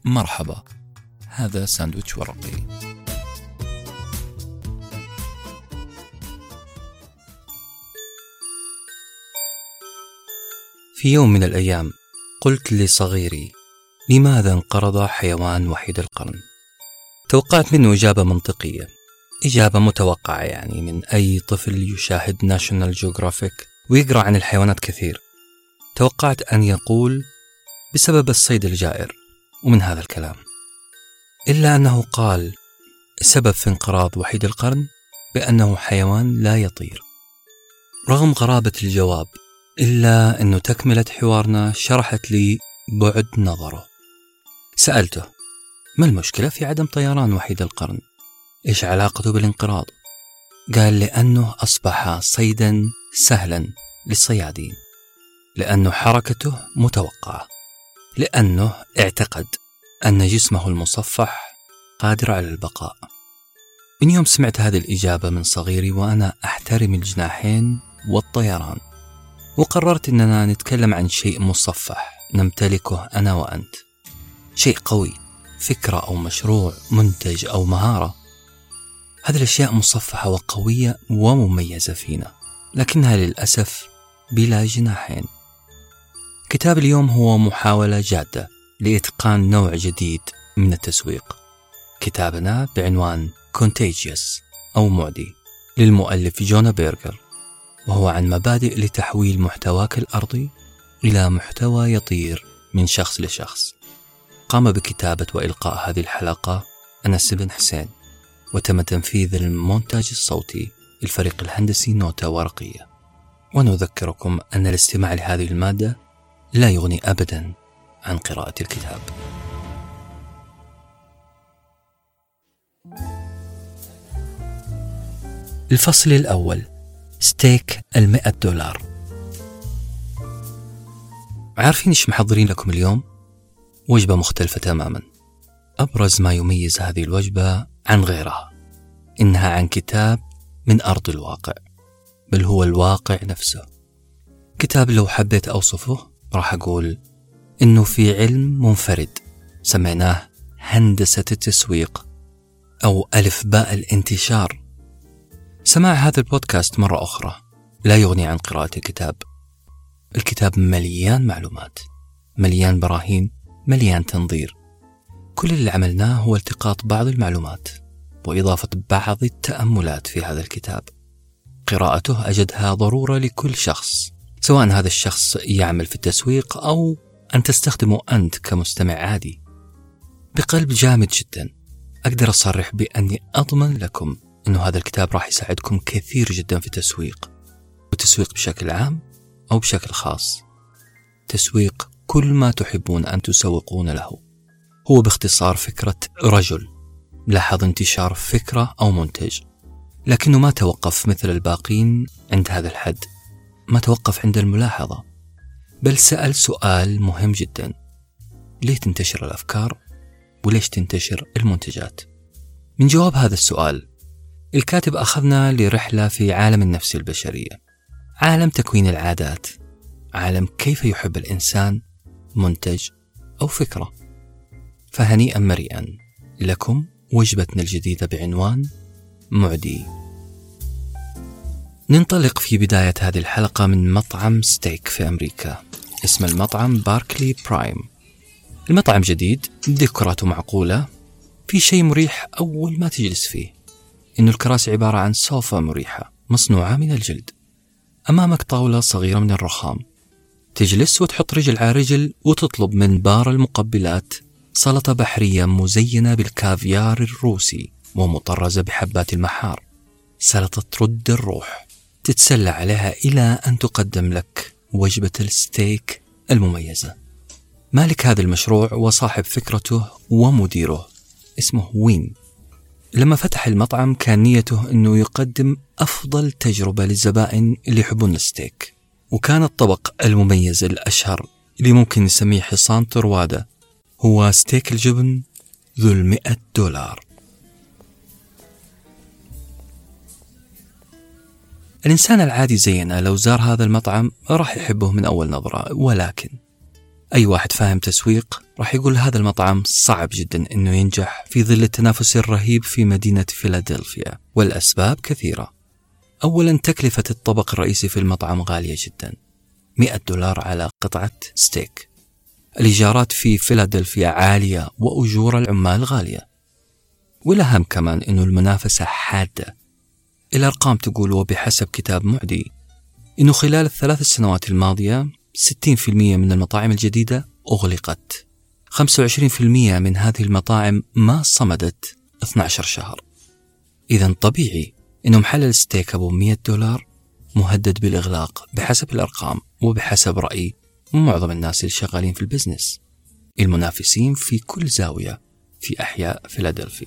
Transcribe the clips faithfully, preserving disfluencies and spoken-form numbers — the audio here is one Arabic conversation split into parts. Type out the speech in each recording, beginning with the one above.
مرحبا، هذا ساندويتش ورقي. في يوم من الأيام قلت لصغيري: لماذا انقرض حيوان وحيد القرن؟ توقعت منه إجابة منطقية، إجابة متوقعة يعني من أي طفل يشاهد ناشونال جيوغرافيك ويقرأ عن الحيوانات كثير. توقعت أن يقول بسبب الصيد الجائر ومن هذا الكلام، إلا أنه قال السبب في انقراض وحيد القرن بأنه حيوان لا يطير. رغم غرابة الجواب، إلا أنه تكملة حوارنا شرحت لي بعد نظره. سألته: ما المشكلة في عدم طيران وحيد القرن؟ إيش علاقته بالانقراض؟ قال: لأنه أصبح صيدا سهلا للصيادين، لأنه حركته متوقعة، لأنه اعتقد أن جسمه المصفح قادر على البقاء. من يوم سمعت هذه الإجابة من صغيري وأنا أحترم الجناحين والطيران، وقررت أننا نتكلم عن شيء مصفح نمتلكه أنا وأنت، شيء قوي، فكرة أو مشروع، منتج أو مهارة. هذه الأشياء مصفحة وقوية ومميزة فينا، لكنها للأسف بلا جناحين. كتاب اليوم هو محاولة جادة لإتقان نوع جديد من التسويق. كتابنا بعنوان Contagious أو معدي للمؤلف جونا بيرغر، وهو عن مبادئ لتحويل محتواك الأرضي إلى محتوى يطير من شخص لشخص. قام بكتابة وإلقاء هذه الحلقة أنس بن حسين، وتم تنفيذ المونتاج الصوتي للفريق الهندسي نوتة ورقية. ونذكركم أن الاستماع لهذه المادة لا يغني أبدا عن قراءة الكتاب. الفصل الأول: ستيك المئة دولار. عارفين إيش محضرين لكم اليوم؟ وجبة مختلفة تماما. أبرز ما يميز هذه الوجبة عن غيرها إنها عن كتاب من أرض الواقع، بل هو الواقع نفسه. كتاب لو حبيت أوصفه راح أقول إنه في علم منفرد سميناه هندسة التسويق أو ألف باء الانتشار. سماع هذا البودكاست مرة أخرى لا يغني عن قراءة الكتاب. الكتاب مليان معلومات، مليان براهين، مليان تنظير. كل اللي عملناه هو التقاط بعض المعلومات وإضافة بعض التأملات في هذا الكتاب. قراءته أجدها ضرورة لكل شخص، سواء هذا الشخص يعمل في التسويق أو أن تستخدمه أنت كمستمع عادي. بقلب جامد جدا أقدر أصرح بأني أضمن لكم أنه هذا الكتاب راح يساعدكم كثير جدا في التسويق، والتسويق بشكل عام أو بشكل خاص. تسويق كل ما تحبون أن تسوقون له. هو باختصار فكرة رجل لاحظ انتشار فكرة أو منتج، لكنه ما توقف مثل الباقين عند هذا الحد، ما توقف عند الملاحظة، بل سأل سؤال مهم جدا: ليه تنتشر الأفكار وليش تنتشر المنتجات؟ من جواب هذا السؤال الكاتب أخذنا لرحلة في عالم النفس البشرية، عالم تكوين العادات، عالم كيف يحب الإنسان منتج أو فكرة. فهنيئا مريئا لكم وجبتنا الجديدة بعنوان معدي. ننطلق في بداية هذه الحلقة من مطعم ستيك في أمريكا، اسم المطعم باركلي برايم. المطعم جديد، ديكوراته معقولة، في شيء مريح أول ما تجلس فيه، إنه الكراسي عبارة عن سوفا مريحة مصنوعة من الجلد. أمامك طاولة صغيرة من الرخام، تجلس وتحط رجل على رجل وتطلب من بار المقبلات سلطة بحرية مزينة بالكافيار الروسي ومطرزة بحبات المحار، سلطة ترد الروح، تتسلى عليها إلى أن تقدم لك وجبة الستيك المميزة. مالك هذا المشروع وصاحب فكرته ومديره اسمه وين. لما فتح المطعم كان نيته أنه يقدم أفضل تجربة للزبائن اللي يحبون الستيك، وكان الطبق المميز الأشهر اللي ممكن نسميه حصان طروادة هو ستيك الجبن ذو المئة دولار. الإنسان العادي زينا لو زار هذا المطعم راح يحبه من أول نظرة، ولكن أي واحد فاهم تسويق راح يقول هذا المطعم صعب جدا أنه ينجح في ظل التنافس الرهيب في مدينة فيلادلفيا، والأسباب كثيرة. أولا، تكلفة الطبق الرئيسي في المطعم غالية جدا، مئة دولار على قطعة ستيك. الإيجارات في فيلادلفيا عالية وأجور العمال غالية. والأهم كمان أنه المنافسة حادة. الأرقام تقول وبحسب كتاب معدي أنه خلال الثلاث سنوات الماضية ستين بالمئة من المطاعم الجديدة أغلقت، خمسة وعشرين بالمئة من هذه المطاعم ما صمدت اثني عشر شهر. إذن طبيعي أنه محل الستيك أبو مئة دولار مهدد بالإغلاق بحسب الأرقام وبحسب رأي معظم الناس اللي شغالين في البزنس. المنافسين في كل زاوية في أحياء فيلادلفيا.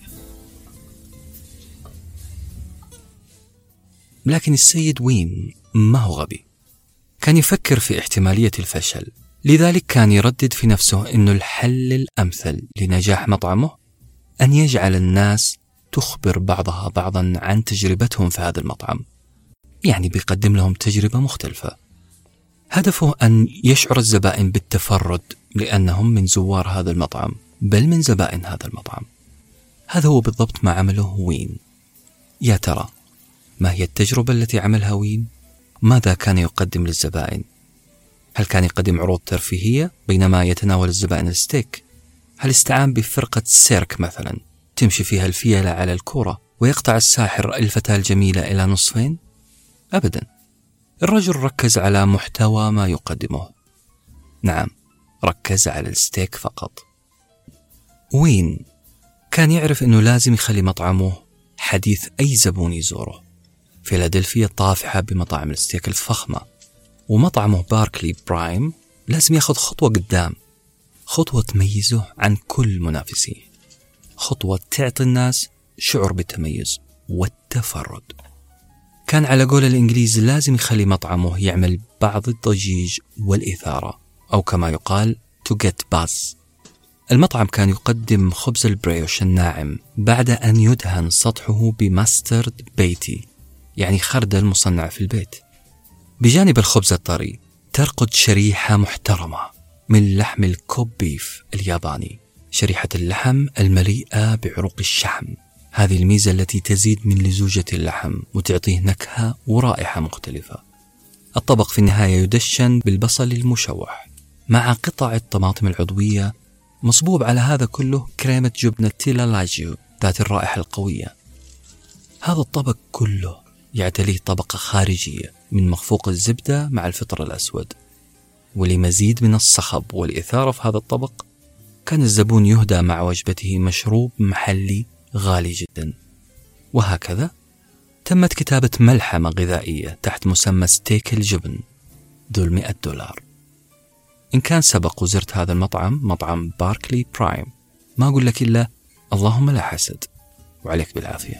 لكن السيد وين ما هو غبي، كان يفكر في احتمالية الفشل، لذلك كان يردد في نفسه أنه الحل الأمثل لنجاح مطعمه أن يجعل الناس تخبر بعضها بعضا عن تجربتهم في هذا المطعم، يعني بيقدم لهم تجربة مختلفة. هدفه أن يشعر الزبائن بالتفرد لأنهم من زوار هذا المطعم بل من زبائن هذا المطعم. هذا هو بالضبط ما عمله وين. يا ترى ما هي التجربة التي عملها وين؟ ماذا كان يقدم للزبائن؟ هل كان يقدم عروض ترفيهية بينما يتناول الزبائن الستيك؟ هل استعان بفرقة سيرك مثلا تمشي فيها الفيلة على الكرة ويقطع الساحر الفتاة الجميلة إلى نصفين؟ أبدا، الرجل ركز على محتوى ما يقدمه. نعم، ركز على الستيك فقط. وين كان يعرف أنه لازم يخلي مطعمه حديث أي زبون يزوره. فيلادلفيا طافحة بمطاعم الستيك الفخمة، ومطعمه باركلي برايم لازم ياخذ خطوة قدام، خطوة تميزه عن كل منافسيه، خطوة تعطي الناس شعور بالتميز والتفرد. كان على قول الإنجليز لازم يخلي مطعمه يعمل بعض الضجيج والإثارة، أو كما يقال to get buzz. المطعم كان يقدم خبز البريوش الناعم بعد أن يدهن سطحه بماسترد بيتي، يعني خردل مصنع في البيت. بجانب الخبز الطري ترقد شريحة محترمة من لحم الكوب بيف الياباني، شريحة اللحم المليئة بعروق الشحم، هذه الميزة التي تزيد من لزوجة اللحم وتعطيه نكهة ورائحة مختلفة. الطبق في النهاية يدشن بالبصل المشوح مع قطع الطماطم العضوية، مصبوب على هذا كله كريمة جبنة تيلالاجيو ذات الرائحة القوية. هذا الطبق كله يعتليه طبقة خارجية من مخفوق الزبدة مع الفطر الأسود. ولمزيد من الصخب والإثارة في هذا الطبق كان الزبون يهدى مع وجبته مشروب محلي غالي جدا. وهكذا تمت كتابة ملحمة غذائية تحت مسمى ستيك الجبن ذو المئة دولار. إن كان سبق وزرت هذا المطعم، مطعم باركلي برايم، ما أقول لك إلا اللهم لا حسد وعليك بالعافية.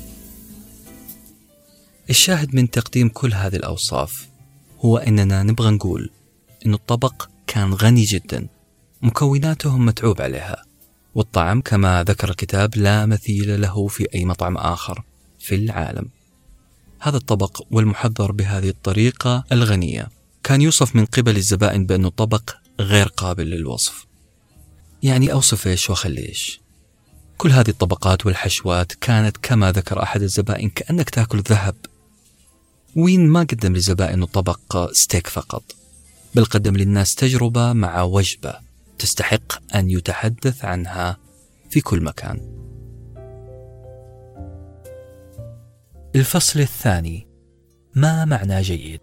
الشاهد من تقديم كل هذه الأوصاف هو أننا نبغى نقول أن الطبق كان غني جدا، مكوناته متعوب عليها، والطعم كما ذكر الكتاب لا مثيل له في أي مطعم آخر في العالم. هذا الطبق والمحضر بهذه الطريقة الغنية كان يوصف من قبل الزبائن بأنه طبق غير قابل للوصف. يعني أوصف إيش وخلي إيش. كل هذه الطبقات والحشوات كانت كما ذكر أحد الزبائن كأنك تأكل ذهب. وين ما قدم لزبائنه طبق ستيك فقط، بل قدم للناس تجربة مع وجبة تستحق أن يتحدث عنها في كل مكان. الفصل الثاني: ما معنى جيد؟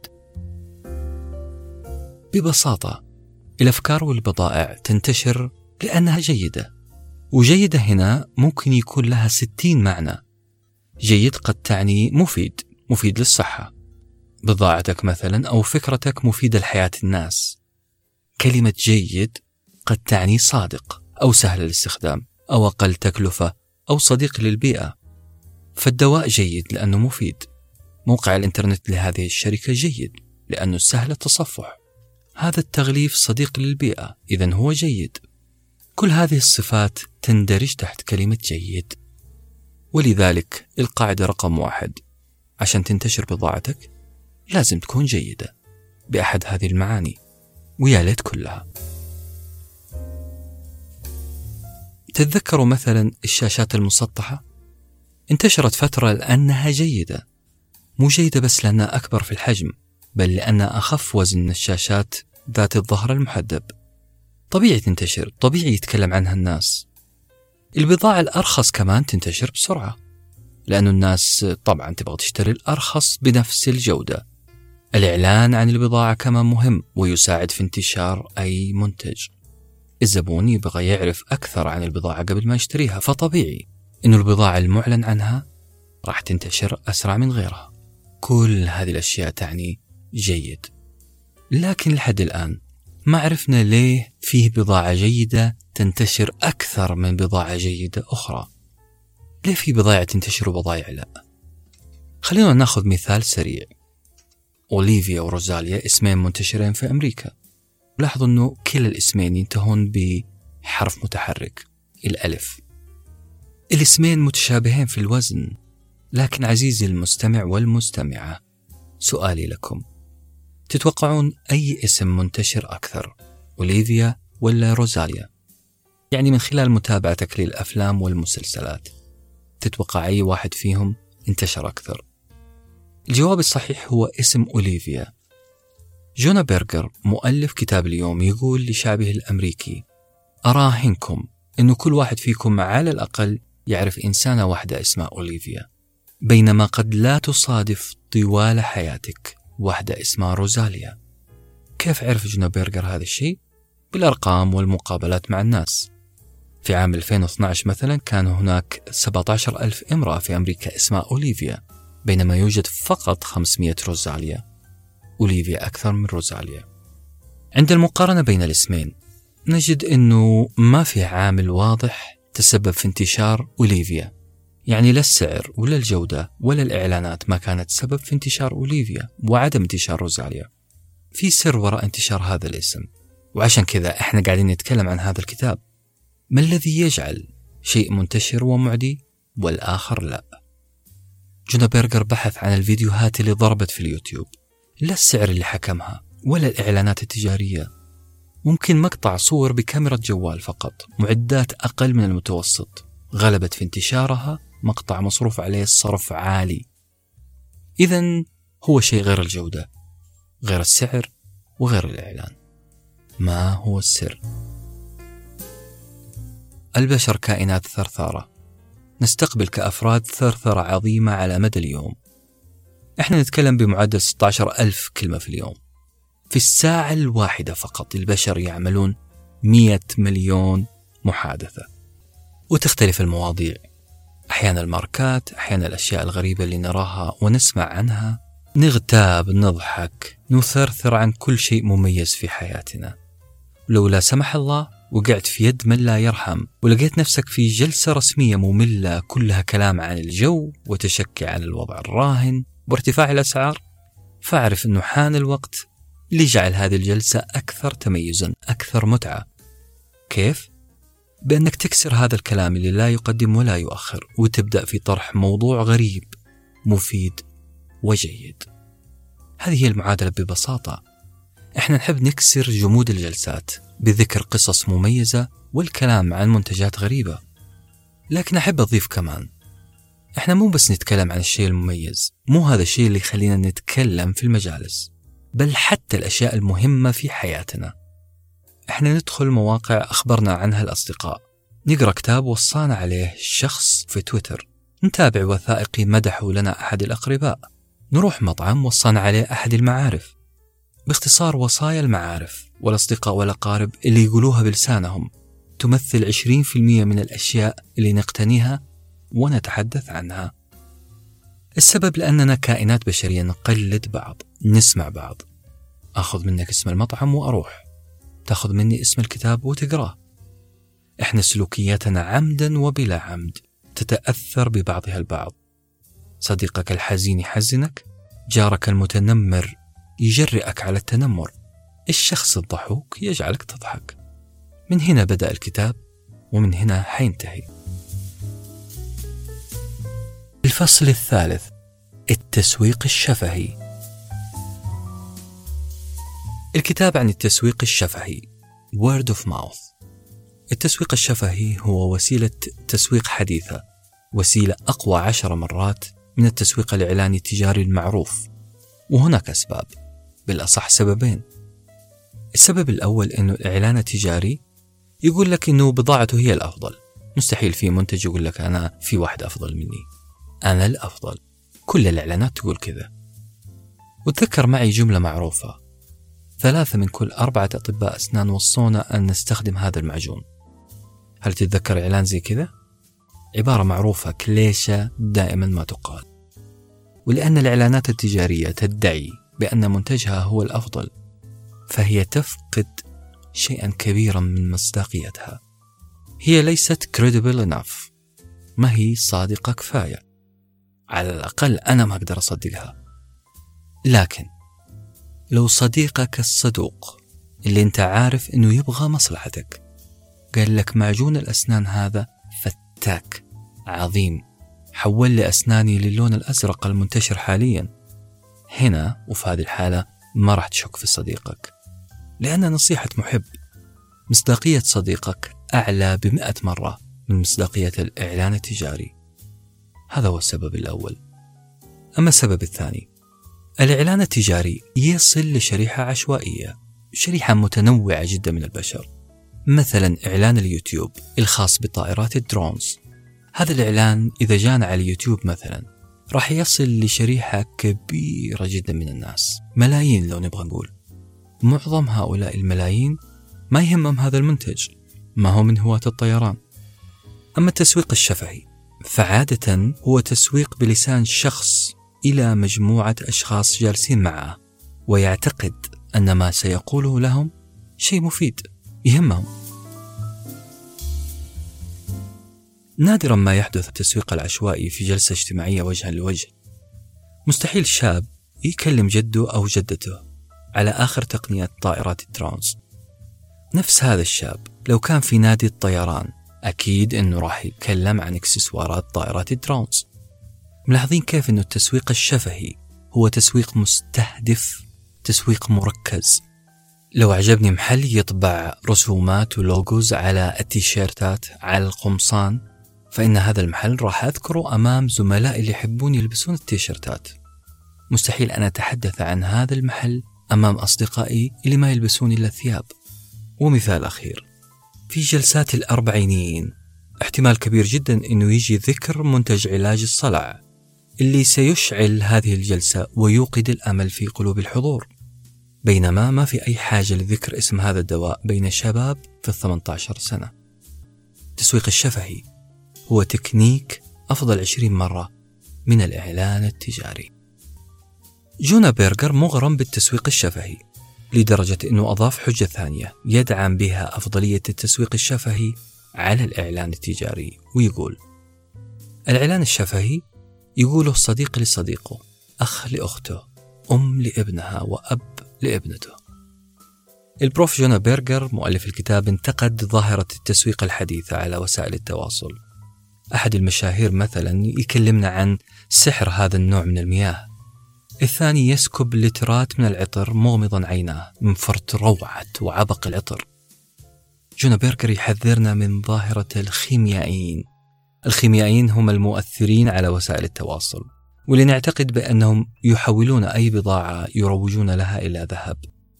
ببساطة الأفكار والبضائع تنتشر لأنها جيدة، وجيدة هنا ممكن يكون لها ستين معنى. جيد قد تعني مفيد، مفيد للصحة، بضاعتك مثلا أو فكرتك مفيدة لحياة الناس. كلمة جيد قد تعني صادق أو سهل الاستخدام أو أقل تكلفة أو صديق للبيئة. فالدواء جيد لأنه مفيد، موقع الإنترنت لهذه الشركة جيد لأنه سهل التصفح، هذا التغليف صديق للبيئة إذن هو جيد. كل هذه الصفات تندرج تحت كلمة جيد. ولذلك القاعدة رقم واحد: عشان تنتشر بضاعتك لازم تكون جيدة بأحد هذه المعاني، ويا ليت كلها. تتذكروا مثلا الشاشات المسطحة؟ انتشرت فترة لأنها جيدة، مو جيدة بس لأنها أكبر في الحجم، بل لأنها أخف وزن من الشاشات ذات الظهر المحدب. طبيعي تنتشر، طبيعي يتكلم عنها الناس. البضاعة الأرخص كمان تنتشر بسرعة، لأن الناس طبعا تبغى تشتري الأرخص بنفس الجودة. الإعلان عن البضاعة كمان مهم ويساعد في انتشار أي منتج. الزبون يبغى يعرف أكثر عن البضاعة قبل ما يشتريها، فطبيعي إنه البضاعة المعلن عنها راح تنتشر أسرع من غيرها. كل هذه الأشياء تعني جيد، لكن لحد الآن ما عرفنا ليه فيه بضاعة جيدة تنتشر أكثر من بضاعة جيدة أخرى. ليه في بضاعة تنتشر وبضايع لا؟ خلينا ناخذ مثال سريع. أوليفيا وروزاليا اسمين منتشرين في أمريكا. لاحظوا أنه كلا الاسمين ينتهون بحرف متحرك، الألف. الاسمين متشابهين في الوزن، لكن عزيزي المستمع والمستمعة، سؤالي لكم، تتوقعون أي اسم منتشر أكثر، أوليفيا ولا روزاليا؟ يعني من خلال متابعتك للأفلام والمسلسلات تتوقع أي واحد فيهم انتشر أكثر؟ الجواب الصحيح هو اسم أوليفيا. جونا بيرغر مؤلف كتاب اليوم يقول لشعبه الأمريكي: أراهنكم أنه كل واحد فيكم على الأقل يعرف إنسانة واحدة اسمها أوليفيا، بينما قد لا تصادف طوال حياتك واحدة اسمها روزاليا. كيف عرف جونا بيرغر هذا الشيء؟ بالأرقام والمقابلات مع الناس. في عام ألفين واثني عشر مثلا كان هناك سبعة عشر ألف امرأة في أمريكا اسمها أوليفيا، بينما يوجد فقط خمسمئة روزاليا. أوليفيا أكثر من روزاليا. عند المقارنة بين الاسمين نجد أنه ما في عامل واضح تسبب في انتشار أوليفيا، يعني لا السعر ولا الجودة ولا الإعلانات ما كانت سبب في انتشار أوليفيا وعدم انتشار روزاليا. في سر وراء انتشار هذا الاسم، وعشان كذا احنا قاعدين نتكلم عن هذا الكتاب. ما الذي يجعل شيء منتشر ومعدي والآخر لا؟ جونا بيرغر بحث عن الفيديوهات اللي ضربت في اليوتيوب، لا السعر اللي حكمها ولا الإعلانات التجارية. ممكن مقطع صور بكاميرا جوال فقط، معدات أقل من المتوسط، غلبت في انتشارها مقطع مصروف عليه الصرف عالي. إذن هو شيء غير الجودة، غير السعر، وغير الإعلان. ما هو السر؟ البشر كائنات ثرثارة، نستقبل كأفراد ثرثرة عظيمة على مدى اليوم. احنا نتكلم بمعدل ستة عشر ألف كلمة في اليوم. في الساعة الواحدة فقط البشر يعملون مئة مليون محادثة، وتختلف المواضيع، أحيانا الماركات، أحيانا الأشياء الغريبة اللي نراها ونسمع عنها، نغتاب، نضحك، نثرثر عن كل شيء مميز في حياتنا. لو لا سمح الله وقعت في يد من لا يرحم ولقيت نفسك في جلسة رسمية مملة كلها كلام عن الجو وتشكي عن الوضع الراهن وارتفاع الأسعار، فاعرف أنه حان الوقت لجعل هذه الجلسة أكثر تميزا، أكثر متعة. كيف؟ بأنك تكسر هذا الكلام اللي لا يقدم ولا يؤخر وتبدأ في طرح موضوع غريب مفيد وجيد. هذه هي المعادلة ببساطة. احنا نحب نكسر جمود الجلسات بذكر قصص مميزة والكلام عن منتجات غريبة، لكن أحب أضيف كمان، احنا مو بس نتكلم عن الشيء المميز، مو هذا الشيء اللي يخلينا نتكلم في المجالس، بل حتى الأشياء المهمة في حياتنا. احنا ندخل مواقع أخبرنا عنها الأصدقاء، نقرأ كتاب وصانا عليه شخص في تويتر، نتابع وثائقي مدحوا لنا أحد الأقرباء، نروح مطعم وصانا عليه أحد المعارف. باختصار، وصايا المعارف والأصدقاء والأقارب اللي يقولوها بلسانهم تمثل عشرين بالمئة من الأشياء اللي نقتنيها ونتحدث عنها. السبب لأننا كائنات بشرية نقلد بعض، نسمع بعض. أخذ منك اسم المطعم وأروح، تأخذ مني اسم الكتاب وتقراه. إحنا سلوكياتنا عمدا وبلا عمد تتأثر ببعضها البعض. صديقك الحزين يحزنك، جارك المتنمر يجرئك على التنمر، الشخص الضحوك يجعلك تضحك. من هنا بدأ الكتاب ومن هنا حينتهي. الفصل الثالث: التسويق الشفهي. الكتاب عن التسويق الشفهي Word of Mouth. التسويق الشفهي هو وسيلة تسويق حديثة، وسيلة أقوى عشر مرات من التسويق الإعلاني التجاري المعروف، وهناك أسباب، بالأصح سببين. السبب الأول أنه الإعلان التجاري يقول لك أنه بضاعته هي الأفضل. مستحيل في منتج يقول لك أنا في واحد أفضل مني، أنا الأفضل. كل الإعلانات تقول كذا. وتذكر معي جملة معروفة: ثلاثة من كل أربعة أطباء أسنان وصونا أن نستخدم هذا المعجون. هل تتذكر إعلان زي كذا؟ عبارة معروفة كليشة دائما ما تقال. ولأن الإعلانات التجارية تدعي بأن منتجها هو الأفضل، فهي تفقد شيئا كبيرا من مصداقيتها. هي ليست credible enough، ما هي صادقة كفاية، على الأقل أنا ما أقدر أصدقها. لكن لو صديقك الصدوق اللي أنت عارف أنه يبغى مصلحتك قال لك معجون الأسنان هذا فتاك عظيم، حول لي أسناني للون الأزرق المنتشر حاليا، هنا وفي هذه الحالة ما راح تشك في صديقك، لأن نصيحة محب مصداقية صديقك أعلى بمئة مرة من مصداقية الإعلان التجاري. هذا هو السبب الأول. أما السبب الثاني، الإعلان التجاري يصل لشريحة عشوائية، شريحة متنوعة جدا من البشر. مثلا إعلان اليوتيوب الخاص بطائرات الدرونز، هذا الإعلان إذا جانا على اليوتيوب مثلا راح يصل لشريحة كبيرة جدا من الناس، ملايين لو نبغى نقول. معظم هؤلاء الملايين ما يهمهم هذا المنتج، ما هو من هواة الطيران. أما التسويق الشفهي فعادة هو تسويق بلسان شخص إلى مجموعة أشخاص جالسين معه، ويعتقد أن ما سيقوله لهم شيء مفيد يهمهم. نادرا ما يحدث التسويق العشوائي في جلسة اجتماعية وجها لوجه. مستحيل شاب يكلم جده أو جدته على آخر تقنيات طائرات الدرونز. نفس هذا الشاب لو كان في نادي الطيران أكيد أنه راح يتكلم عن إكسسوارات طائرات الدرونز. ملاحظين كيف أنه التسويق الشفهي هو تسويق مستهدف، تسويق مركز. لو عجبني محل يطبع رسومات ولوجوز على التيشيرتات على القمصان، فإن هذا المحل راح أذكره أمام زملائي اللي يحبون يلبسون التيشيرتات. مستحيل أن أتحدث عن هذا المحل أمام أصدقائي اللي ما يلبسون إلا الثياب. ومثال أخير، في جلسات الأربعينيين احتمال كبير جدا أنه يجي ذكر منتج علاج الصلع اللي سيشعل هذه الجلسة ويوقد الأمل في قلوب الحضور، بينما ما في أي حاجة لذكر اسم هذا الدواء بين الشباب في الثمانية عشر سنة. التسويق الشفهي هو تكنيك أفضل عشرين مرة من الإعلان التجاري. جونا بيرغر مغرم بالتسويق الشفهي لدرجة أنه أضاف حجة ثانية يدعم بها أفضلية التسويق الشفهي على الإعلان التجاري، ويقول: الإعلان الشفهي يقوله صديق لصديقه، أخ لأخته، أم لابنها، وأب لابنته. البروف جونا بيرغر مؤلف الكتاب انتقد ظاهرة التسويق الحديثة على وسائل التواصل. أحد المشاهير مثلا يكلمنا عن سحر هذا النوع من المياه، الثاني يسكب لترات من العطر مغمضا عيناه من فرط روعة وعبق العطر. جونا بيرغر يحذرنا من ظاهرة الخيميائيين. الخيميائيين هم المؤثرين على وسائل التواصل، واللي نعتقد بأنهم يحولون أي بضاعة يروجون لها إلى ذهب،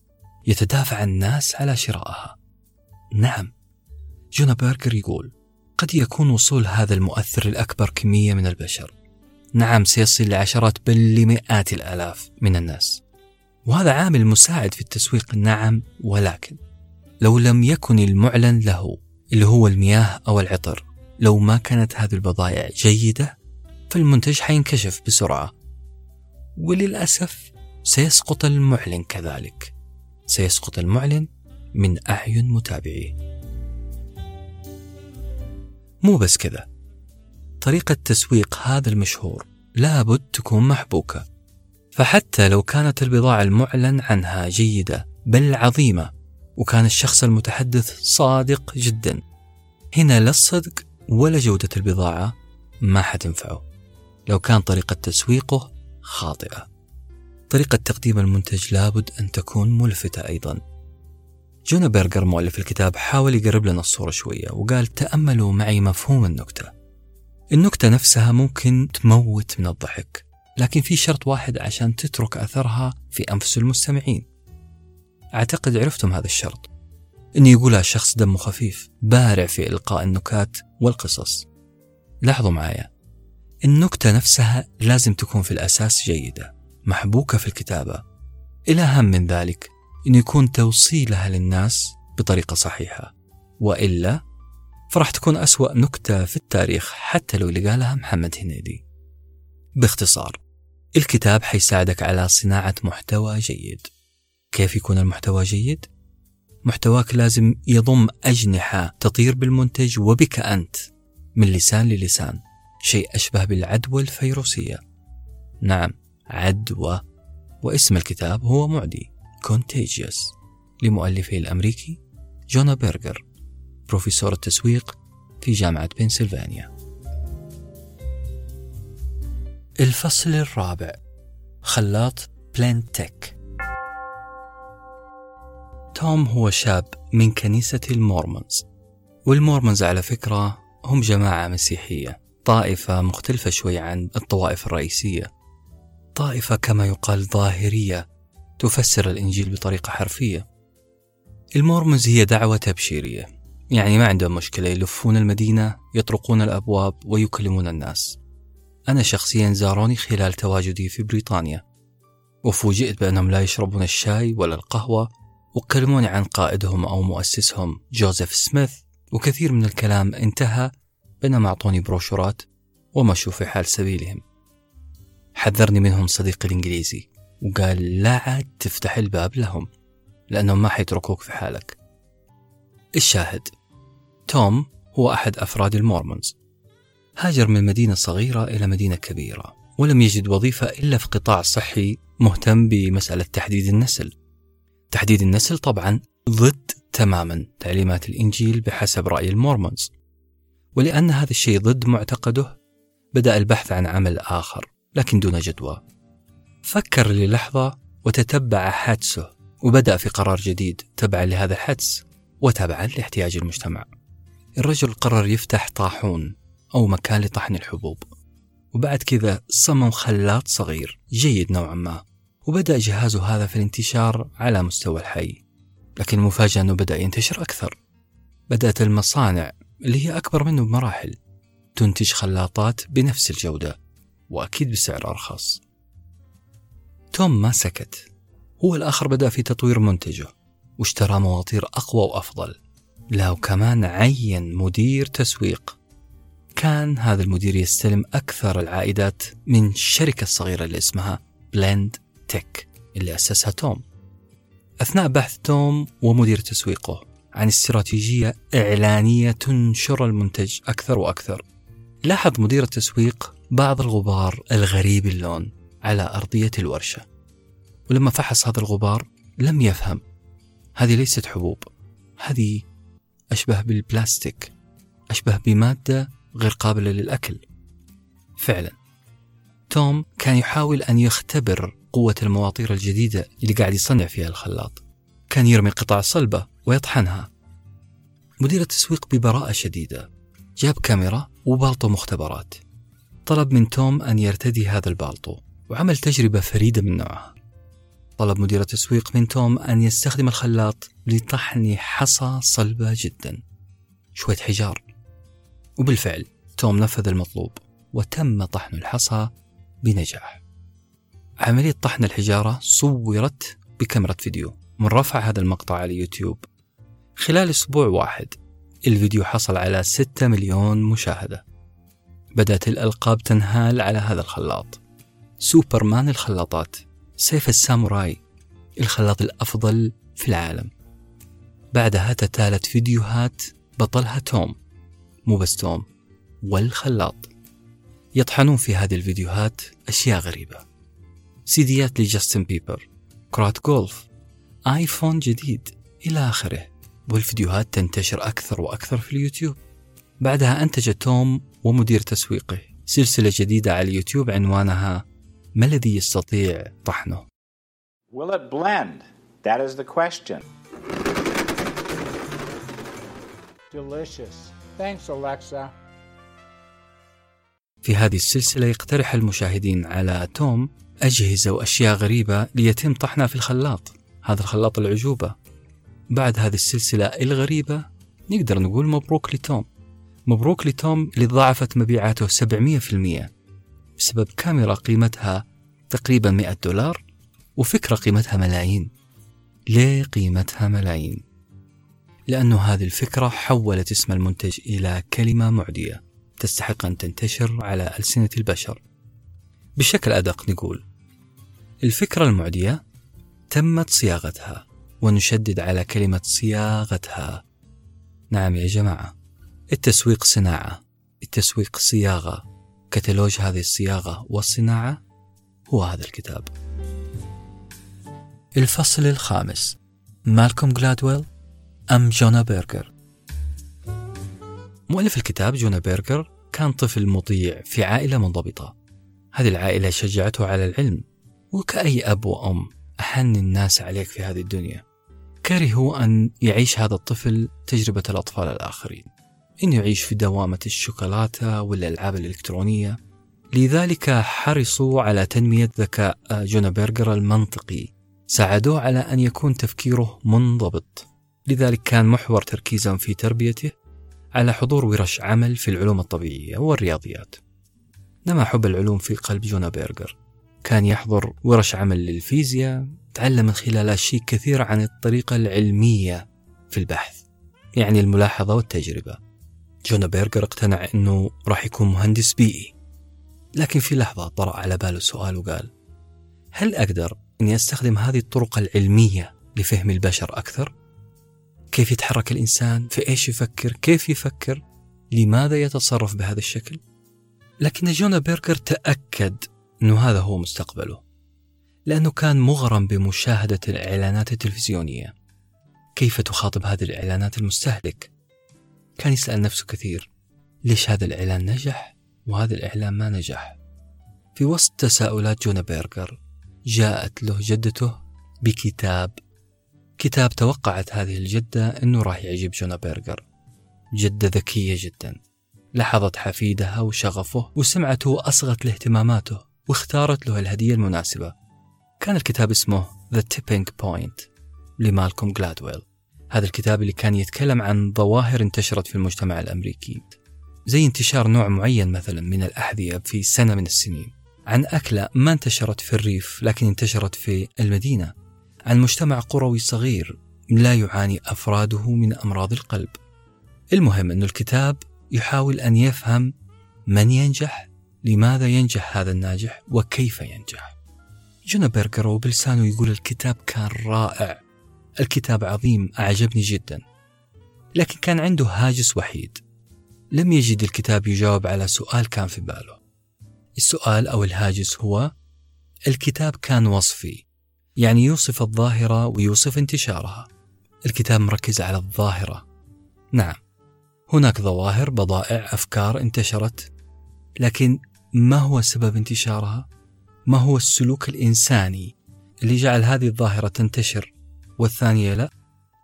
يتدافع الناس على شرائها. نعم، جونا بيرغر يقول قد يكون وصول هذا المؤثر لأكبر كمية من البشر، نعم سيصل لعشرات بل لمئات الآلاف من الناس، وهذا عامل مساعد في التسويق. نعم، ولكن لو لم يكن المعلن له اللي هو المياه أو العطر، لو ما كانت هذه البضائع جيدة فالمنتج حينكشف بسرعة، وللأسف سيسقط المعلن كذلك، سيسقط المعلن من أعين متابعيه. مو بس كذا، طريقة تسويق هذا المشهور لابد تكون محبوكة، فحتى لو كانت البضاعة المعلن عنها جيدة بل عظيمة وكان الشخص المتحدث صادق جدا، هنا لا الصدق ولا جودة البضاعة ما حتنفعه لو كان طريقة تسويقه خاطئة. طريقة تقديم المنتج لابد أن تكون ملفتة أيضا. جونا بيرغر مؤلف الكتاب حاول يقرب لنا الصورة شوية وقال تأملوا معي مفهوم النكتة. النكتة نفسها ممكن تموت من الضحك، لكن في شرط واحد عشان تترك أثرها في أنفس المستمعين. أعتقد عرفتم هذا الشرط، إنه يقولها شخص دمه خفيف بارع في إلقاء النكات والقصص. لاحظوا معايا، النكتة نفسها لازم تكون في الأساس جيدة، محبوكة في الكتابة. الأهم من ذلك إنه يكون توصيلها للناس بطريقة صحيحة، وإلا فرح تكون أسوأ نكتة في التاريخ حتى لو اللي قالها محمد هنيدي. باختصار، الكتاب حيساعدك على صناعة محتوى جيد. كيف يكون المحتوى جيد؟ محتواك لازم يضم أجنحة تطير بالمنتج وبك أنت من لسان للسان، شيء أشبه بالعدوى الفيروسية. نعم، عدوى، واسم الكتاب هو معدي، Contagious، لمؤلفه الأمريكي جونا بيرغر، بروفيسور التسويق في جامعة بنسلفانيا. الفصل الرابع، خلاط بلند تك. توم هو شاب من كنيسة المورمونز، والمورمونز على فكرة هم جماعة مسيحية، طائفة مختلفة شوي عن الطوائف الرئيسية، طائفة كما يقال ظاهرية تفسر الإنجيل بطريقة حرفية. المورمونز هي دعوة تبشيرية، يعني ما عندهم مشكلة يلفون المدينة، يطرقون الأبواب ويكلمون الناس. أنا شخصيا زاروني خلال تواجدي في بريطانيا، وفوجئت بأنهم لا يشربون الشاي ولا القهوة، وكلموني عن قائدهم أو مؤسسهم جوزيف سميث، وكثير من الكلام انتهى بينما أعطوني بروشورات ومشوا في حال سبيلهم. حذرني منهم صديقي الإنجليزي وقال لا عاد تفتح الباب لهم لأنهم ما حيتركوك في حالك. الشاهد، توم هو أحد أفراد المورمونز، هاجر من مدينة صغيرة إلى مدينة كبيرة، ولم يجد وظيفة إلا في قطاع صحي مهتم بمسألة تحديد النسل. تحديد النسل طبعا ضد تماما تعليمات الإنجيل بحسب رأي المورمونز، ولأن هذا الشيء ضد معتقده بدأ البحث عن عمل آخر لكن دون جدوى. فكر للحظة وتتبع حدسه، وبدأ في قرار جديد تبعا لهذا الحدس وتبعا لاحتياج المجتمع. الرجل قرر يفتح طاحون أو مكان لطحن الحبوب، وبعد كذا صمم خلاط صغير جيد نوعا ما، وبدأ جهازه هذا في الانتشار على مستوى الحي. لكن المفاجأة أنه بدأ ينتشر أكثر. بدأت المصانع اللي هي أكبر منه بمراحل تنتج خلاطات بنفس الجودة وأكيد بسعر أرخص. توم ما سكت، هو الآخر بدأ في تطوير منتجه واشترى مواتير أقوى وأفضل، لا وكمان عين مدير تسويق. كان هذا المدير يستلم أكثر العائدات من الشركة الصغيرة اللي اسمها بلند تك اللي أسسها توم. أثناء بحث توم ومدير تسويقه عن استراتيجية إعلانية تنشر المنتج أكثر وأكثر، لاحظ مدير التسويق بعض الغبار الغريب اللون على أرضية الورشة، ولما فحص هذا الغبار لم يفهم هذه ليست حبوب، هذه أشبه بالبلاستيك، أشبه بمادة غير قابلة للأكل. فعلا توم كان يحاول أن يختبر قوة المواطير الجديدة اللي قاعد يصنع فيها الخلاط. كان يرمي قطع صلبة ويطحنها. مدير التسويق ببراءة شديدة جاب كاميرا وبالطو مختبرات، طلب من توم أن يرتدي هذا البالطو وعمل تجربة فريدة من نوعها. طلب مدير التسويق من توم أن يستخدم الخلاط لطحن حصى صلبة جدا، شوية حجار، وبالفعل توم نفذ المطلوب وتم طحن الحصى بنجاح. عملية طحن الحجارة صورت بكاميرا فيديو، من رفع هذا المقطع على يوتيوب خلال أسبوع واحد الفيديو حصل على ستة مليون مشاهدة. بدأت الألقاب تنهال على هذا الخلاط: سوبرمان الخلاطات، سيف الساموراي، الخلاط الأفضل في العالم. بعدها تتالت فيديوهات بطلها توم، مو بس توم، والخلاط، يطحنون في هذه الفيديوهات أشياء غريبة: سيديات لجاستن بيبر، كرات جولف، آيفون جديد، إلى آخره. والفيديوهات تنتشر أكثر وأكثر في اليوتيوب. بعدها أنتج توم ومدير تسويقه سلسلة جديدة على اليوتيوب عنوانها ما الذي يستطيع طحنه؟ Will it blend? That is the question. Delicious. Thanks, Alexa. في هذه السلسلة يقترح المشاهدين على توم أجهزة وأشياء غريبة ليتم طحنها في الخلاط، هذا الخلاط العجوبة. بعد هذه السلسلة الغريبة نقدر نقول مبروك لتوم، مبروك لتوم اللي ضاعفت مبيعاته سبعمية بالمية بسبب كاميرا قيمتها تقريبا مئة دولار وفكرة قيمتها ملايين. ليه قيمتها ملايين؟ لأنه هذه الفكرة حولت اسم المنتج إلى كلمة معدية تستحق أن تنتشر على ألسنة البشر. بشكل أدق نقول الفكرة المعدية تمت صياغتها، ونشدد على كلمة صياغتها. نعم يا جماعة، التسويق صناعة، التسويق صياغة. كتالوج هذه الصياغة والصناعة هو هذا الكتاب. الفصل الخامس: مالكوم جلادويل أم جونا بيرغر؟ مؤلف الكتاب جونا بيرغر كان طفل مطيع في عائلة منضبطة. هذه العائلة شجعته على العلم، وكأي أب وأم أحن الناس عليك في هذه الدنيا كرهوا أن يعيش هذا الطفل تجربة الأطفال الآخرين، إنه يعيش في دوامة الشوكولاتة والألعاب الإلكترونية. لذلك حرصوا على تنمية ذكاء جونا بيرغر المنطقي، ساعدوه على أن يكون تفكيره منضبط. لذلك كان محور تركيزهم في تربيته على حضور ورش عمل في العلوم الطبيعية والرياضيات. نما حب العلوم في قلب جونا بيرغر، كان يحضر ورش عمل للفيزياء، تعلم من خلالها شيء كثير عن الطريقة العلمية في البحث، يعني الملاحظة والتجربة. جونا بيرغر اقتنع أنه راح يكون مهندس بيئي، لكن في لحظة طرأ على باله سؤال وقال: هل أقدر أني أستخدم هذه الطرق العلمية لفهم البشر أكثر؟ كيف يتحرك الإنسان؟ في إيش يفكر؟ كيف يفكر؟ لماذا يتصرف بهذا الشكل؟ لكن جونا بيرغر تأكد أنه هذا هو مستقبله، لأنه كان مغرم بمشاهدة الإعلانات التلفزيونية. كيف تخاطب هذه الإعلانات المستهلك؟ كان يسأل نفسه كثير: ليش هذا الإعلان نجح وهذا الإعلان ما نجح؟ في وسط تساؤلات جونا بيرغر جاءت له جدته بكتاب كتاب توقعت هذه الجدة أنه راح يعجب جونا بيرغر. جدة ذكية جدا، لاحظت حفيدها وشغفه وسمعته وأصغت لاهتماماته واختارت له الهدية المناسبة. كان الكتاب اسمه The Tipping Point لمالكوم جلادويل. هذا الكتاب اللي كان يتكلم عن ظواهر انتشرت في المجتمع الأمريكي، زي انتشار نوع معين مثلا من الأحذية في سنة من السنين، عن أكلة ما انتشرت في الريف لكن انتشرت في المدينة، عن مجتمع قروي صغير لا يعاني أفراده من أمراض القلب. المهم أن الكتاب يحاول أن يفهم من ينجح، لماذا ينجح هذا الناجح، وكيف ينجح. جونا بيرغر وبلسانه يقول الكتاب كان رائع، الكتاب عظيم، أعجبني جدا. لكن كان عنده هاجس وحيد، لم يجد الكتاب يجاوب على سؤال كان في باله. السؤال أو الهاجس هو: الكتاب كان وصفي، يعني يوصف الظاهرة ويوصف انتشارها. الكتاب مركز على الظاهرة. نعم، هناك ظواهر، بضائع، أفكار انتشرت، لكن ما هو سبب انتشارها؟ ما هو السلوك الإنساني اللي جعل هذه الظاهرة تنتشر والثانية لا؟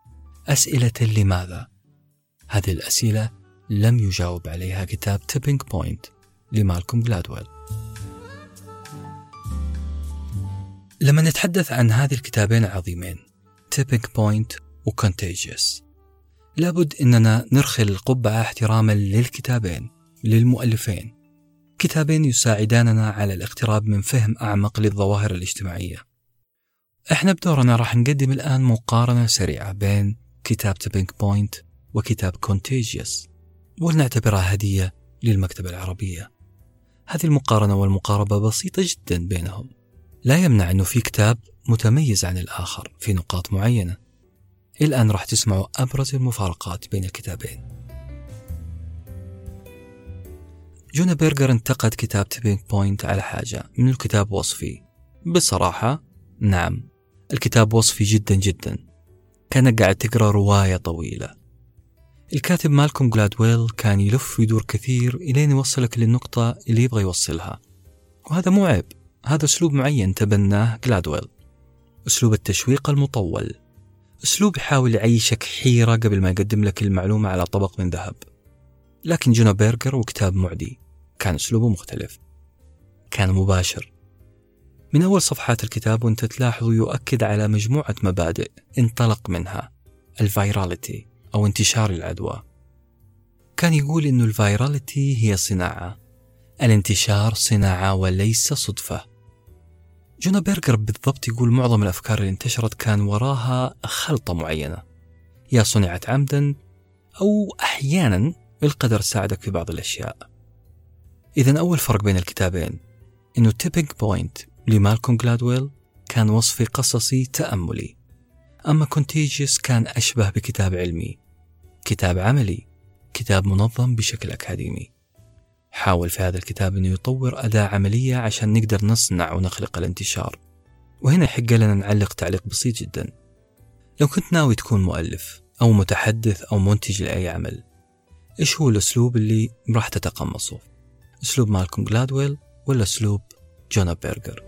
أسئلة لماذا؟ هذه الأسئلة لم يجاوب عليها كتاب تيبينج بوينت لمالكوم جلادويل. لما نتحدث عن هذه الكتابين العظيمين تيبينج بوينت وكونتيجيوس، لابد أننا نرخي القبعة احتراما للكتابين للمؤلفين. كتابين يساعداننا على الاقتراب من فهم أعمق للظواهر الاجتماعية. احنا بدورنا راح نقدم الآن مقارنة سريعة بين كتاب تيبينج بوينت وكتاب كونتيجيوس، ولنعتبرها هدية للمكتبة العربية. هذه المقارنة والمقاربة بسيطة جدا بينهم، لا يمنع أنه في كتاب متميز عن الآخر في نقاط معينة. الآن راح تسمعوا أبرز المفارقات بين الكتابين. جونا بيرغر انتقد كتاب تيبينج بوينت على حاجة، من الكتاب وصفي. بصراحة نعم، الكتاب وصفي جدا جدا، كان قاعد تقرأ رواية طويلة. الكاتب مالكوم جلادويل كان يلف ويدور كثير إلين يوصلك للنقطة اللي يبغى يوصلها، وهذا مو عيب، هذا أسلوب معين تبناه جلادويل، أسلوب التشويق المطول. أسلوب يحاول يعيشك حيرة قبل ما يقدم لك المعلومة على طبق من ذهب. لكن جونا بيرغر وكتاب معدي كان أسلوبه مختلف، كان مباشر. من أول صفحات الكتاب وانت تلاحظه يؤكد على مجموعة مبادئ انطلق منها الفيراليتي أو انتشار العدوى. كان يقول إنه الفيراليتي هي صناعة، الانتشار صناعة وليس صدفة. جونا بيرغر بالضبط يقول معظم الأفكار اللي انتشرت كان وراها خلطة معينة، يا صنعت عمدا أو أحيانا القدر ساعدك في بعض الأشياء. إذن أول فرق بين الكتابين إنه تيبينج بوينت لمالكوم غلادويل كان وصفي قصصي تأملي، أما كونتيجيوس كان أشبه بكتاب علمي، كتاب عملي، كتاب منظم بشكل أكاديمي. حاول في هذا الكتاب أنه يطور أداة عملية عشان نقدر نصنع ونخلق الانتشار. وهنا حق لنا نعلق تعليق بسيط جدا. لو كنت ناوي تكون مؤلف أو متحدث أو منتج لأي عمل، إيش هو الأسلوب اللي راح تتقمصه؟ أسلوب مالكوم غلادويل ولا أسلوب جونا بيرغر؟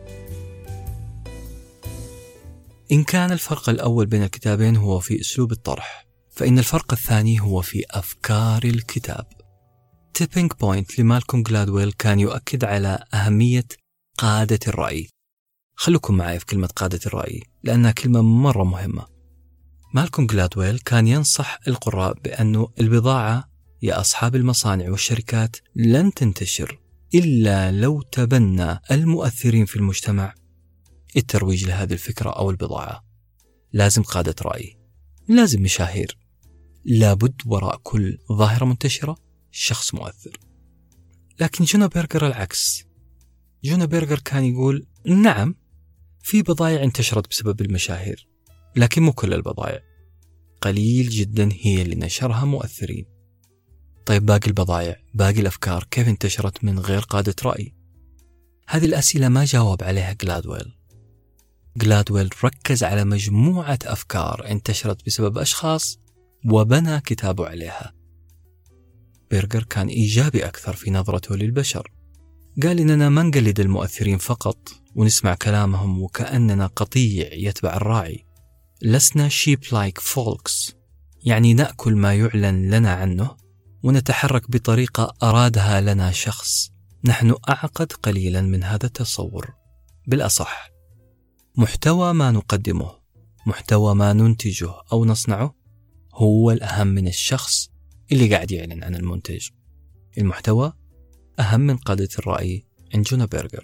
إن كان الفرق الأول بين الكتابين هو في أسلوب الطرح، فإن الفرق الثاني هو في أفكار الكتاب. تيبينج بوينت لمالكوم غلادويل كان يؤكد على أهمية قادة الرأي. خلوكم معي في كلمة قادة الرأي لأنها كلمة مرة مهمة. مالكوم غلادويل كان ينصح القراء بأنه البضاعة يا أصحاب المصانع والشركات لن تنتشر إلا لو تبنى المؤثرين في المجتمع الترويج لهذه الفكرة أو البضاعة. لازم قادة رأي، لازم مشاهير، لابد وراء كل ظاهرة منتشرة شخص مؤثر. لكن جونا بيرغر العكس. جونا بيرغر كان يقول نعم في بضائع انتشرت بسبب المشاهير، لكن مو كل البضائع، قليل جدا هي اللي نشرها مؤثرين. طيب باقي البضائع، باقي الأفكار كيف انتشرت من غير قادة رأي؟ هذه الأسئلة ما جاوب عليها غلادويل. غلادويل ركز على مجموعة أفكار انتشرت بسبب أشخاص وبنى كتابه عليها. بيرغر كان إيجابي أكثر في نظرته للبشر. قال إننا ما نقلد المؤثرين فقط ونسمع كلامهم وكأننا قطيع يتبع الراعي. لسنا sheep like folks، يعني نأكل ما يعلن لنا عنه ونتحرك بطريقة أرادها لنا شخص. نحن أعقد قليلا من هذا التصور. بالأصح، محتوى ما نقدمه، محتوى ما ننتجه أو نصنعه هو الأهم من الشخص اللي قاعد يعلن عن المنتج. المحتوى أهم من قادة الرأي عند جونا بيرغر.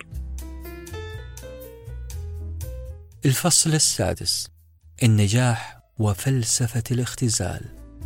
الفصل السادس: النجاح وفلسفة الاختزال.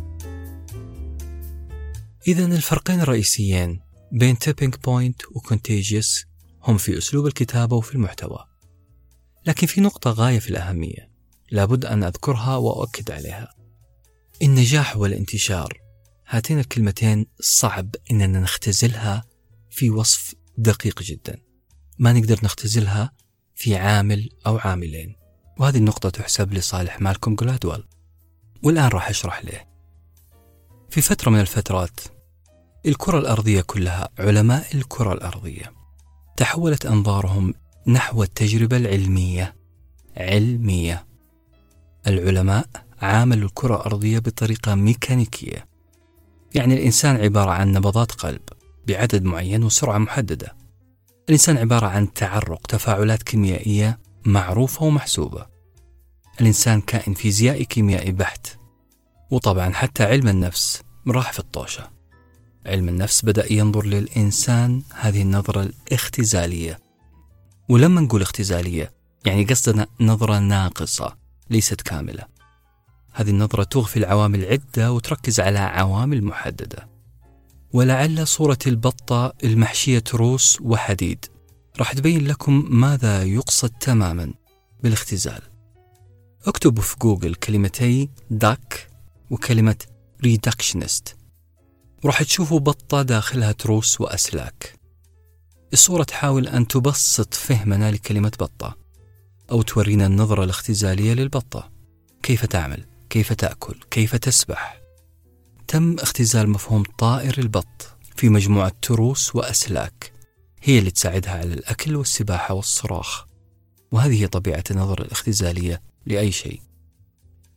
إذن الفرقين الرئيسيين بين تيبينج بوينت وكونتيجيوس هم في أسلوب الكتابة وفي المحتوى. لكن في نقطة غاية في الأهمية لابد أن أذكرها وأؤكد عليها. النجاح والانتشار، هاتين الكلمتين صعب إننا نختزلها في وصف دقيق جدا. ما نقدر نختزلها في عامل أو عاملين، وهذه النقطة تحسب لصالح مالكوم غلادويل، والآن راح أشرح ليه. في فترة من الفترات الكرة الأرضية كلها، علماء الكرة الأرضية، تحولت أنظارهم نحو التجربة العلمية. علمية. العلماء عاملوا الكرة الأرضية بطريقة ميكانيكية، يعني الإنسان عبارة عن نبضات قلب بعدد معين وسرعة محددة. الإنسان عبارة عن تعرق، تفاعلات كيميائية معروفة ومحسوبة. الإنسان كائن فيزيائي كيميائي بحت. وطبعا حتى علم النفس راح في الطوشة. علم النفس بدأ ينظر للإنسان هذه النظرة الاختزالية. ولما نقول اختزالية يعني قصدنا نظرة ناقصة ليست كاملة. هذه النظرة تغفل عوامل عدة وتركز على عوامل محددة. ولعل صورة البطة المحشية تروس وحديد راح تبين لكم ماذا يقصد تماما بالاختزال. اكتبوا في جوجل كلمتي داك وكلمة ريدكشنست، وراح تشوفوا بطة داخلها تروس وأسلاك. الصورة تحاول أن تبسط فهمنا لكلمة بطة، أو تورينا النظرة الاختزالية للبطة، كيف تعمل، كيف تأكل، كيف تسبح. تم اختزال مفهوم طائر البط في مجموعة تروس وأسلاك هي اللي تساعدها على الأكل والسباحة والصراخ. وهذه هي طبيعة النظرة الاختزالية لأي شيء.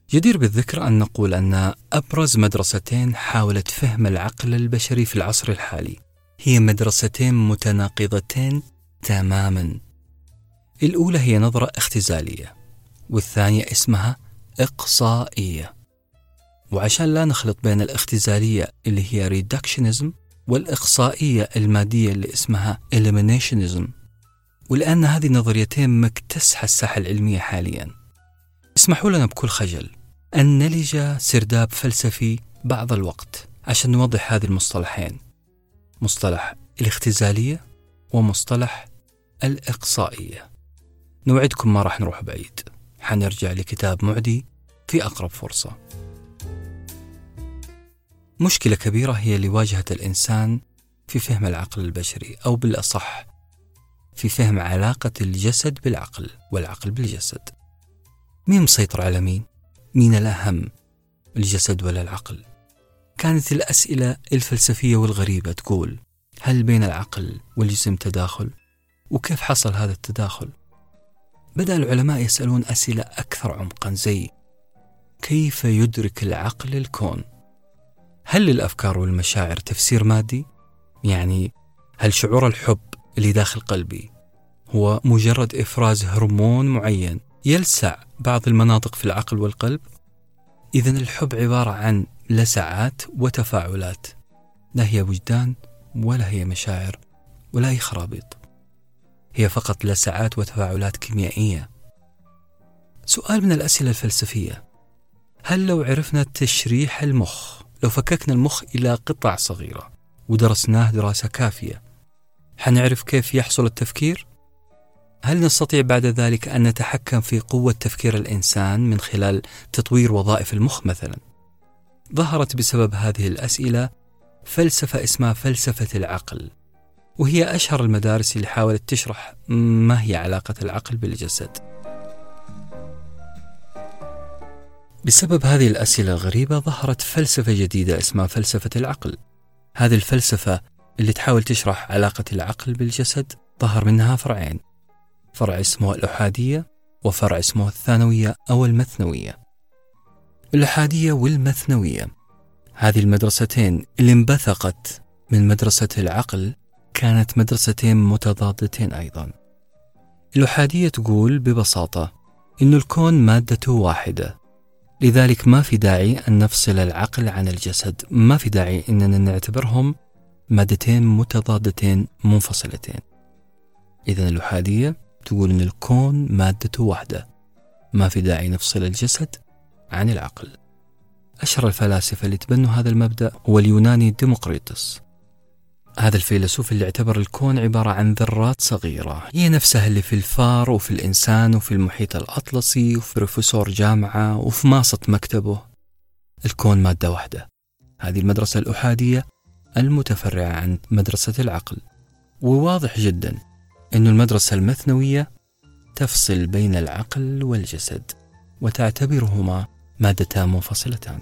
جدير بالذكر أن نقول أن أبرز مدرستين حاولت فهم العقل البشري في العصر الحالي هي مدرستين متناقضتين تماما. الأولى هي نظرة اختزالية، والثانية اسمها إقصائية. وعشان لا نخلط بين الاختزالية اللي هي ريدكشنزم والإقصائية المادية اللي اسمها إليمينيشنزم، ولأن هذه النظريتين مكتسحة الساحة العلمية حاليا، اسمحوا لنا بكل خجل أن نلج سرداب فلسفي بعض الوقت عشان نوضح هذه المصطلحين، مصطلح الاختزالية ومصطلح الإقصائية. نوعدكم ما راح نروح بعيد، حنرجع لكتاب معدي في أقرب فرصة. مشكلة كبيرة هي اللي واجهت الإنسان في فهم العقل البشري، أو بالأصح في فهم علاقة الجسد بالعقل والعقل بالجسد. مين مسيطر على مين؟ مين الأهم، الجسد ولا العقل؟ كانت الأسئلة الفلسفية والغريبة تقول: هل بين العقل والجسم تداخل؟ وكيف حصل هذا التداخل؟ بدأ العلماء يسألون أسئلة أكثر عمقا، زي كيف يدرك العقل الكون؟ هل للأفكار والمشاعر تفسير مادي؟ يعني هل شعور الحب اللي داخل قلبي هو مجرد إفراز هرمون معين يلسع بعض المناطق في العقل والقلب؟ إذن الحب عبارة عن لسعات وتفاعلات، لا هي وجدان ولا هي مشاعر ولا هي خرابيط، هي فقط لسعات وتفاعلات كيميائية. سؤال من الأسئلة الفلسفية: هل لو عرفنا تشريح المخ، لو فككنا المخ إلى قطع صغيرة ودرسناه دراسة كافية، حنعرف كيف يحصل التفكير؟ هل نستطيع بعد ذلك أن نتحكم في قوة تفكير الإنسان من خلال تطوير وظائف المخ مثلا؟ ظهرت بسبب هذه الأسئلة فلسفة اسمها فلسفة العقل، وهي أشهر المدارس اللي حاولت تشرح ما هي علاقة العقل بالجسد. بسبب هذه الأسئلة الغريبة ظهرت فلسفة جديدة اسمها فلسفة العقل. هذه الفلسفة اللي تحاول تشرح علاقة العقل بالجسد ظهر منها فرعين، فرع اسمه الأحادية وفرع اسمه الثانوية أو المثنوية. الأحادية والمثنوية هذه المدرستين اللي انبثقت من مدرسة العقل كانت مدرستين متضادتين أيضا. الأحادية تقول ببساطة إن الكون مادته واحدة، لذلك ما في داعي أن نفصل العقل عن الجسد، ما في داعي أننا نعتبرهم مادتين متضادتين منفصلتين. إذن الأحادية تقول أن الكون مادته واحدة، ما في داعي نفصل الجسد عن العقل. أشهر الفلاسفة اللي تبنوا هذا المبدأ هو اليوناني ديموكريتوس. هذا الفيلسوف اللي اعتبر الكون عبارة عن ذرات صغيرة هي نفسها اللي في الفار وفي الإنسان وفي المحيط الأطلسي وفي بروفيسور جامعة وفي ماسة مكتبه. الكون مادة واحدة. هذه المدرسة الأحادية المتفرعة عن مدرسة العقل. وواضح جدا أن المدرسة المثنوية تفصل بين العقل والجسد وتعتبرهما مادتان منفصلتان.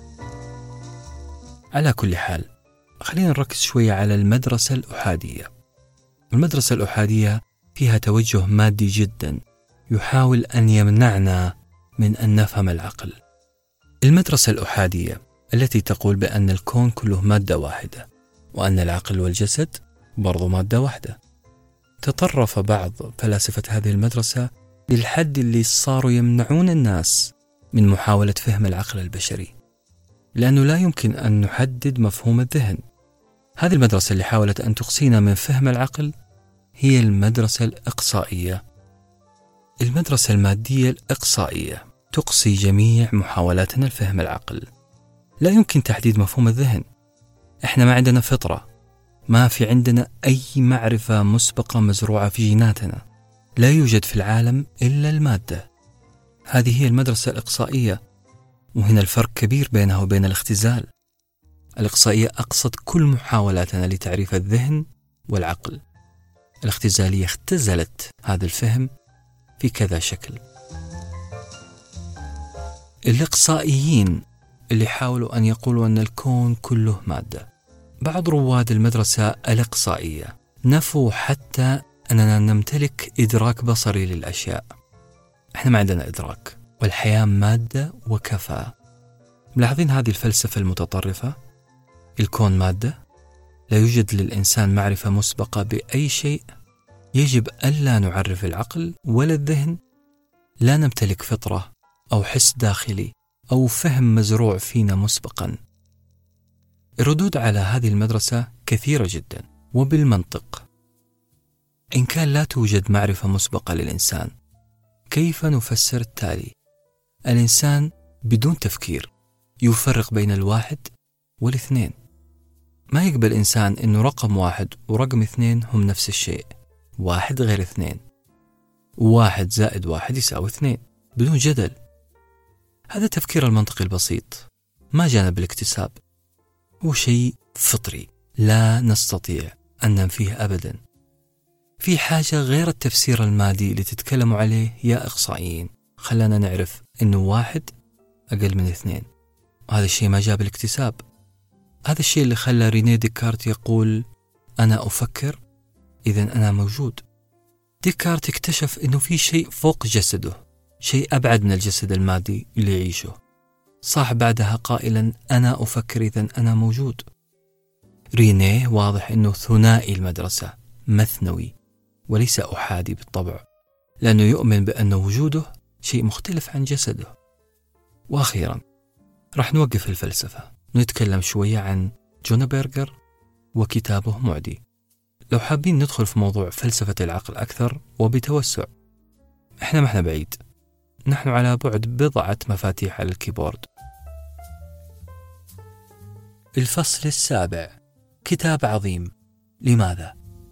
على كل حال، خلينا نركز شوية على المدرسة الأحادية. المدرسة الأحادية فيها توجه مادي جدا يحاول أن يمنعنا من أن نفهم العقل. المدرسة الأحادية التي تقول بأن الكون كله مادة واحدة وأن العقل والجسد برضو مادة واحدة. تطرف بعض فلاسفة هذه المدرسة للحد اللي صاروا يمنعون الناس من محاولة فهم العقل البشري، لأنه لا يمكن أن نحدد مفهوم الذهن. هذه المدرسة اللي حاولت أن تقصينا من فهم العقل هي المدرسة الإقصائية. المدرسة المادية الإقصائية تقصي جميع محاولاتنا لفهم العقل. لا يمكن تحديد مفهوم الذهن. إحنا ما عندنا فطرة، ما في عندنا أي معرفة مسبقة مزروعة في جيناتنا. لا يوجد في العالم إلا المادة. هذه هي المدرسة الإقصائية، وهنا الفرق كبير بينها وبين الاختزال. الإقصائية أقصت كل محاولاتنا لتعريف الذهن والعقل. الاختزالية اختزلت هذا الفهم في كذا شكل. الإقصائيين اللي حاولوا أن يقولوا أن الكون كله مادة. بعض رواد المدرسة الإقصائية نفوا حتى أننا نمتلك إدراك بصري للأشياء. احنا ما عندنا إدراك، والحياة مادة وكفى. ملاحظين هذه الفلسفة المتطرفة؟ الكون مادة، لا يوجد للإنسان معرفة مسبقة بأي شيء، يجب ألا نعرف العقل ولا الذهن، لا نمتلك فطرة أو حس داخلي أو فهم مزروع فينا مسبقا. الردود على هذه المدرسة كثيرة جدا وبالمنطق. إن كان لا توجد معرفة مسبقة للإنسان، كيف نفسر التالي؟ الإنسان بدون تفكير يفرق بين الواحد والاثنين. ما يقبل إنسان إنه رقم واحد ورقم اثنين هم نفس الشيء، واحد غير اثنين، واحد زائد واحد يساوي اثنين بدون جدل. هذا التفكير المنطقي البسيط ما جانا بالاكتساب، هو شيء فطري لا نستطيع أن ننفيه أبدا. في حاجة غير التفسير المادي اللي تتكلموا عليه يا إقصائيين، خلانا نعرف إنه واحد أقل من اثنين، وهذا الشيء ما جاب الاكتساب. هذا الشيء اللي خلى رينيه ديكارت يقول أنا أفكر إذن أنا موجود. ديكارت اكتشف إنه في شيء فوق جسده، شيء أبعد من الجسد المادي اللي يعيشه. صاح بعدها قائلا أنا أفكر إذن أنا موجود. رينيه واضح إنه ثنائي المدرسة، مثنوي وليس أحادي بالطبع، لأنه يؤمن بأن وجوده شيء مختلف عن جسده. وأخيرا راح نوقف الفلسفة، نتكلم شوية عن جون بيرغر وكتابه معدي. لو حابين ندخل في موضوع فلسفة العقل أكثر وبتوسع، إحنا ما إحنا بعيد، نحن على بعد بضعة مفاتيح على الكيبورد. الفصل السابع، كتاب عظيم. لماذا؟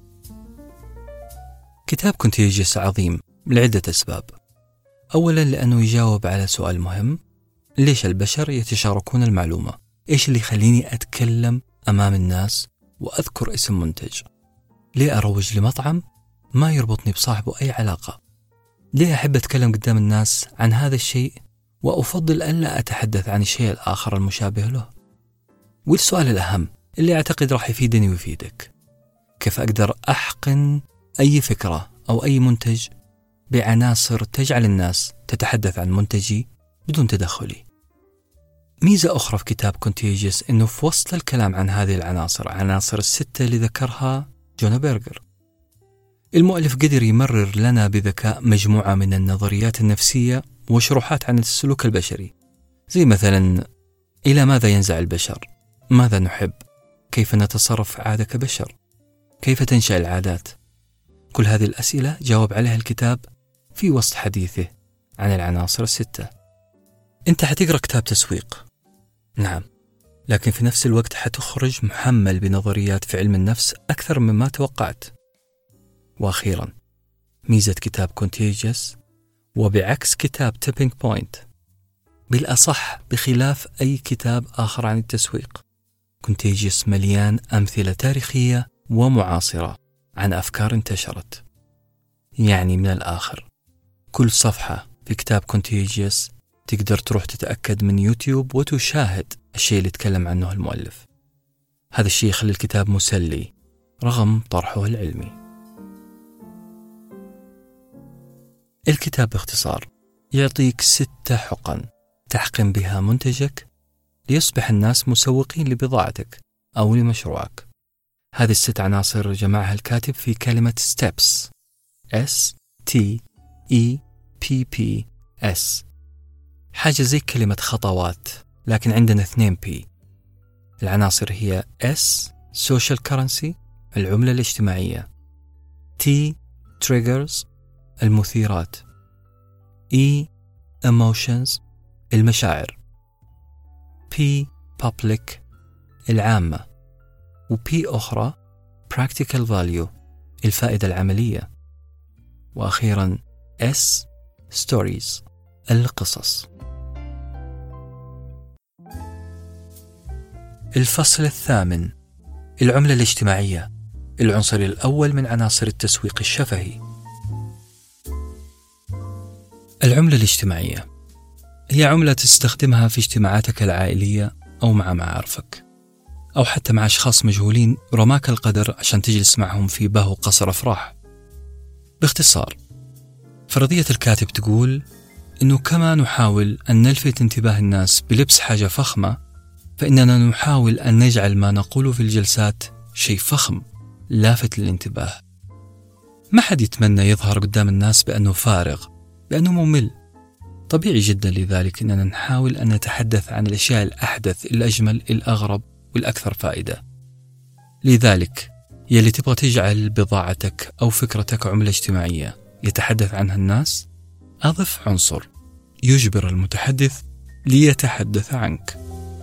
كتاب كونتيجيوس عظيم لعدة أسباب. أولا لأنه يجاوب على سؤال مهم: ليش البشر يتشاركون المعلومة؟ إيش اللي يخليني أتكلم أمام الناس وأذكر اسم منتج؟ ليه أروج لمطعم ما يربطني بصاحبه أي علاقة؟ ليه أحب أتكلم قدام الناس عن هذا الشيء وأفضل ألا أتحدث عن الشيء الآخر المشابه له؟ والسؤال الأهم اللي أعتقد راح يفيدني ويفيدك: كيف أقدر أحقن أي فكرة أو أي منتج بعناصر تجعل الناس تتحدث عن منتجي بدون تدخلي؟ ميزة أخرى في كتاب كونتيجيوس إنه في وسط الكلام عن هذه العناصر، عناصر الستة اللي ذكرها جون بيرغر، المؤلف قدر يمرر لنا بذكاء مجموعة من النظريات النفسية وشروحات عن السلوك البشري، زي مثلا إلى ماذا ينزع البشر؟ ماذا نحب؟ كيف نتصرف عادة كبشر؟ كيف تنشأ العادات؟ كل هذه الأسئلة جاوب عليها الكتاب في وسط حديثه عن العناصر الستة. أنت حتقرأ كتاب تسويق، نعم، لكن في نفس الوقت حتخرج محمل بنظريات في علم النفس أكثر مما توقعت. وأخيرا ميزة كتاب كونتيجيوس، وبعكس كتاب تيبينج بوينت، بالأصح بخلاف أي كتاب آخر عن التسويق، كونتيجيوس مليان أمثلة تاريخية ومعاصرة عن أفكار انتشرت. يعني من الآخر كل صفحة في كتاب كونتيجيوس تقدر تروح تتأكد من يوتيوب وتشاهد الشيء اللي تكلم عنه المؤلف. هذا الشيء يخلي الكتاب مسلي رغم طرحه العلمي. الكتاب باختصار يعطيك ستة حقن تحقن بها منتجك ليصبح الناس مسوقين لبضاعتك أو لمشروعك. هذه الست عناصر جمعها الكاتب في كلمة steps، S T E P P S، حاجة زي كلمة خطوات لكن عندنا اثنين P. العناصر هي S social currency العملة الاجتماعية، T triggers المثيرات، E emotions المشاعر، P public العامة، و P أخرى practical value الفائدة العملية، وأخيرا S stories القصص. الفصل الثامن، العملة الاجتماعية، العنصر الأول من عناصر التسويق الشفهي. العملة الاجتماعية هي عملة تستخدمها في اجتماعاتك العائلية أو مع معارفك أو حتى مع أشخاص مجهولين رماك القدر عشان تجلس معهم في بهو قصر أفراح. باختصار، فرضية الكاتب تقول أنه كما نحاول أن نلفت انتباه الناس بلبس حاجة فخمة، فإننا نحاول أن نجعل ما نقوله في الجلسات شيء فخم لافت للانتباه. ما حد يتمنى يظهر قدام الناس بأنه فارغ، بأنه ممل. طبيعي جدا لذلك أننا نحاول أن نتحدث عن الأشياء الأحدث، الأجمل، الأغرب والأكثر فائدة. لذلك يلي تبغى تجعل بضاعتك أو فكرتك عملة اجتماعية يتحدث عنها الناس، أضف عنصر يجبر المتحدث ليتحدث عنك.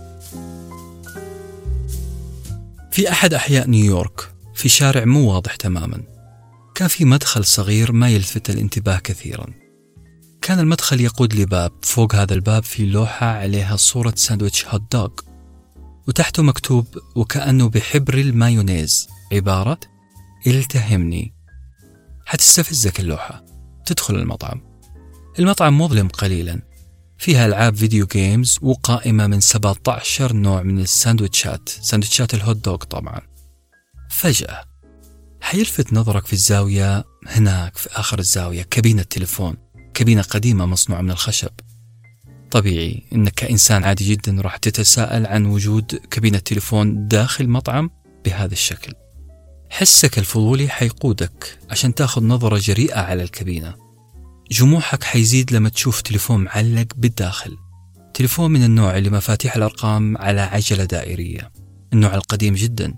في أحد أحياء نيويورك في شارع مو واضح تماما، كان في مدخل صغير ما يلفت الانتباه كثيرا. كان المدخل يقود لباب، فوق هذا الباب في لوحة عليها صورة ساندويتش هوت دوغ، وتحته مكتوب وكأنه بحبر المايونيز عبارة التهمني. حتستفزك اللوحة. تدخل المطعم. المطعم مظلم قليلا، فيها ألعاب فيديو جيمز وقائمة من سبعة عشر نوع من الساندويتشات، ساندويتشات الهوت دوغ طبعا. فجأة حيلفت نظرك في الزاوية هناك في آخر الزاوية كابينة تليفون، كابينة قديمة مصنوعة من الخشب. طبيعي إنك كإنسان عادي جدا راح تتساءل عن وجود كابينة تليفون داخل مطعم بهذا الشكل. حسك الفضولي حيقودك عشان تاخذ نظرة جريئة على الكابينة. جموحك حيزيد لما تشوف تليفون معلق بالداخل، تليفون من النوع اللي مفاتيح الأرقام على عجلة دائرية، النوع القديم جدا.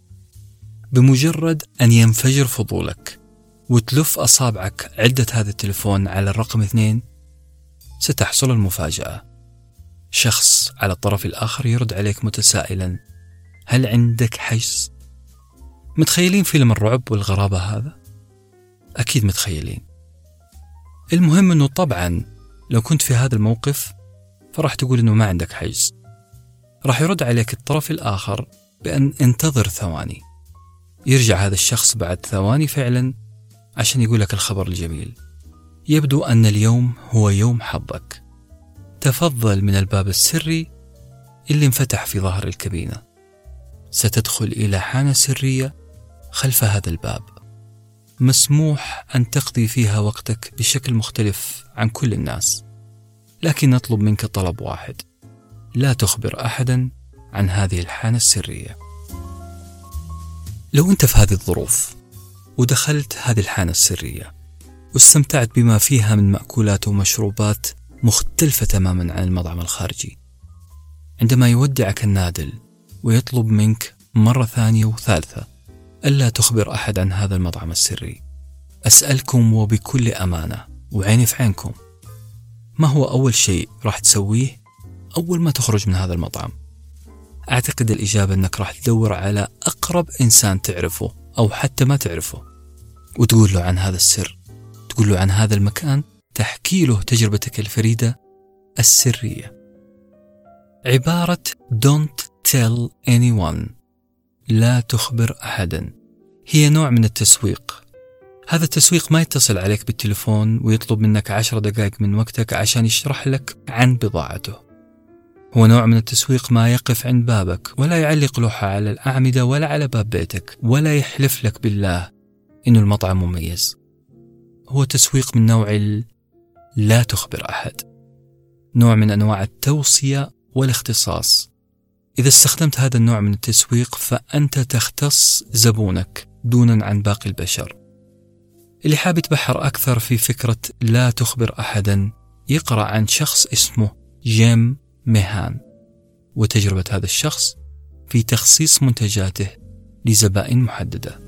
بمجرد أن ينفجر فضولك وتلف أصابعك عدة هذا التليفون على الرقم اثنين، ستحصل المفاجأة. شخص على الطرف الآخر يرد عليك متسائلا: هل عندك حجز؟ متخيلين فيلم الرعب والغرابة هذا؟ أكيد متخيلين. المهم أنه طبعا لو كنت في هذا الموقف فراح تقول أنه ما عندك حجز. راح يرد عليك الطرف الآخر بأن انتظر ثواني. يرجع هذا الشخص بعد ثواني فعلا عشان يقول لك الخبر الجميل: يبدو أن اليوم هو يوم حظك، تفضل من الباب السري اللي انفتح في ظهر الكابينة. ستدخل إلى حانة سرية خلف هذا الباب، مسموح أن تقضي فيها وقتك بشكل مختلف عن كل الناس، لكن نطلب منك طلب واحد: لا تخبر أحدا عن هذه الحانة السرية. لو أنت في هذه الظروف ودخلت هذه الحانة السرية واستمتعت بما فيها من مأكولات ومشروبات مختلفة تماما عن المطعم الخارجي، عندما يودعك النادل ويطلب منك مرة ثانية وثالثة ألا تخبر أحد عن هذا المطعم السري، أسألكم وبكل أمانة وعيني في عينكم، ما هو أول شيء راح تسويه أول ما تخرج من هذا المطعم؟ أعتقد الإجابة أنك راح تدور على أقرب إنسان تعرفه أو حتى ما تعرفه وتقول له عن هذا السر، تقول له عن هذا المكان، تحكي له تجربتك الفريدة السرية. عبارة don't tell anyone، لا تخبر أحدا، هي نوع من التسويق. هذا التسويق ما يتصل عليك بالتليفون ويطلب منك عشر دقائق من وقتك عشان يشرح لك عن بضاعته. هو نوع من التسويق ما يقف عند بابك ولا يعلق لوحة على الأعمدة ولا على باب بيتك ولا يحلف لك بالله إنه المطعم مميز. هو تسويق من نوع لا تخبر أحد، نوع من أنواع التوصية والاختصاص. إذا استخدمت هذا النوع من التسويق فأنت تختص زبونك دونا عن باقي البشر. اللي حاب يتبحر أكثر في فكرة لا تخبر أحدا يقرأ عن شخص اسمه جيم ميهان وتجربة هذا الشخص في تخصيص منتجاته لزبائن محددة.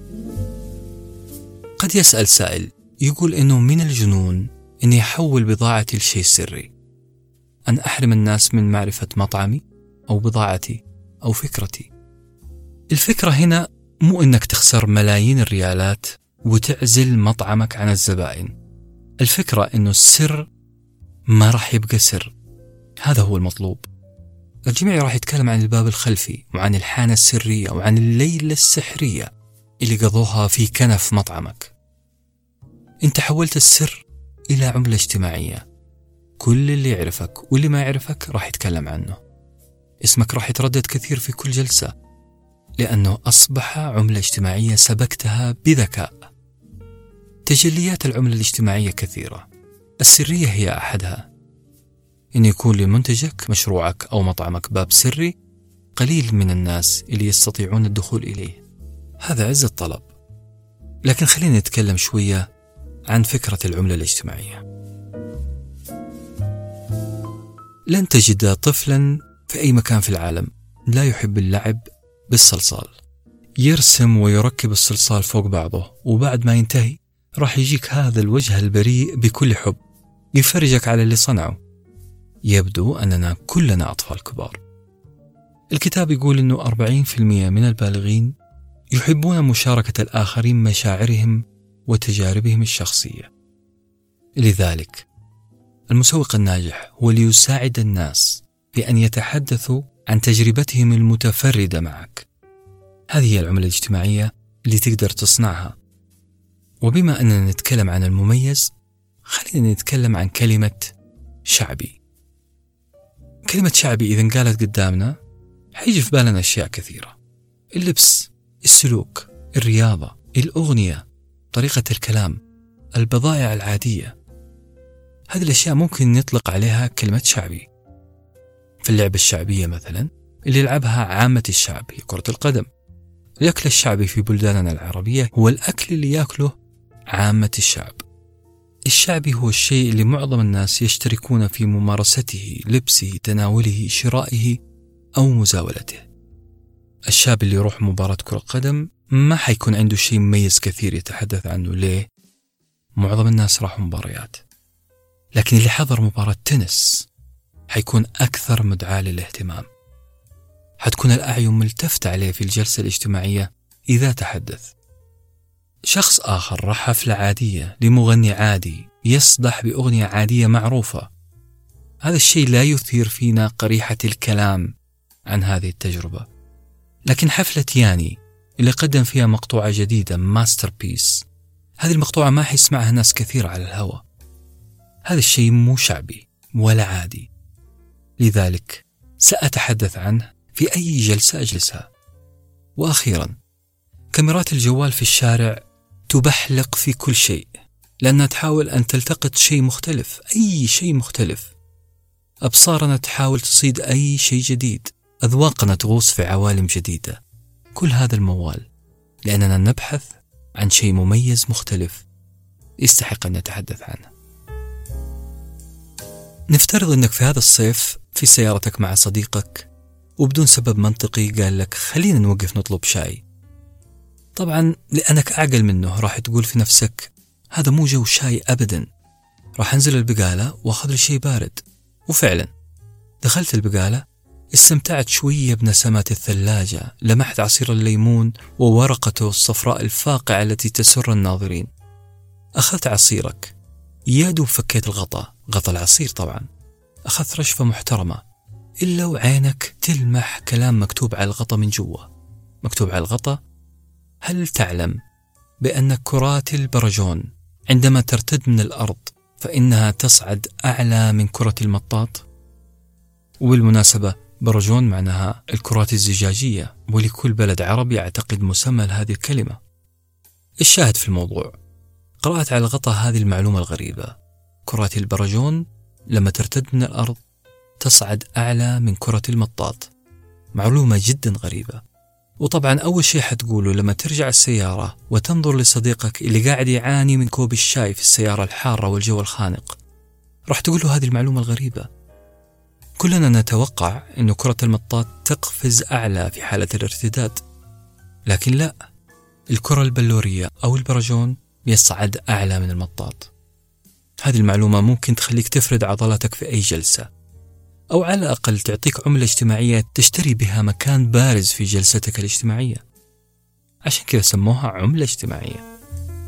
قد يسأل سائل يقول إنه من الجنون إني يحول بضاعتي لشيء سري، أن أحرم الناس من معرفة مطعمي أو بضاعتي أو فكرتي. الفكرة هنا مو إنك تخسر ملايين الريالات وتعزل مطعمك عن الزبائن. الفكرة إنه السر ما راح يبقى سر، هذا هو المطلوب. الجميع راح يتكلم عن الباب الخلفي وعن الحانة السرية وعن الليلة السحرية اللي قضوها في كنف مطعمك. انت حولت السر إلى عملة اجتماعية، كل اللي يعرفك واللي ما يعرفك راح يتكلم عنه. اسمك راح يتردد كثير في كل جلسة لأنه أصبح عملة اجتماعية سبكتها بذكاء. تجليات العملة الاجتماعية كثيرة، السرية هي أحدها. أن يكون لمنتجك، مشروعك أو مطعمك باب سري قليل من الناس اللي يستطيعون الدخول إليه. هذا عز الطلب. لكن خلينا نتكلم شوية عن فكرة العملة الاجتماعية. لن تجد طفلا في أي مكان في العالم لا يحب اللعب بالصلصال، يرسم ويركب الصلصال فوق بعضه، وبعد ما ينتهي راح يجيك هذا الوجه البريء بكل حب يفرجك على اللي صنعه. يبدو أننا كلنا أطفال كبار. الكتاب يقول أنه أربعين بالمئة من البالغين يحبون مشاركة الآخرين مشاعرهم وتجاربهم الشخصية. لذلك المسوق الناجح هو اللي يساعد الناس في أن يتحدثوا عن تجربتهم المتفردة معك. هذه هي العملة الاجتماعية اللي تقدر تصنعها. وبما أننا نتكلم عن المميز، خلينا نتكلم عن كلمة شعبي. كلمة شعبي إذا قالت قدامنا حيجي في بالنا أشياء كثيرة: اللبس، السلوك، الرياضة، الأغنية، طريقة الكلام، البضائع العادية. هذه الأشياء ممكن نطلق عليها كلمة شعبي. في اللعبة الشعبية مثلا اللي يلعبها عامة الشعب هي كرة القدم. الأكل الشعبي في بلداننا العربية هو الأكل اللي يأكله عامة الشعب. الشعبي هو الشيء اللي معظم الناس يشتركون في ممارسته، لبسه، تناوله، شرائه أو مزاولته. الشاب اللي يروح مباراة كرة قدم ما حيكون عنده شيء مميز كثير يتحدث عنه. ليه؟ معظم الناس راحوا مباريات. لكن اللي حضر مباراة تنس حيكون أكثر مدعاة للاهتمام. حتكون الأعين ملتفتة عليه في الجلسة الاجتماعية إذا تحدث. شخص آخر راح حفلة عادية لمغني عادي يصدح بأغنية عادية معروفة. هذا الشيء لا يثير فينا قريحة الكلام عن هذه التجربة. لكن حفلة ياني اللي قدم فيها مقطوعة جديدة ماستر بيس، هذه المقطوعة ما حيسمعها ناس كثير على الهواء. هذا الشيء مو شعبي ولا عادي. لذلك سأتحدث عنه في أي جلسة أجلسها. وأخيرا، كاميرات الجوال في الشارع تبحلق في كل شيء، لأنها تحاول أن تلتقط شيء مختلف، أي شيء مختلف. أبصارنا تحاول تصيد أي شيء جديد، أذواقنا تغوص في عوالم جديدة. كل هذا الموال لأننا نبحث عن شيء مميز مختلف يستحق أن نتحدث عنه. نفترض أنك في هذا الصيف في سيارتك مع صديقك، وبدون سبب منطقي قال لك خلينا نوقف نطلب شاي. طبعا لأنك أعقل منه راح تقول في نفسك هذا مو جو شاي أبدا، راح أنزل البقالة وأخذ لي شيء بارد. وفعلا دخلت البقالة، استمتعت شوية بنسمات الثلاجة، لمحت عصير الليمون وورقته الصفراء الفاقعة التي تسر الناظرين. أخذت عصيرك، يادو فكيت الغطاء، غطاء العصير طبعا، أخذت رشفة محترمة، إلا وعينك تلمح كلام مكتوب على الغطاء من جوا. مكتوب على الغطاء: هل تعلم بأن كرات البرجون عندما ترتد من الأرض فإنها تصعد أعلى من كرة المطاط؟ وبالمناسبة برجون معناها الكرات الزجاجية، ولكل بلد عربي يعتقد مسمى لهذه الكلمة. الشاهد في الموضوع، قرأت على الغطاء هذه المعلومة الغريبة: كرات البرجون لما ترتد من الأرض تصعد أعلى من كرة المطاط. معلومة جدا غريبة. وطبعا أول شيء حتقوله لما ترجع السيارة وتنظر لصديقك اللي قاعد يعاني من كوب الشاي في السيارة الحارة والجو الخانق، راح تقول له هذه المعلومة الغريبة. كلنا نتوقع أن كرة المطاط تقفز أعلى في حالة الارتداد، لكن لا، الكرة البلورية أو البرجون يصعد أعلى من المطاط. هذه المعلومة ممكن تخليك تفرد عضلاتك في أي جلسة، أو على الأقل تعطيك عملة اجتماعية تشتري بها مكان بارز في جلستك الاجتماعية. عشان كذا سموها عملة اجتماعية.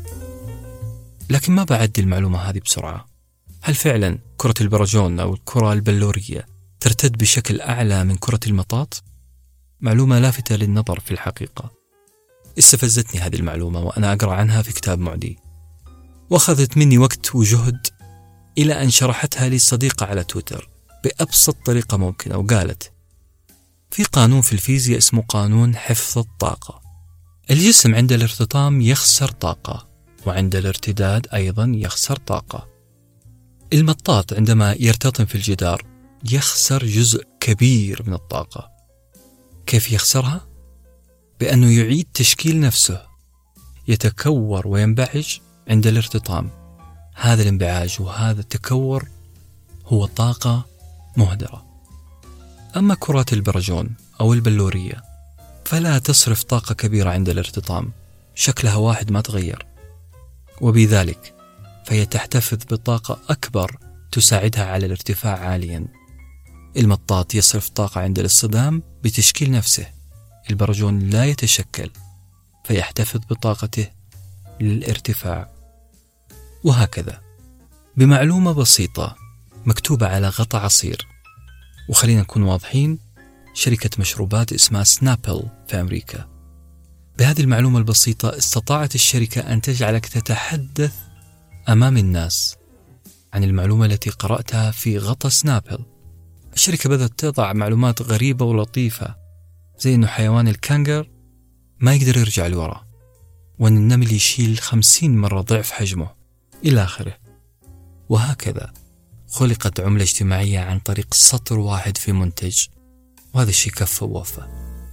لكن ما بعدي المعلومة هذه بسرعة. هل فعلا كرة البرجون أو الكرة البلورية ترتد بشكل أعلى من كرة المطاط؟ معلومة لافتة للنظر في الحقيقة. استفزتني هذه المعلومة وأنا أقرأ عنها في كتاب معدي، وأخذت مني وقت وجهد إلى أن شرحتها لي صديقة على تويتر بأبسط طريقة ممكنة. وقالت: في قانون في الفيزياء اسمه قانون حفظ الطاقة. الجسم عند الارتطام يخسر طاقة، وعند الارتداد أيضا يخسر طاقة. المطاط عندما يرتطم في الجدار يخسر جزء كبير من الطاقة. كيف يخسرها؟ بأنه يعيد تشكيل نفسه، يتكور وينبعج عند الارتطام. هذا الانبعاج وهذا التكور هو طاقة مهدرة. أما كرات البرجون أو البلورية فلا تصرف طاقة كبيرة عند الارتطام، شكلها واحد ما تغير، وبذلك فهي تحتفظ بطاقة أكبر تساعدها على الارتفاع عاليا. المطاط يصرف طاقة عند الاصطدام بتشكيل نفسه، البرجون لا يتشكل فيحتفظ بطاقته للارتفاع، وهكذا. بمعلومة بسيطة مكتوبة على غطاء عصير، وخلينا نكون واضحين، شركة مشروبات اسمها سنابل في أمريكا. بهذه المعلومة البسيطة استطاعت الشركة أن تجعلك تتحدث أمام الناس عن المعلومة التي قرأتها في غطاء سنابل. الشركة بدأت تضع معلومات غريبة ولطيفة، زي أنه حيوان الكانجر ما يقدر يرجع لورا، وأن النمل يشيل خمسين مرة ضعف حجمه، إلى آخره. وهكذا خلقت عملة اجتماعية عن طريق سطر واحد في منتج، وهذا الشيء كفى ووفى.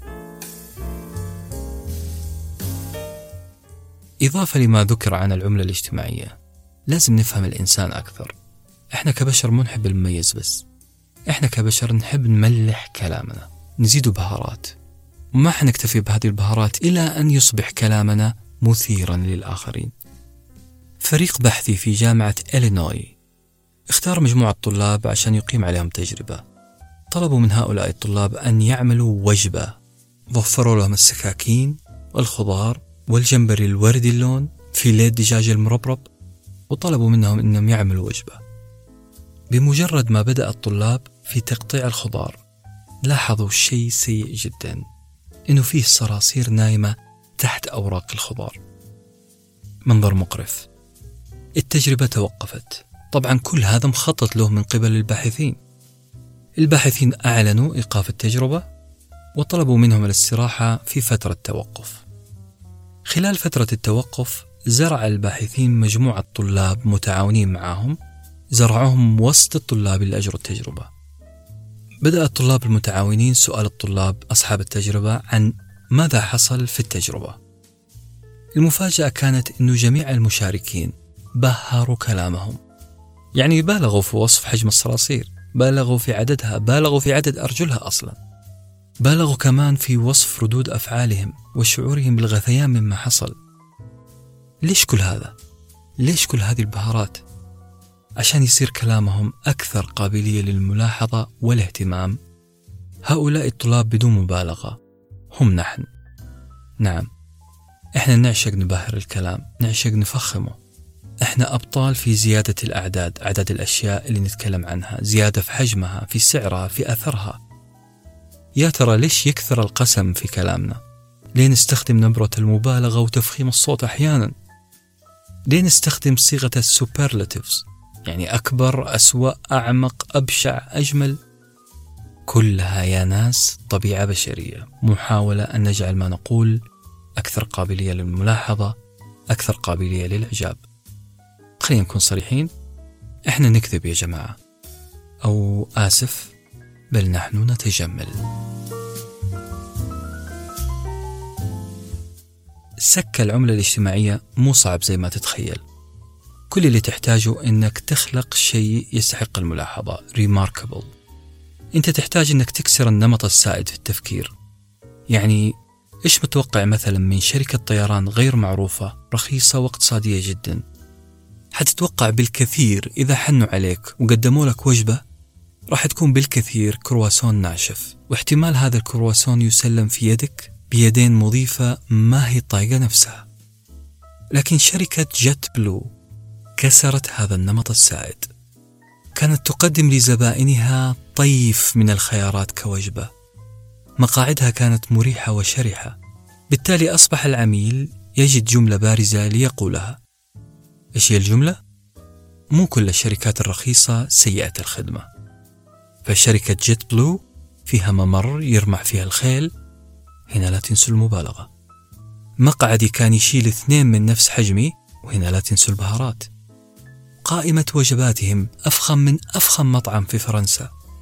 إضافة لما ذكر عن العملة الاجتماعية، لازم نفهم الإنسان أكثر. إحنا كبشر مو نحب المميز بس، إحنا كبشر نحب نملح كلامنا، نزيد بهارات، وما حنكتفي بهذه البهارات إلى أن يصبح كلامنا مثيرا للآخرين. فريق بحثي في جامعة إلينوي اختار مجموعة طلاب عشان يقيم عليهم تجربة. طلبوا من هؤلاء الطلاب أن يعملوا وجبة، وفروا لهم السكاكين والخضار والجمبري الوردي اللون، فيليه الدجاج المربرب، وطلبوا منهم أنهم يعملوا وجبة. بمجرد ما بدأ الطلاب في تقطيع الخضار لاحظوا شيء سيء جدا، إنه فيه صراصير نايمة تحت أوراق الخضار. منظر مقرف. التجربة توقفت. طبعا كل هذا مخطط له من قبل الباحثين. الباحثين أعلنوا إيقاف التجربة وطلبوا منهم الاستراحة في فترة توقف. خلال فترة التوقف زرع الباحثين مجموعة طلاب متعاونين معهم، زرعوهم وسط الطلاب اللي أجروا التجربة. بدأ الطلاب المتعاونين سؤال الطلاب أصحاب التجربة عن ماذا حصل في التجربة. المفاجأة كانت أن جميع المشاركين بهروا كلامهم، يعني بالغوا في وصف حجم الصراصير، بالغوا في عددها، بالغوا في عدد أرجلها أصلا، بالغوا كمان في وصف ردود أفعالهم وشعورهم بالغثيان مما حصل. ليش كل هذا؟ ليش كل هذه البهارات؟ عشان يصير كلامهم أكثر قابلية للملاحظة والاهتمام. هؤلاء الطلاب بدون مبالغة هم نحن. نعم، إحنا نعشق نبهر الكلام، نعشق نفخمه. إحنا أبطال في زيادة الأعداد، أعداد الأشياء اللي نتكلم عنها، زيادة في حجمها، في سعرها، في أثرها. يا ترى ليش يكثر القسم في كلامنا؟ ليه نستخدم نبرة المبالغة وتفخيم الصوت أحيانا؟ ليه نستخدم صيغة السوبرلاتيفز، يعني أكبر، أسوأ، أعمق، أبشع، أجمل؟ كلها يا ناس طبيعة بشرية، محاولة أن نجعل ما نقول أكثر قابلية للملاحظة، أكثر قابلية للإعجاب. خلينا نكون صريحين، إحنا نكذب يا جماعة، أو آسف، بل نحن نتجمل. سك العملة الاجتماعية مو صعب زي ما تتخيل. كل اللي تحتاجه إنك تخلق شيء يستحق الملاحظة، remarkable. أنت تحتاج إنك تكسر النمط السائد في التفكير. يعني إيش متوقع مثلا من شركة طيران غير معروفة رخيصة واقتصادية جدا؟ حتتوقع بالكثير إذا حنوا عليك وقدموا لك وجبة راح تكون بالكثير كرواسون ناشف، واحتمال هذا الكرواسون يسلم في يدك بيدين مضيفة ما هي طايقة نفسها. لكن شركة جيت بلو كسرت هذا النمط السائد، كانت تقدم لزبائنها طيف من الخيارات كوجبة. مقاعدها كانت مريحة وشرحة، بالتالي أصبح العميل يجد جملة بارزة ليقولها. إيش هي الجملة؟ مو كل الشركات الرخيصة سيئة الخدمة. فشركة جيت بلو فيها ممر يرمح فيها الخيل، هنا لا تنسوا المبالغة. مقعدي كان يشيل اثنين من نفس حجمي، وهنا لا تنسوا البهارات. قائمة وجباتهم أفخم من أفخم مطعم في فرنسا،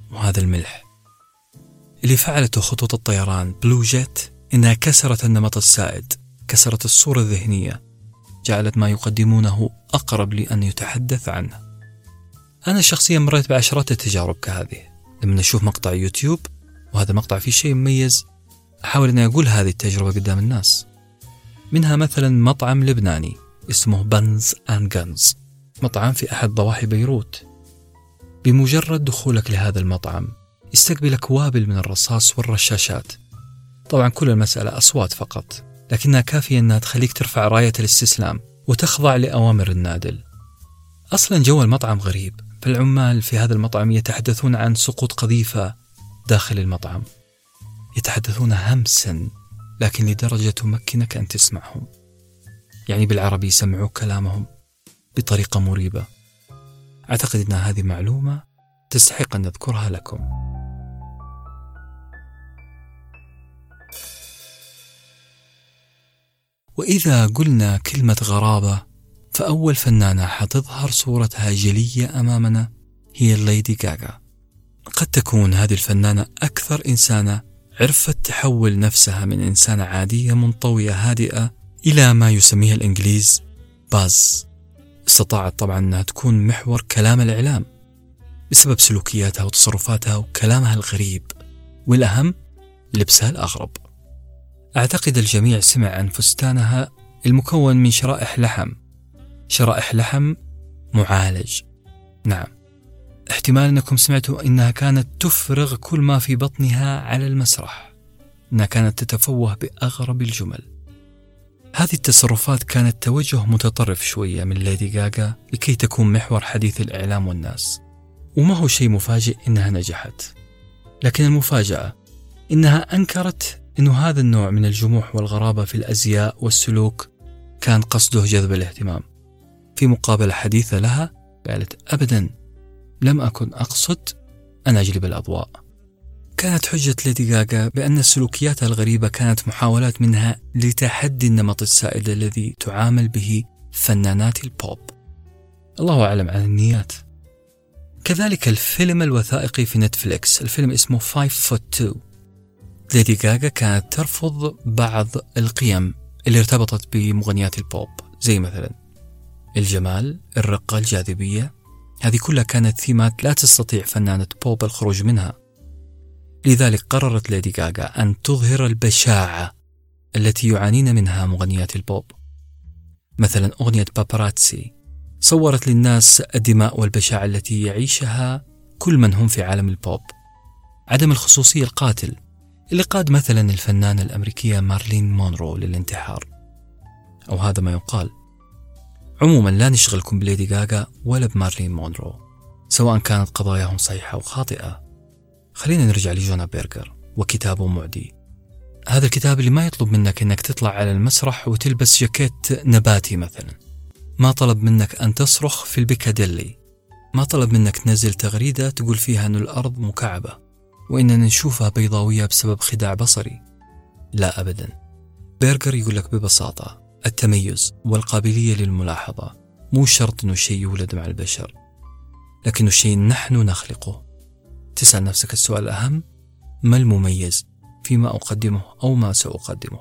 وهذا الملح. اللي فعلته خطوط الطيران بلو جيت إنها كسرت النمط السائد، كسرت الصورة الذهنية، جعلت ما يقدمونه أقرب لأن يتحدث عنه. أنا شخصيا مريت بعشرات التجارب كهذه. لما أشوف مقطع يوتيوب وهذا مقطع فيه شيء مميز، أحاول أن أقول هذه التجربة قدام الناس. منها مثلا مطعم لبناني اسمه بانز أند جانز، مطعم في أحد ضواحي بيروت. بمجرد دخولك لهذا المطعم يستقبلك وابل من الرصاص والرشاشات. طبعا كل المسألة أصوات فقط، لكنها كافية أنها تخليك ترفع راية الاستسلام وتخضع لأوامر النادل. أصلا جو المطعم غريب، فالعمال في هذا المطعم يتحدثون عن سقوط قذيفة داخل المطعم، يتحدثون همسا لكن لدرجة تمكنك أن تسمعهم. يعني بالعربي يسمعوك كلامهم بطريقة مريبة. أعتقد أن هذه معلومة تستحق أن نذكرها لكم. وإذا قلنا كلمة غرابة، فأول فنانة حتظهر صورتها جلية أمامنا هي الليدي غاغا. قد تكون هذه الفنانة أكثر إنسانة عرفت تحول نفسها من إنسانة عادية منطوية هادئة إلى ما يسميها الإنجليز باز. استطاعت طبعا أنها تكون محور كلام الإعلام بسبب سلوكياتها وتصرفاتها وكلامها الغريب، والأهم لبسها الأغرب. أعتقد الجميع سمع عن فستانها المكون من شرائح لحم، شرائح لحم معالج. نعم، احتمال أنكم سمعتوا أنها كانت تفرغ كل ما في بطنها على المسرح، أنها كانت تتفوه بأغرب الجمل. هذه التصرفات كانت توجه متطرف شوية من ليدي غاغا لكي تكون محور حديث الإعلام والناس. وما هو شيء مفاجئ إنها نجحت، لكن المفاجأة إنها أنكرت إنه هذا النوع من الجموح والغرابة في الأزياء والسلوك كان قصده جذب الاهتمام. في مقابلة حديثة لها قالت: أبدا لم أكن أقصد أن أجلب الأضواء. كانت حجة ليدي غاغا بأن سلوكياتها الغريبة كانت محاولات منها لتحدي النمط السائد الذي تعامل به فنانات البوب. الله أعلم عن النيات. كذلك الفيلم الوثائقي في نتفليكس، الفيلم اسمه فايف فوت تو. ليدي غاغا كانت ترفض بعض القيم اللي ارتبطت بمغنيات البوب، زي مثلا الجمال، الرقة، الجاذبية. هذه كلها كانت ثيمات لا تستطيع فنانة بوب الخروج منها. لذلك قررت ليدي غاغا أن تظهر البشاعة التي يعانين منها مغنيات البوب. مثلا أغنية باباراتسي صورت للناس الدماء والبشاعة التي يعيشها كل من هم في عالم البوب. عدم الخصوصية القاتل اللي قاد مثلا الفنانة الأمريكية مارلين مونرو للانتحار، أو هذا ما يقال. عموما لا نشغلكم بليدي غاغا ولا بمارلين مونرو، سواء كانت قضاياهم صحيحة أو خاطئة. خلينا نرجع لجونا بيرغر وكتابه معدي. هذا الكتاب اللي ما يطلب منك أنك تطلع على المسرح وتلبس جاكيت نباتي مثلا، ما طلب منك أن تصرخ في البيكاديلي، ما طلب منك تنزل تغريدة تقول فيها أن الأرض مكعبة وإننا نشوفها بيضاوية بسبب خداع بصري. لا أبدا. بيرغر يقول لك ببساطة التميز والقابلية للملاحظة مو شرط أنه شيء يولد مع البشر، لكنه شيء نحن نخلقه. تسأل نفسك السؤال الأهم: ما المميز فيما أقدمه أو ما سأقدمه؟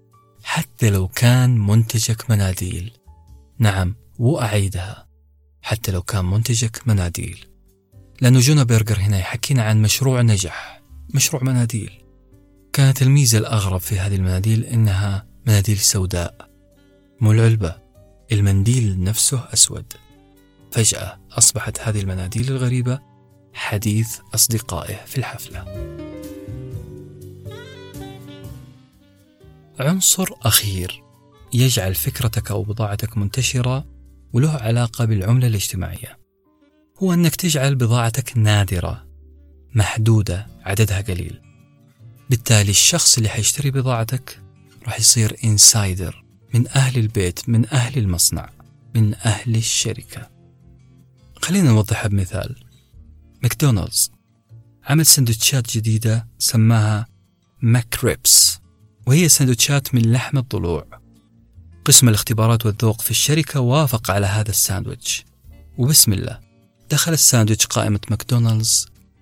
حتى لو كان منتجك مناديل. نعم، وأعيدها، حتى لو كان منتجك مناديل. لأنه جونا بيرغر هنا يحكينا عن مشروع نجح، مشروع مناديل. كانت الميزة الأغرب في هذه المناديل إنها مناديل سوداء، مو العلبة، المنديل نفسه أسود. فجأة أصبحت هذه المناديل الغريبة حديث أصدقائه في الحفلة. عنصر أخير يجعل فكرتك أو بضاعتك منتشرة وله علاقة بالعملة الاجتماعية هو أنك تجعل بضاعتك نادرة، محدودة، عددها قليل. بالتالي الشخص اللي حيشتري بضاعتك راح يصير إنسايدر، من أهل البيت، من أهل المصنع، من أهل الشركة. خلينا نوضحها بمثال. ماكدونالدز عمل سندوتشات جديدة سماها ماكريبس، وهي سندوتشات من لحم الضلوع. قسم الاختبارات والذوق في الشركة وافق على هذا الساندويتش، وبسم الله دخل الساندويتش قائمة ماكدونالدز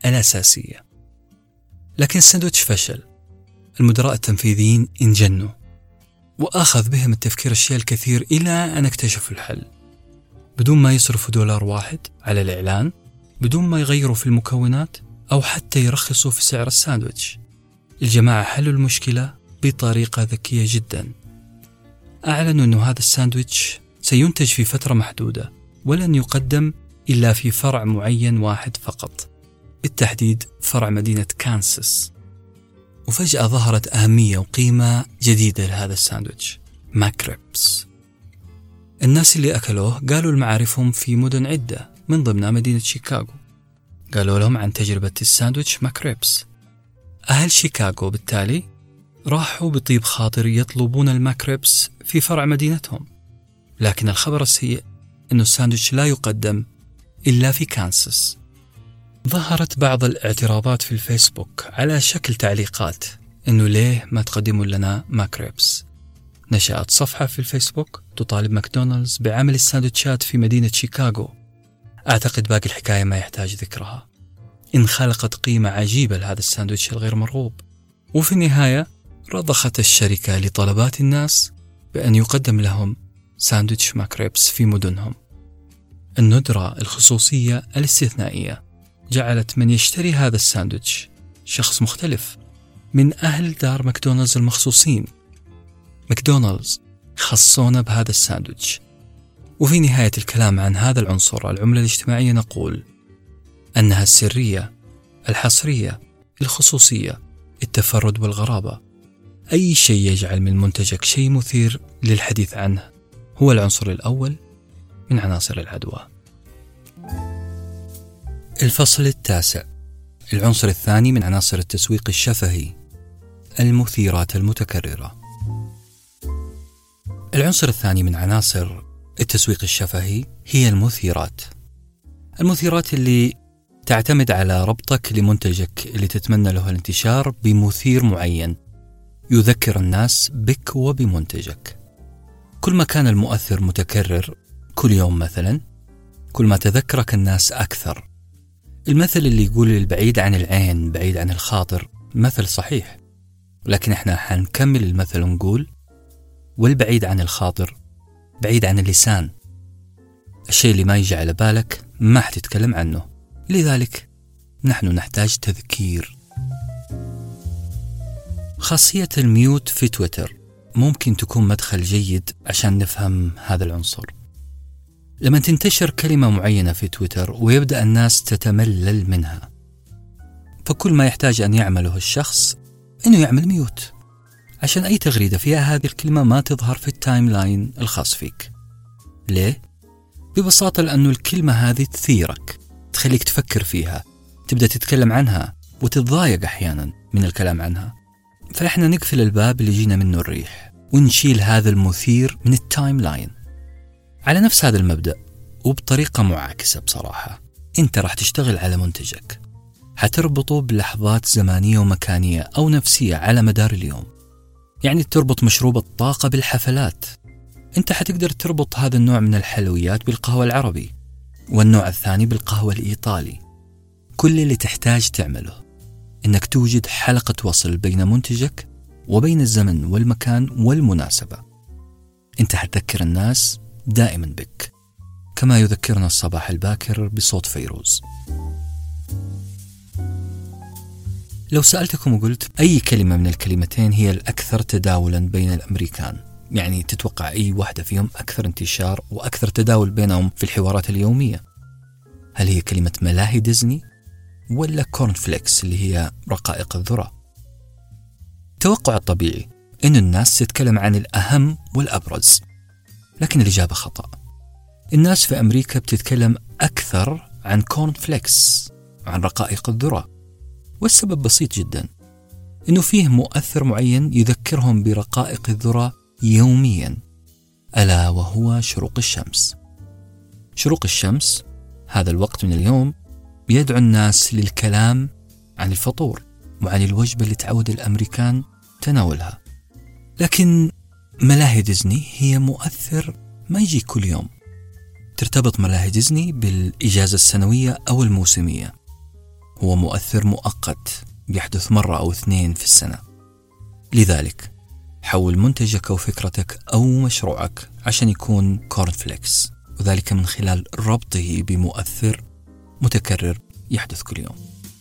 الأساسية. لكن الساندويتش فشل. المدراء التنفيذيين انجنوا وأخذ بهم التفكير الشيء الكثير إلى أن اكتشفوا الحل بدون ما يصرفوا دولار واحد على الإعلان، بدون ما يغيروا في المكونات أو حتى يرخصوا في سعر الساندويتش. الجماعة حلوا المشكلة بطريقة ذكية جدا. أعلنوا أن هذا الساندويتش سينتج في فترة محدودة ولن يقدم إلا في فرع معين واحد فقط، بالتحديد فرع مدينة كانساس. وفجأة ظهرت أهمية وقيمة جديدة لهذا الساندويتش، ماكريبس. الناس اللي أكلوه قالوا لمعارفهم في مدن عدة من ضمنها مدينة شيكاغو، قالوا لهم عن تجربة الساندويتش ماكريبس. أهل شيكاغو بالتالي راحوا بطيب خاطر يطلبون الماكريبس في فرع مدينتهم. لكن الخبر السيء أن الساندويتش لا يقدم إلا في كانساس. ظهرت بعض الاعتراضات في الفيسبوك على شكل تعليقات أنه ليه ما تقدموا لنا ماكريبس. نشأت صفحة في الفيسبوك تطالب ماكدونالدز بعمل الساندويتشات في مدينة شيكاغو. أعتقد باقي الحكاية ما يحتاج ذكرها. انخلقت قيمة عجيبة لهذا الساندويتش الغير مرغوب، وفي النهاية رضخت الشركة لطلبات الناس بأن يقدم لهم ساندويتش ماكريبس في مدنهم. الندرة الخصوصية الاستثنائية جعلت من يشتري هذا الساندويتش شخص مختلف من أهل دار ماكدونالدز المخصوصين. ماكدونالدز خصونا بهذا الساندويتش. وفي نهاية الكلام عن هذا العنصر العملة الاجتماعية نقول أنها السرية، الحصرية، الخصوصية، التفرد والغرابة. أي شيء يجعل من منتجك شيء مثير للحديث عنه هو العنصر الأول من عناصر العدوى. الفصل التاسع، العنصر الثاني من عناصر التسويق الشفهي، المثيرات المتكررة. العنصر الثاني من عناصر التسويق الشفهي هي المثيرات. المثيرات اللي تعتمد على ربطك لمنتجك اللي تتمنى له الانتشار بمثير معين يذكر الناس بك وبمنتجك. كل ما كان المؤثر متكرر كل يوم مثلا، كل ما تذكرك الناس أكثر. المثل اللي يقول البعيد عن العين بعيد عن الخاطر مثل صحيح، لكن احنا حنكمل المثل ونقول والبعيد عن الخاطر بعيد عن اللسان. الشيء اللي ما يجي على بالك ما حتتكلم عنه، لذلك نحن نحتاج تذكير. خاصية الميوت في تويتر ممكن تكون مدخل جيد عشان نفهم هذا العنصر. لما تنتشر كلمة معينة في تويتر ويبدأ الناس تتملل منها، فكل ما يحتاج أن يعمله الشخص أنه يعمل ميوت عشان أي تغريدة فيها هذه الكلمة ما تظهر في التايم لاين الخاص فيك. ليه؟ ببساطة لأنه الكلمة هذه تثيرك، تخليك تفكر فيها، تبدأ تتكلم عنها وتتضايق أحيانا من الكلام عنها. فإحنا نقفل الباب اللي جينا منه الريح ونشيل هذا المثير من التايم لاين. على نفس هذا المبدأ وبطريقة معاكسة بصراحة، أنت راح تشتغل على منتجك، حتربطه بلحظات زمانية ومكانية أو نفسية على مدار اليوم. يعني تربط مشروب الطاقة بالحفلات. أنت حتقدر تربط هذا النوع من الحلويات بالقهوة العربي، والنوع الثاني بالقهوة الإيطالي. كل اللي تحتاج تعمله إنك توجد حلقة وصل بين منتجك وبين الزمن والمكان والمناسبة. أنت حتذكر الناس دائما بك، كما يذكرنا الصباح الباكر بصوت فيروز. لو سألتكم وقلت أي كلمة من الكلمتين هي الأكثر تداولا بين الأمريكان، يعني تتوقع أي واحدة فيهم أكثر انتشار وأكثر تداول بينهم في الحوارات اليومية؟ هل هي كلمة ملاهي ديزني ولا كورن فليكس اللي هي رقائق الذرة؟ التوقع الطبيعي إن الناس تتكلم عن الأهم والأبرز، لكن الإجابة خطأ. الناس في أمريكا بتتكلم أكثر عن كورن فليكس، عن رقائق الذرة، والسبب بسيط جدا، إنه فيه مؤثر معين يذكرهم برقائق الذرة يوميا، ألا وهو شروق الشمس. شروق الشمس هذا الوقت من اليوم يدعو الناس للكلام عن الفطور وعن الوجبة اللي تعود الأمريكان تناولها. لكن ملاهي ديزني هي مؤثر ما يجي كل يوم. ترتبط ملاهي ديزني بالإجازة السنوية أو الموسمية. هو مؤثر مؤقت بيحدث مرة أو اثنين في السنة. لذلك حول منتجك أو فكرتك أو مشروعك عشان يكون كورنفليكس، وذلك من خلال ربطه بمؤثر متكرر يحدث كل يوم.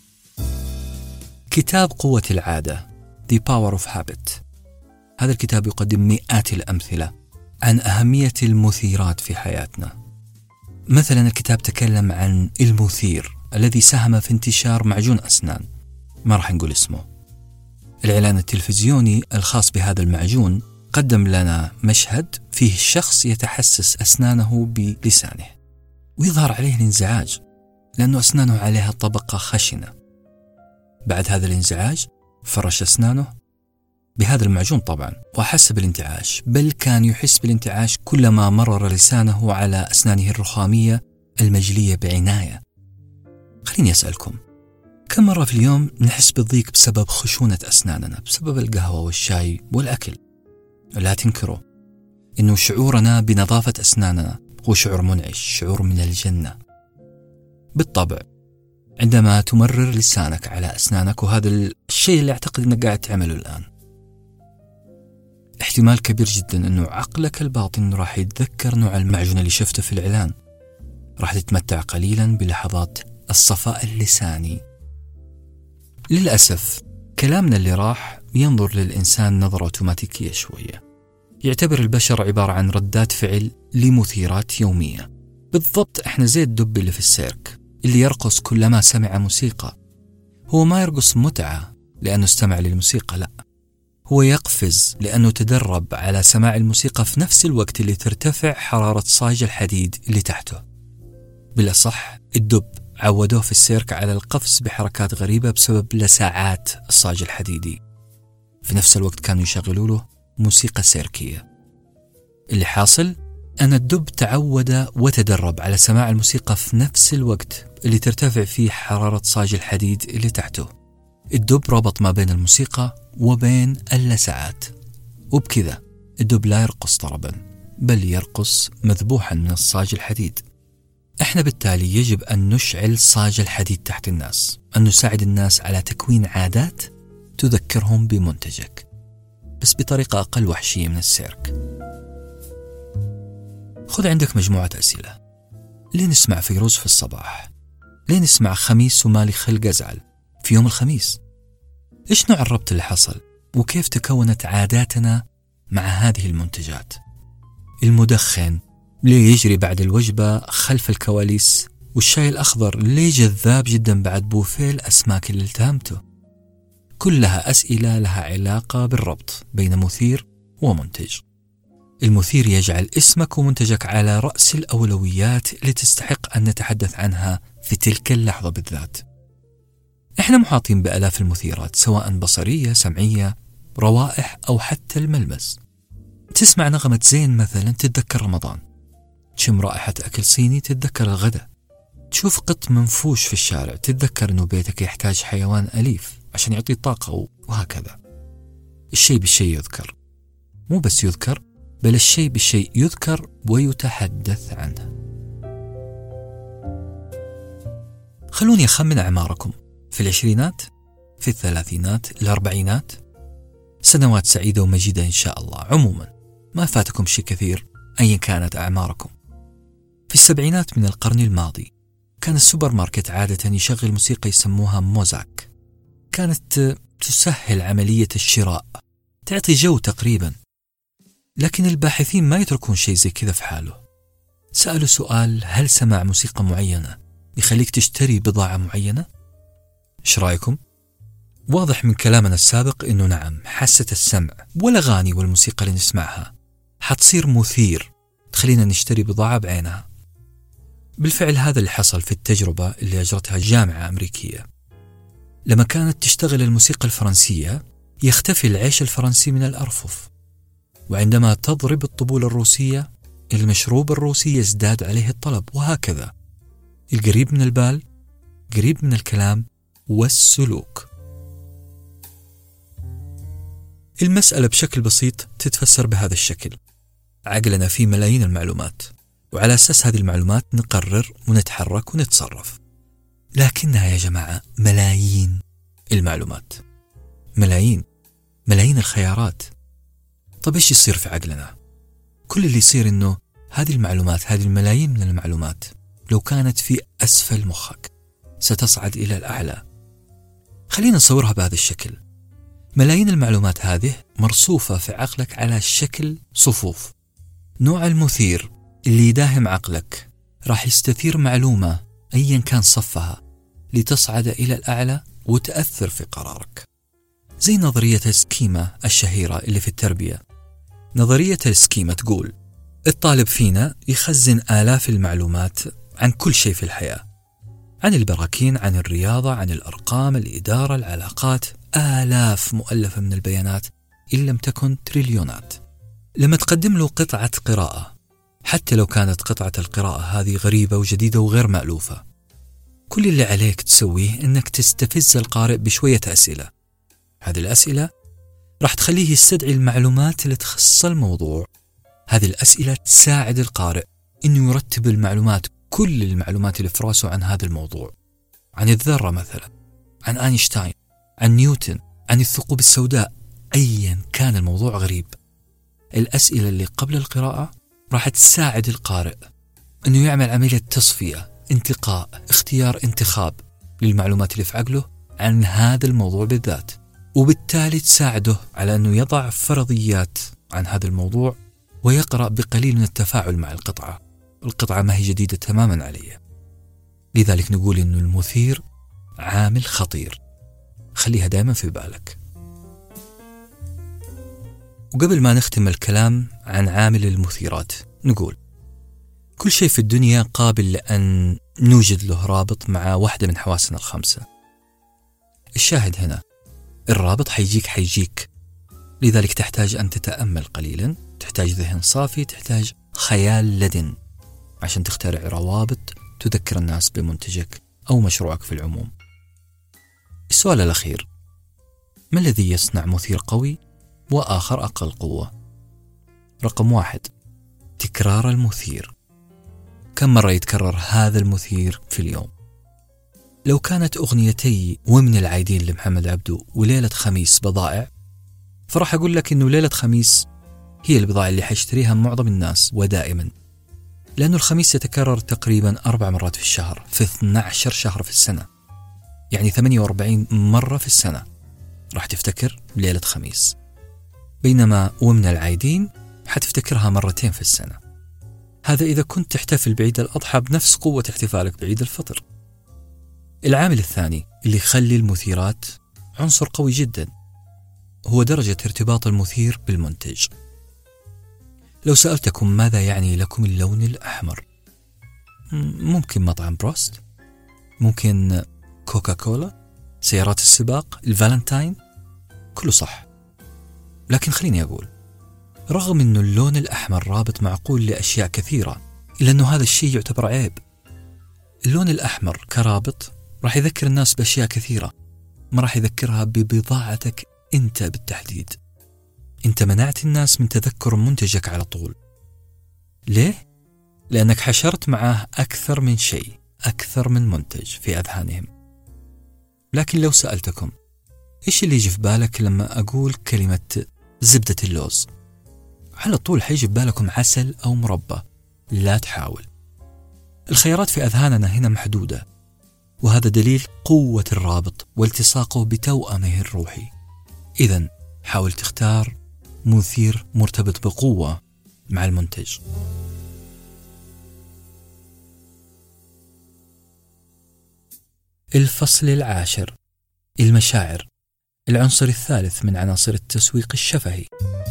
كتاب قوة العادة The Power of Habit، هذا الكتاب يقدم مئات الأمثلة عن أهمية المثيرات في حياتنا. مثلا الكتاب تكلم عن المثير الذي ساهم في انتشار معجون أسنان، ما راح نقول اسمه. الإعلان التلفزيوني الخاص بهذا المعجون قدم لنا مشهد فيه الشخص يتحسس أسنانه بلسانه ويظهر عليه الانزعاج لأنه أسنانه عليها طبقة خشنة. بعد هذا الانزعاج فرش أسنانه بهذا المعجون طبعا وأحس بالانتعاش، بل كان يحس بالانتعاش كلما مرر لسانه على أسنانه الرخامية المجلية بعناية. خليني أسألكم، كم مرة في اليوم نحس بالضيق بسبب خشونة أسناننا، بسبب القهوة والشاي والأكل؟ لا تنكروا إنه شعورنا بنظافة أسناننا هو شعور منعش، شعور من الجنة. بالطبع عندما تمرر لسانك على أسنانك، وهذا الشيء اللي أعتقد أنك قاعد تعمله الآن، احتمال كبير جدا أنه عقلك الباطن راح يتذكر نوع المعجون اللي شفته في الإعلان، راح تتمتع قليلا بلحظات الصفاء اللساني. للأسف كلامنا اللي راح ينظر للإنسان نظرة أوتوماتيكية شوية، يعتبر البشر عبارة عن ردات فعل لمثيرات يومية. بالضبط احنا زي الدب اللي في السيرك اللي يرقص كلما سمع موسيقى. هو ما يرقص متعة لأنه استمع للموسيقى، لا، هو يقفز لأنه تدرب على سماع الموسيقى في نفس الوقت اللي ترتفع حرارة صاج الحديد اللي تحته. بالأصح الدب عودوه في السيرك على القفز بحركات غريبة بسبب لساعات الصاج الحديدي. في نفس الوقت كانوا يشغلوا له موسيقى سيركية. اللي حاصل أن الدب تعود وتدرب على سماع الموسيقى في نفس الوقت اللي ترتفع فيه حرارة صاج الحديد اللي تحته. الدب ربط ما بين الموسيقى وبين اللسعات، وبكذا الدب لا يرقص طربا بل يرقص مذبوحا من الصاج الحديد. احنا بالتالي يجب أن نشعل صاج الحديد تحت الناس، أن نساعد الناس على تكوين عادات تذكرهم بمنتجك، بس بطريقة أقل وحشية من السيرك. خذ عندك مجموعة أسئلة. ليه نسمع فيروز في الصباح؟ ليه نسمع خميس ومالي خلق أزعل في يوم الخميس؟ إيش نوع الربط اللي حصل؟ وكيف تكونت عاداتنا مع هذه المنتجات؟ المدخن ليه يجري بعد الوجبة خلف الكواليس؟ والشاي الأخضر ليه جذاب جدا بعد بوفيه الأسماك اللي التهمته؟ كلها أسئلة لها علاقة بالربط بين مثير ومنتج. المثير يجعل اسمك ومنتجك على رأس الأولويات اللي تستحق أن نتحدث عنها في تلك اللحظة بالذات. إحنا محاطين بآلاف المثيرات، سواء بصرية، سمعية، روائح أو حتى الملمس. تسمع نغمة زين مثلا تتذكر رمضان، تشم رائحة أكل صيني تتذكر الغداء، تشوف قط منفوش في الشارع تتذكر أنه بيتك يحتاج حيوان أليف عشان يعطي طاقة، وهكذا. الشيء بالشيء يذكر، مو بس يذكر بل الشيء بالشيء يذكر ويتحدث عنه. خلوني أخمن أعماركم، في العشرينات، في الثلاثينات، الأربعينات، سنوات سعيدة ومجيدة إن شاء الله. عموما ما فاتكم شيء كثير أيا كانت أعماركم. في السبعينات من القرن الماضي كان السوبر ماركت عادة يشغل موسيقى يسموها موزاك، كانت تسهل عملية الشراء، تعطي جو تقريبا. لكن الباحثين ما يتركون شيء زي كذا في حاله، سألوا سؤال: هل سماع موسيقى معينة يخليك تشتري بضاعة معينة؟ إيش رأيكم؟ واضح من كلامنا السابق إنه نعم، حاسة السمع والأغاني والموسيقى اللي نسمعها حتصير مثير تخلينا نشتري بضاعة بعينها. بالفعل هذا اللي حصل في التجربة اللي أجرتها جامعة أمريكية. لما كانت تشتغل الموسيقى الفرنسية يختفي العيش الفرنسي من الأرفف، وعندما تضرب الطبول الروسية المشروب الروسي يزداد عليه الطلب، وهكذا. القريب من البال قريب من الكلام والسلوك. المسألة بشكل بسيط تتفسر بهذا الشكل: عقلنا فيه ملايين المعلومات، وعلى أساس هذه المعلومات نقرر ونتحرك ونتصرف. لكنها يا جماعة ملايين المعلومات، ملايين ملايين الخيارات. طب إيش يصير في عقلنا؟ كل اللي يصير إنه هذه المعلومات، هذه الملايين من المعلومات لو كانت في أسفل مخك ستصعد إلى الأعلى. خلينا نصورها بهذا الشكل. ملايين المعلومات هذه مرصوفة في عقلك على شكل صفوف. نوع المثير اللي يداهم عقلك راح يستثير معلومة أيا كان صفها لتصعد إلى الأعلى وتأثر في قرارك. زي نظرية السكيما الشهيرة اللي في التربية. نظرية السكيما تقول الطالب فينا يخزن آلاف المعلومات عن كل شيء في الحياة، عن البراكين، عن الرياضة، عن الأرقام، الإدارة، العلاقات، آلاف مؤلفة من البيانات إن لم تكن تريليونات. لما تقدم له قطعة قراءة، حتى لو كانت قطعة القراءة هذه غريبة وجديدة وغير مألوفة، كل اللي عليك تسويه إنك تستفز القارئ بشوية أسئلة. هذه الأسئلة راح تخليه يستدعي المعلومات اللي تخص الموضوع. هذه الأسئلة تساعد القارئ إنه يرتب المعلومات، كل المعلومات اللي في راسه عن هذا الموضوع، عن الذرة مثلا، عن أينشتاين، عن نيوتن، عن الثقوب السوداء، أيا كان الموضوع غريب. الأسئلة اللي قبل القراءة راح تساعد القارئ إنه يعمل عملية تصفية، انتقاء، اختيار، انتخاب للمعلومات اللي في عقله عن هذا الموضوع بالذات، وبالتالي تساعده على أنه يضع فرضيات عن هذا الموضوع ويقرأ بقليل من التفاعل مع القطعة. القطعة ما هي جديدة تماما عليه. لذلك نقول إنه المثير عامل خطير، خليها دائما في بالك. وقبل ما نختم الكلام عن عامل المثيرات نقول كل شيء في الدنيا قابل لأن نوجد له رابط مع واحدة من حواسنا الخمسة. الشاهد هنا الرابط حيجيك حيجيك لذلك تحتاج أن تتأمل قليلا، تحتاج ذهن صافي، تحتاج خيال لدن عشان تخترع روابط تذكر الناس بمنتجك أو مشروعك في العموم. السؤال الأخير: ما الذي يصنع مثير قوي وآخر أقل قوة؟ رقم واحد: تكرار المثير. كم مرة يتكرر هذا المثير في اليوم؟ لو كانت أغنيتي ومن العايدين لمحمد عبدو وليلة خميس بضائع، فراح أقول لك إنه ليلة خميس هي البضائع اللي حيشتريها معظم الناس ودائما، لأنه الخميس يتكرر تقريبا أربع مرات في الشهر، في اثني عشر شهر في السنة، يعني ثمانية وأربعين مرة في السنة راح تفتكر ليلة خميس، بينما ومن العايدين حتفتكرها مرتين في السنة. هذا إذا كنت تحتفل بعيد الأضحى بنفس قوة احتفالك بعيد الفطر. العامل الثاني اللي يخلي المثيرات عنصر قوي جدا هو درجة ارتباط المثير بالمنتج. لو سألتكم ماذا يعني لكم اللون الأحمر، ممكن مطعم بروست، ممكن كوكا كولا، سيارات السباق، الفالنتاين، كله صح. لكن خليني أقول، رغم أنه اللون الأحمر رابط معقول لأشياء كثيرة، إلا أنه هذا الشيء يعتبر عيب. اللون الأحمر كرابط راح يذكر الناس بأشياء كثيرة، ما راح يذكرها ببضاعتك أنت بالتحديد. أنت منعت الناس من تذكر منتجك على طول. ليه؟ لأنك حشرت معاه أكثر من شيء، أكثر من منتج في أذهانهم. لكن لو سألتكم إيش اللي يجي في بالك لما أقول كلمة زبدة اللوز؟ على طول حيجي في بالكم عسل أو مربى. لا تحاول. الخيارات في أذهاننا هنا محدودة، وهذا دليل قوة الرابط والتصاقه بتوأمه الروحي. إذن حاول تختار مثير مرتبط بقوة مع المنتج. الفصل العاشر: المشاعر، العنصر الثالث من عناصر التسويق الشفهي.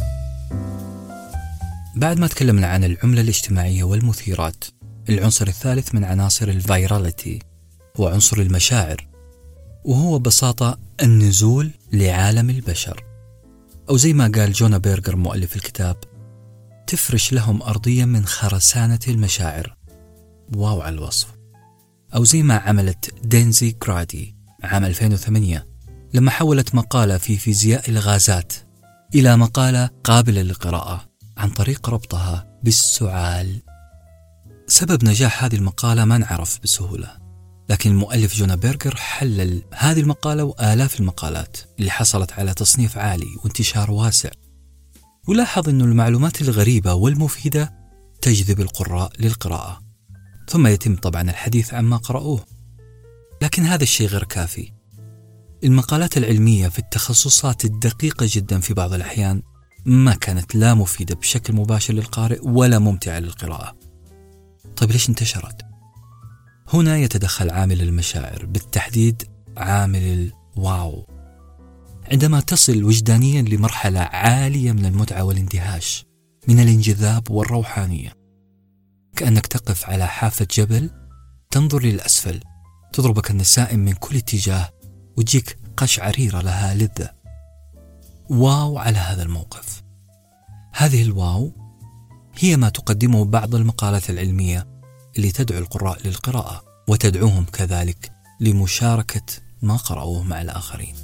بعد ما تكلمنا عن العملة الاجتماعية والمثيرات، العنصر الثالث من عناصر الفايراليتي هو عنصر المشاعر، وهو ببساطة النزول لعالم البشر، أو زي ما قال جونا بيرغر مؤلف الكتاب: تفرش لهم أرضية من خرسانة المشاعر. واو على الوصف. أو زي ما عملت دينزي غرادي عام ألفين وثمانية لما حولت مقالة في فيزياء الغازات إلى مقالة قابلة للقراءة عن طريق ربطها بالسعال. سبب نجاح هذه المقالة ما نعرف بسهولة، لكن المؤلف جونا بيرغر حلل هذه المقالة وآلاف المقالات اللي حصلت على تصنيف عالي وانتشار واسع، ولاحظ أن المعلومات الغريبة والمفيدة تجذب القراء للقراءة، ثم يتم طبعا الحديث عما قرأوه. لكن هذا الشيء غير كافي. المقالات العلمية في التخصصات الدقيقة جدا في بعض الأحيان ما كانت لا مفيدة بشكل مباشر للقارئ ولا ممتعة للقراءة. طيب ليش انتشرت؟ هنا يتدخل عامل المشاعر، بالتحديد عامل الواو. عندما تصل وجدانيا لمرحلة عالية من المتعة والاندهاش، من الانجذاب والروحانية، كأنك تقف على حافة جبل تنظر للأسفل، تضربك النسائم من كل اتجاه وتجيك قشعريرة لها لذة. واو على هذا الموقف. هذه الواو هي ما تقدمه بعض المقالات العلمية اللي تدعو القراء للقراءة، وتدعوهم كذلك لمشاركة ما قرأوه مع الآخرين.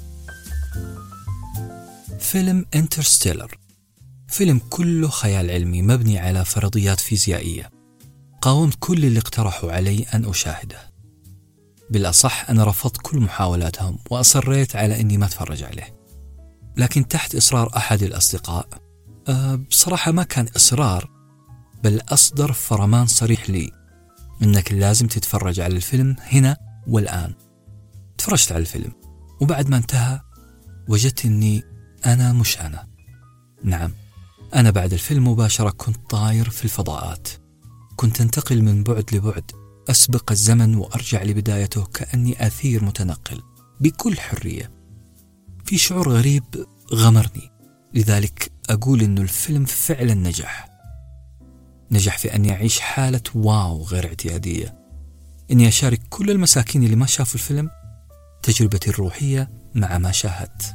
فيلم انترستيلر، فيلم كله خيال علمي مبني على فرضيات فيزيائية. قاومت كل اللي اقترحوا علي أن أشاهده، بالأصح أنا رفضت كل محاولاتهم وأصريت على أني ما أتفرج عليه، لكن تحت إصرار أحد الأصدقاء، أه بصراحة ما كان إصرار بل أصدر فرمان صريح لي إنك لازم تتفرج على الفيلم هنا والآن. تفرجت على الفيلم، وبعد ما انتهى وجدت أني أنا مش أنا. نعم، أنا بعد الفيلم مباشرة كنت طاير في الفضاءات، كنت أنتقل من بعد لبعد، أسبق الزمن وأرجع لبدايته كأني أثير متنقل بكل حرية. في شعور غريب غمرني، لذلك أقول إنه الفيلم فعلا نجح نجح في أني أعيش حالة واو غير اعتيادية، إني أشارك كل المساكين اللي ما شافوا الفيلم تجربتي الروحية مع ما شاهدت.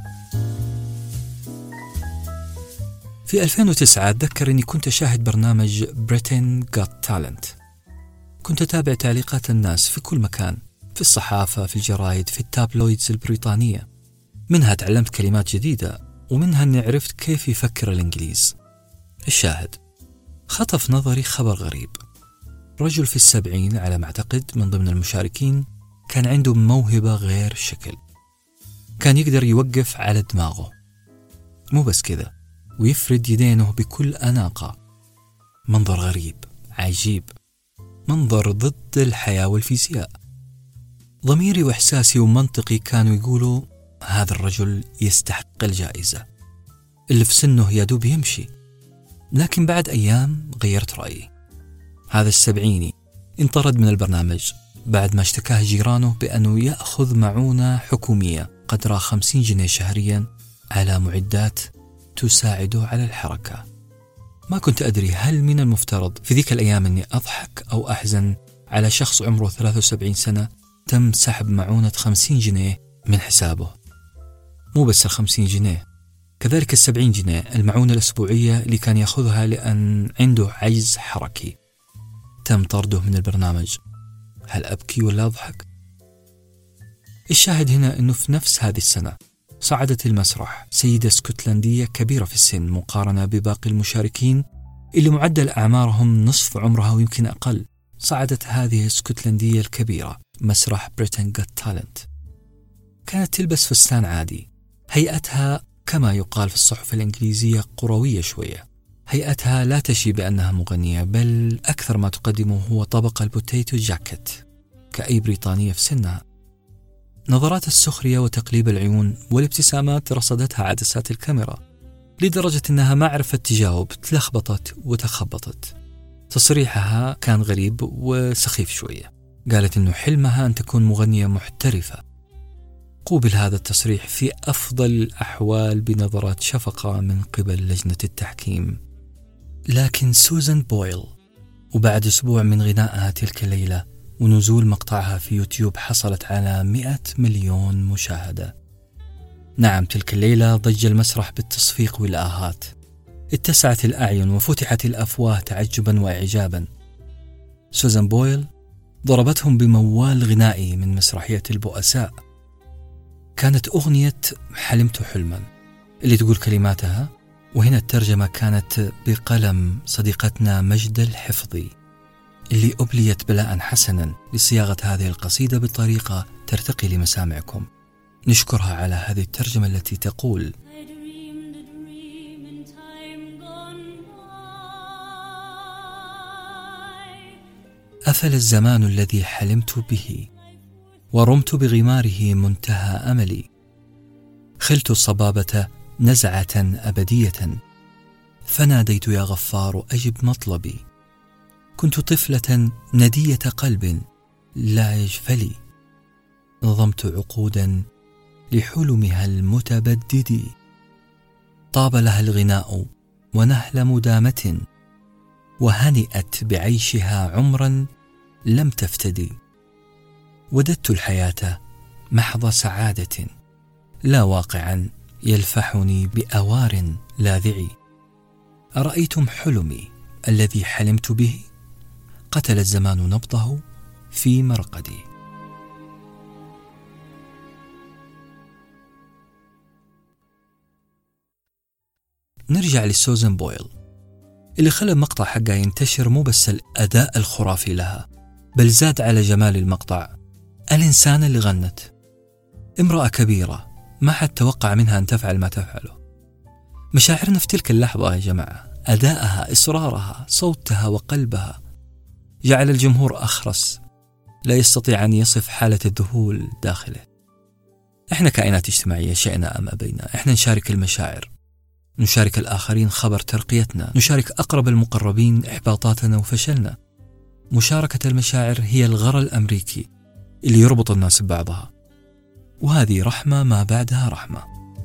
في ألفين وتسعة أتذكر أني كنت أشاهد برنامج بريتن جوت تالنت. كنت أتابع تعليقات الناس في كل مكان، في الصحافة، في الجرايد، في التابلويدز البريطانية. منها تعلمت كلمات جديدة، ومنها أني عرفت كيف يفكر الإنجليز. الشاهد، خطف نظري خبر غريب. رجل في السبعين على ما أعتقد من ضمن المشاركين كان عنده موهبة غير شكل، كان يقدر يوقف على دماغه، مو بس كذا، ويفرد يدينه بكل أناقة. منظر غريب عجيب، منظر ضد الحياة والفيزياء. ضميري وإحساسي ومنطقي كانوا يقولوا هذا الرجل يستحق الجائزة، اللي في سنه يدوب يمشي. لكن بعد أيام غيرت رأيي. هذا السبعيني انطرد من البرنامج بعد ما اشتكاه جيرانه بأنه يأخذ معونة حكومية قدرها خمسين جنيه شهريا على معدات تساعده على الحركة. ما كنت أدري هل من المفترض في ذيك الأيام أني أضحك أو أحزن على شخص عمره ثلاثة وسبعين سنة تم سحب معونة خمسين جنيه من حسابه. مو بس الخمسين جنيه، كذلك السبعين جنيه المعونة الأسبوعية اللي كان يأخذها لأن عنده عجز حركي. تم طرده من البرنامج. هل أبكي ولا أضحك؟ الشاهد هنا أنه في نفس هذه السنة صعدت المسرح سيدة اسكتلندية كبيرة في السن مقارنة بباقي المشاركين اللي معدل أعمارهم نصف عمرها ويمكن أقل. صعدت هذه الاسكتلندية الكبيرة مسرح بريتن جوت تالنت. كانت تلبس فستان عادي، هيئتها كما يقال في الصحف الإنجليزية قروية شوية. هيئتها لا تشي بأنها مغنية، بل أكثر ما تقدمه هو طبق البوتيتو جاكيت كأي بريطانية في سنها. نظرات السخرية وتقليب العيون والابتسامات رصدتها عدسات الكاميرا لدرجة أنها ما عرفت تجاوب، تلخبطت وتخبطت. تصريحها كان غريب وسخيف شوية. قالت أنه حلمها أن تكون مغنية محترفة. قوبل هذا التصريح في أفضل الأحوال بنظرات شفقة من قبل لجنة التحكيم. لكن سوزان بويل، وبعد أسبوع من غنائها تلك الليلة ونزول مقطعها في يوتيوب، حصلت على مئة مليون مشاهدة. نعم، تلك الليلة ضج المسرح بالتصفيق والآهات، اتسعت الأعين وفتحت الأفواه تعجبا وإعجابا. سوزان بويل ضربتهم بموال غنائي من مسرحية البؤساء. كانت أغنية حلمت حلما اللي تقول كلماتها، وهنا الترجمة كانت بقلم صديقتنا مجد الحفظي. اللي أبليت بلاء حسنا لصياغة هذه القصيدة بطريقة ترتقي لمسامعكم. نشكرها على هذه الترجمة التي تقول: أفل الزمان الذي حلمت به ورمت بغماره منتهى أملي، خلت الصبابة نزعة أبدية، فناديت يا غفار أجب مطلبي، كنت طفلة ندية قلب لا يجفلي، نظمت عقودا لحلمها المتبدد، طاب لها الغناء ونهل مدامة، وهنئت بعيشها عمرا لم تفتدي، وددت الحياة محض سعادة، لا واقعا يلفحني بأوار لاذعي، أرأيتم حلمي الذي حلمت به، قتل الزمان نبضه في مرقدي. نرجع لسوزان بويل اللي خلى المقطع حقها ينتشر، مو بس الأداء الخرافي لها، بل زاد على جمال المقطع الإنسان اللي غنت. امرأة كبيرة ما حد توقع منها أن تفعل ما تفعله. مشاعرنا في تلك اللحظة يا جماعة، أدائها، إصرارها، صوتها وقلبها، جعل الجمهور أخرس لا يستطيع أن يصف حالة الذهول داخله. إحنا كائنات اجتماعية شئنا أم أبينا، إحنا نشارك المشاعر، نشارك الآخرين خبر ترقيتنا، نشارك أقرب المقربين إحباطاتنا وفشلنا. مشاركة المشاعر هي الغرى الأمريكي اللي يربط الناس ببعضها، وهذه رحمة ما بعدها رحمة.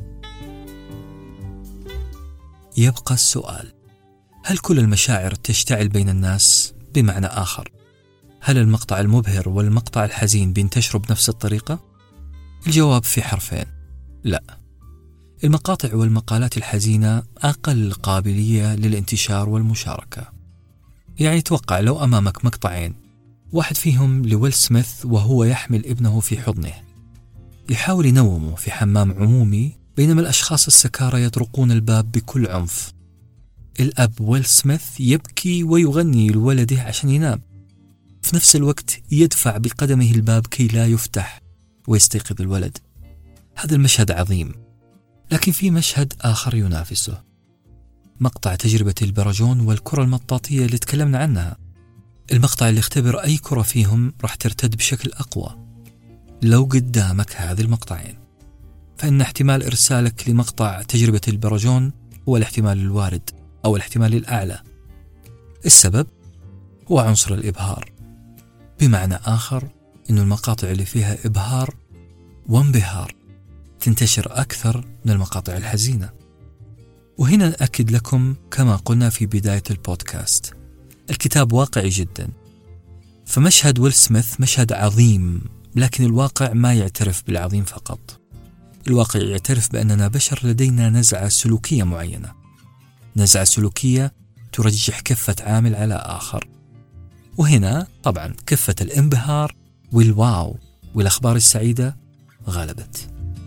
يبقى السؤال: هل كل المشاعر تشتعل بين الناس؟ بمعنى آخر، هل المقطع المبهر والمقطع الحزين بينتشروا بنفس الطريقة؟ الجواب في حرفين: لا. المقاطع والمقالات الحزينة أقل قابلية للانتشار والمشاركة. يعني توقع لو أمامك مقطعين، واحد فيهم لويل سميث وهو يحمل ابنه في حضنه يحاول ينومه في حمام عمومي، بينما الأشخاص السكارى يطرقون الباب بكل عنف. الأب ويل سميث يبكي ويغني لولده عشان ينام، في نفس الوقت يدفع بقدمه الباب كي لا يفتح ويستيقظ الولد. هذا المشهد عظيم. لكن في مشهد آخر ينافسه، مقطع تجربة البرجون والكرة المطاطية اللي تكلمنا عنها. المقطع اللي اختبر أي كرة فيهم راح ترتد بشكل أقوى. لو قدامك هذه المقطعين، فإن احتمال إرسالك لمقطع تجربة البرجون هو الاحتمال الوارد أو الاحتمال الأعلى. السبب هو عنصر الإبهار. بمعنى آخر، إن المقاطع اللي فيها إبهار وانبهار تنتشر أكثر من المقاطع الحزينة. وهنا نأكد لكم كما قلنا في بداية البودكاست، الكتاب واقعي جدا. فمشهد ويل سميث مشهد عظيم، لكن الواقع ما يعترف بالعظيم فقط. الواقع يعترف بأننا بشر لدينا نزعة سلوكية معينة، نزعة سلوكية ترجح كفة عامل على آخر. وهنا طبعا كفة الانبهار والواو والأخبار السعيدة غلبت.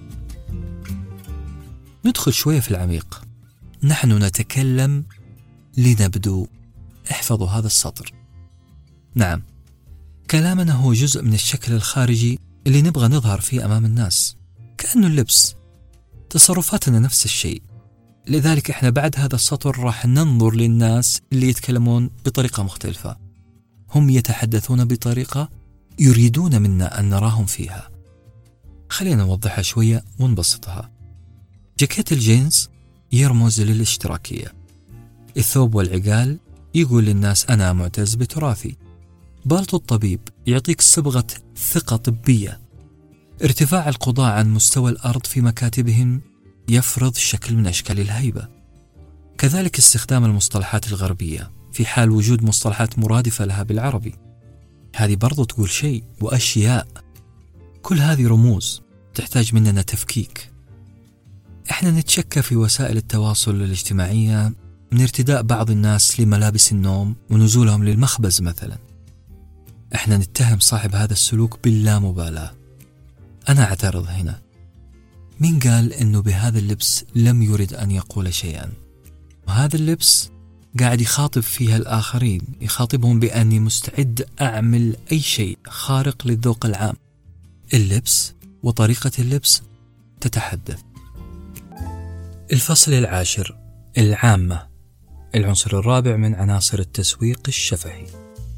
ندخل شوية في العميق. نحن نتكلم لنبدو. احفظوا هذا السطر. نعم، كلامنا هو جزء من الشكل الخارجي اللي نبغى نظهر فيه أمام الناس، كأنه اللبس. تصرفاتنا نفس الشيء. لذلك احنا بعد هذا السطر راح ننظر للناس اللي يتكلمون بطريقة مختلفة. هم يتحدثون بطريقة يريدون منا أن نراهم فيها. خلينا نوضحها شوية ونبسطها. جاكيت الجينز يرمز للاشتراكية. الثوب والعقال يقول للناس أنا معتز بتراثي. بالطو الطبيب يعطيك صبغة ثقة طبية. ارتفاع القضاء عن مستوى الأرض في مكاتبهم يفرض شكل من أشكال الهيبة. كذلك استخدام المصطلحات الغربية في حال وجود مصطلحات مرادفة لها بالعربي، هذه برضو تقول شيء وأشياء. كل هذه رموز تحتاج مننا تفكيك. احنا نتشكى في وسائل التواصل الاجتماعية من ارتداء بعض الناس لملابس النوم ونزولهم للمخبز مثلا. احنا نتهم صاحب هذا السلوك باللامبالاة. أنا أعترض هنا. مين قال أنه بهذا اللبس لم يرد أن يقول شيئا؟ وهذا اللبس قاعد يخاطب فيها الآخرين، يخاطبهم بأني مستعد أعمل أي شيء خارق للذوق العام. اللبس وطريقة اللبس تتحدث. الفصل العاشر، العامة، العنصر الرابع من عناصر التسويق الشفهي.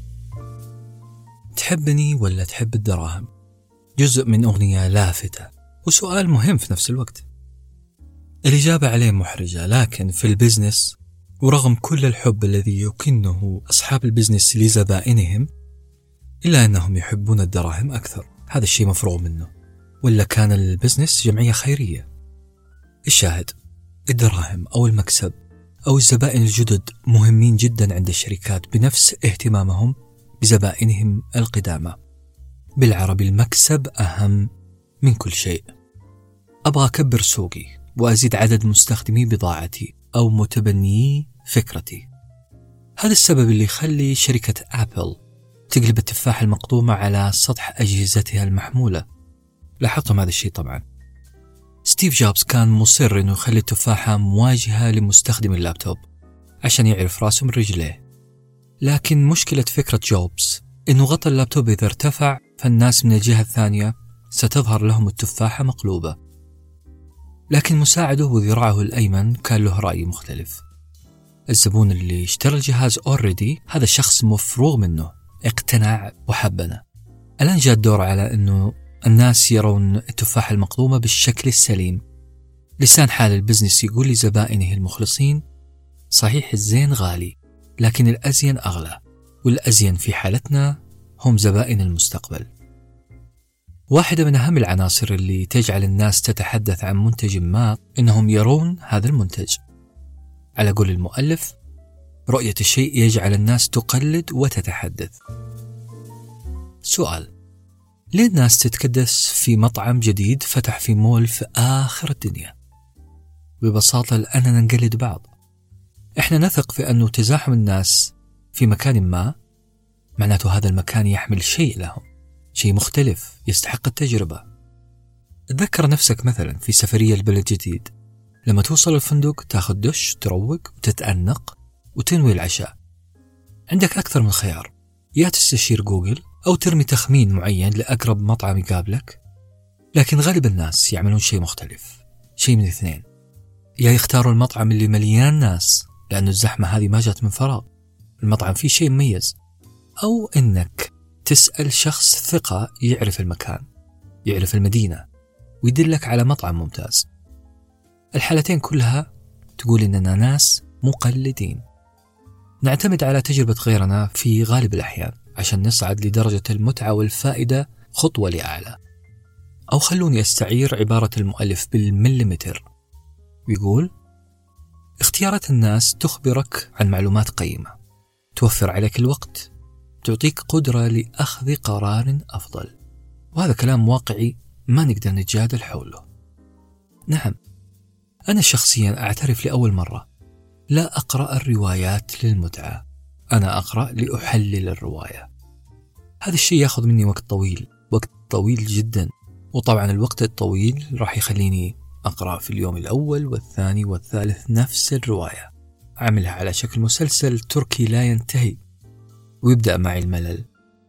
تحبني ولا تحب الدراهم؟ جزء من أغنية لافتة وسؤال مهم في نفس الوقت. الإجابة عليه محرجة، لكن في البزنس ورغم كل الحب الذي يكنه أصحاب البزنس لزبائنهم إلا أنهم يحبون الدراهم أكثر. هذا الشيء مفروغ منه، ولا كان البزنس جمعية خيرية. الشاهد، الدراهم أو المكسب أو الزبائن الجدد مهمين جدا عند الشركات بنفس اهتمامهم بزبائنهم القدامى. بالعربي المكسب أهم من كل شيء. أبغى أكبر سوقي وأزيد عدد مستخدمي بضاعتي أو متبنيي فكرتي. هذا السبب اللي يخلي شركة أبل تقلب التفاحة المقطومة على سطح أجهزتها المحمولة. لاحظتم هذا الشيء طبعا. ستيف جوبز كان مصر أنه يخلي التفاحة مواجهة لمستخدم اللابتوب عشان يعرف راسه من رجليه، لكن مشكلة فكرة جوبز أنه غطى اللابتوب إذا ارتفع فالناس من الجهة الثانية ستظهر لهم التفاحة مقلوبة. لكن مساعده وذراعه الأيمن كان له رأي مختلف. الزبون اللي اشترى الجهاز أوريدي هذا شخص مفروغ منه، اقتنع وحبنا. الآن جاء الدور على أنه الناس يرون التفاحة المقلومة بالشكل السليم. لسان حال البزنس يقول لزبائنه المخلصين: صحيح الزين غالي، لكن الأزين أغلى، والأزين في حالتنا هم زبائن المستقبل. واحدة من أهم العناصر اللي تجعل الناس تتحدث عن منتج ما إنهم يرون هذا المنتج. على قول المؤلف: رؤية الشيء يجعل الناس تقلد وتتحدث. سؤال: ليه الناس تتكدس في مطعم جديد فتح في مول في آخر الدنيا؟ ببساطة لأننا نقلد بعض. إحنا نثق في أنه تزاحم الناس في مكان ما معناته هذا المكان يحمل شيء لهم، شيء مختلف يستحق التجربة. تذكر نفسك مثلا في سفرية لبلد جديد، لما توصل الفندق تاخذ دش، تروق وتتأنق وتنوي العشاء. عندك أكثر من خيار، يا تستشير جوجل أو ترمي تخمين معين لأقرب مطعم يقابلك. لكن غالب الناس يعملون شيء مختلف، شيء من اثنين: يا يختاروا المطعم اللي مليان ناس لأنه الزحمة هذه ما جات من فراغ، المطعم فيه شيء مميز، أو إنك تسأل شخص ثقة يعرف المكان، يعرف المدينة، ويدلك على مطعم ممتاز. الحالتين كلها تقول إننا ناس مقلدين، نعتمد على تجربة غيرنا في غالب الأحيان عشان نصعد لدرجة المتعة والفائدة خطوة لأعلى. أو خلوني أستعير عبارة المؤلف بالمليمتر، ويقول: اختيارات الناس تخبرك عن معلومات قيمة، توفر عليك الوقت، تعطيك قدرة لأخذ قرار أفضل. وهذا كلام واقعي ما نقدر نتجادل حوله. نعم، أنا شخصيا أعترف لأول مرة لا أقرأ الروايات للمتعة، أنا أقرأ لأحلل الرواية. هذا الشيء يأخذ مني وقت طويل، وقت طويل جدا. وطبعا الوقت الطويل راح يخليني أقرأ في اليوم الأول والثاني والثالث نفس الرواية، أعملها على شكل مسلسل تركي لا ينتهي، ويبدأ معي الملل.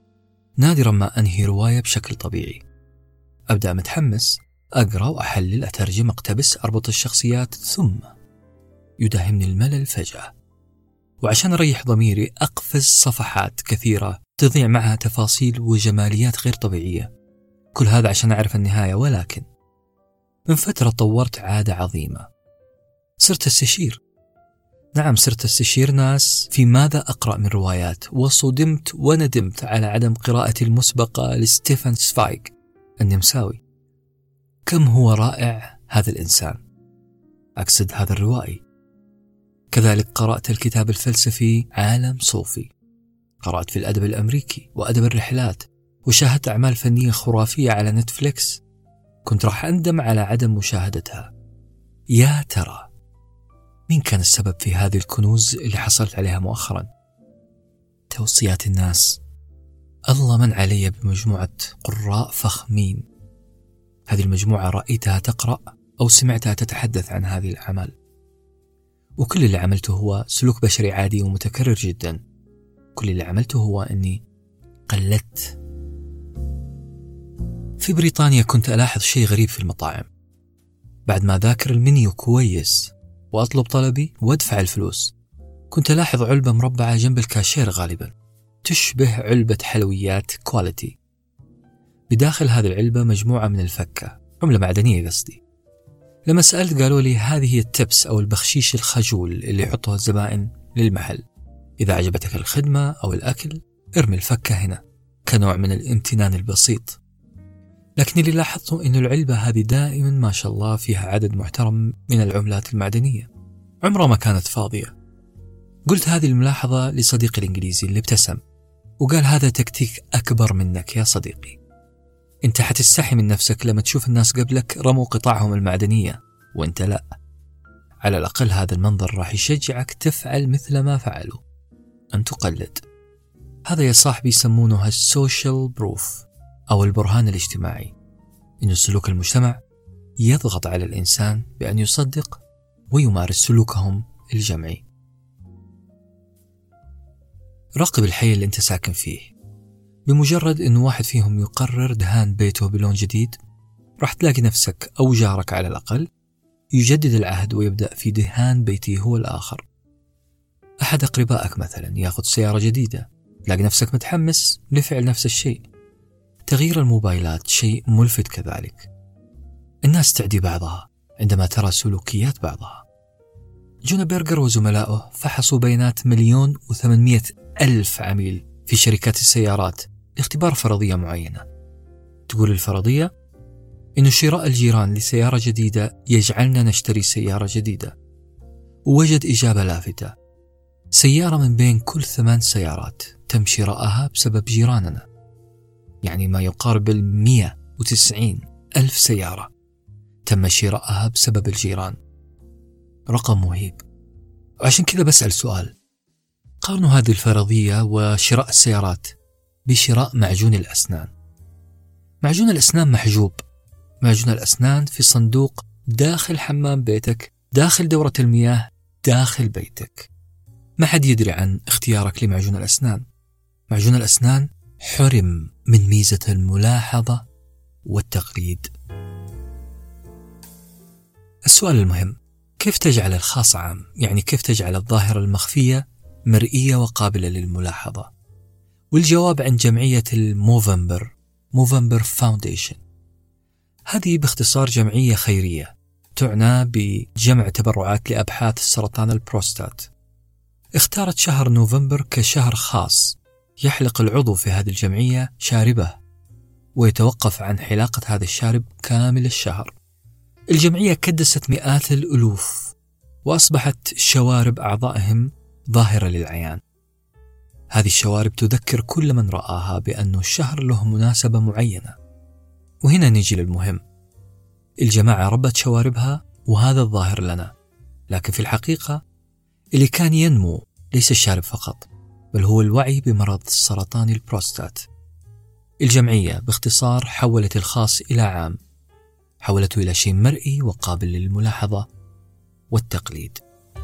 نادرا ما أنهي رواية بشكل طبيعي. أبدأ متحمس، أقرأ وأحلل، أترجم، أقتبس، أربط الشخصيات، ثم يداهمني الملل فجأة. وعشان أريح ضميري أقفز صفحات كثيرة تضيع معها تفاصيل وجماليات غير طبيعية، كل هذا عشان أعرف النهاية. ولكن من فترة طورت عادة عظيمة، صرت استشير. نعم، صرت استشير ناس في ماذا أقرأ من روايات، وصدمت وندمت على عدم قراءتي المسبقة لستيفن سفايغ النمساوي. كم هو رائع هذا الإنسان، أقصد هذا الروائي. كذلك قرأت الكتاب الفلسفي عالم صوفي، قرأت في الأدب الأمريكي وأدب الرحلات، وشاهدت أعمال فنية خرافية على نتفليكس كنت راح أندم على عدم مشاهدتها. يا ترى مين كان السبب في هذه الكنوز اللي حصلت عليها مؤخرا؟ توصيات الناس. الله من علي بمجموعة قراء فخمين. هذه المجموعة رأيتها تقرأ أو سمعتها تتحدث عن هذه الأعمال، وكل اللي عملته هو سلوك بشري عادي ومتكرر جدا. كل اللي عملته هو أني قلدت. في بريطانيا كنت ألاحظ شيء غريب في المطاعم. بعد ما ذاكر المنيو كويس وأطلب طلبي وأدفع الفلوس، كنت ألاحظ علبة مربعة جنب الكاشير غالبا تشبه علبة حلويات كواليتي. بداخل هذه العلبة مجموعة من الفكة، عملة معدنية قصدي. لما سألت قالوا لي هذه هي التبس أو البخشيش الخجول اللي يحطها الزبائن للمحل. إذا عجبتك الخدمة أو الأكل ارمي الفكة هنا كنوع من الامتنان البسيط. لكن اللي لاحظته إنه العلبة هذه دائما ما شاء الله فيها عدد محترم من العملات المعدنية، عمرها ما كانت فاضية. قلت هذه الملاحظة لصديقي الإنجليزي اللي ابتسم وقال هذا تكتيك أكبر منك يا صديقي. أنت حتستحي من نفسك لما تشوف الناس قبلك رموا قطعهم المعدنية وأنت لا. على الأقل هذا المنظر راح يشجعك تفعل مثل ما فعلوا، أن تقلد. هذا يا صاحبي يسمونه السوشيال بروف أو البرهان الاجتماعي، إنه سلوك المجتمع يضغط على الإنسان بأن يصدق ويمارس سلوكهم الجمعي. راقب الحي اللي أنت ساكن فيه. بمجرد إنه واحد فيهم يقرر دهان بيته بلون جديد، راح تلاقي نفسك أو جارك على الأقل يجدد العهد ويبدأ في دهان بيته هو الآخر. أحد أقربائك مثلا يأخذ سيارة جديدة، تلاقي نفسك متحمس لفعل نفس الشيء. تغيير الموبايلات شيء ملفت كذلك. الناس تعدي بعضها عندما ترى سلوكيات بعضها. جون بيرغر وزملائه فحصوا بيانات مليون وثمانمائة ألف عميل في شركات السيارات لاختبار فرضية معينة. تقول الفرضية إن شراء الجيران لسيارة جديدة يجعلنا نشتري سيارة جديدة. ووجد إجابة لافتة: سيارة من بين كل ثمان سيارات تم شراءها بسبب جيراننا. يعني ما يقارب المئة وتسعين ألف سيارة تم شراءها بسبب الجيران. رقم مهيب. وعشان كذا بسأل سؤال: قارنوا هذه الفرضية وشراء السيارات بشراء معجون الأسنان. معجون الأسنان محجوب. معجون الأسنان في صندوق داخل حمام بيتك، داخل دورة المياه، داخل بيتك. ما حد يدري عن اختيارك لمعجون الأسنان. معجون الأسنان حرم من ميزة الملاحظة والتقليد. السؤال المهم: كيف تجعل الخاص عام؟ يعني كيف تجعل الظاهرة المخفية مرئية وقابلة للملاحظة؟ والجواب عن جمعية الموفمبر موفمبر فاونديشن. هذه باختصار جمعية خيرية تعنى بجمع تبرعات لأبحاث سرطان البروستات. اختارت شهر نوفمبر كشهر خاص يحلق العضو في هذه الجمعية شاربه ويتوقف عن حلاقة هذا الشارب كامل الشهر. الجمعية كدست مئات الألوف وأصبحت شوارب أعضائهم ظاهرة للعيان. هذه الشوارب تذكر كل من رآها بأن الشهر له مناسبة معينة. وهنا نيجي للمهم: الجماعة ربت شواربها وهذا الظاهر لنا، لكن في الحقيقة اللي كان ينمو ليس الشارب فقط، بل هو الوعي بمرض سرطان البروستات. الجمعية باختصار حولت الخاص إلى عام، حولته إلى شيء مرئي وقابل للملاحظة والتقليد.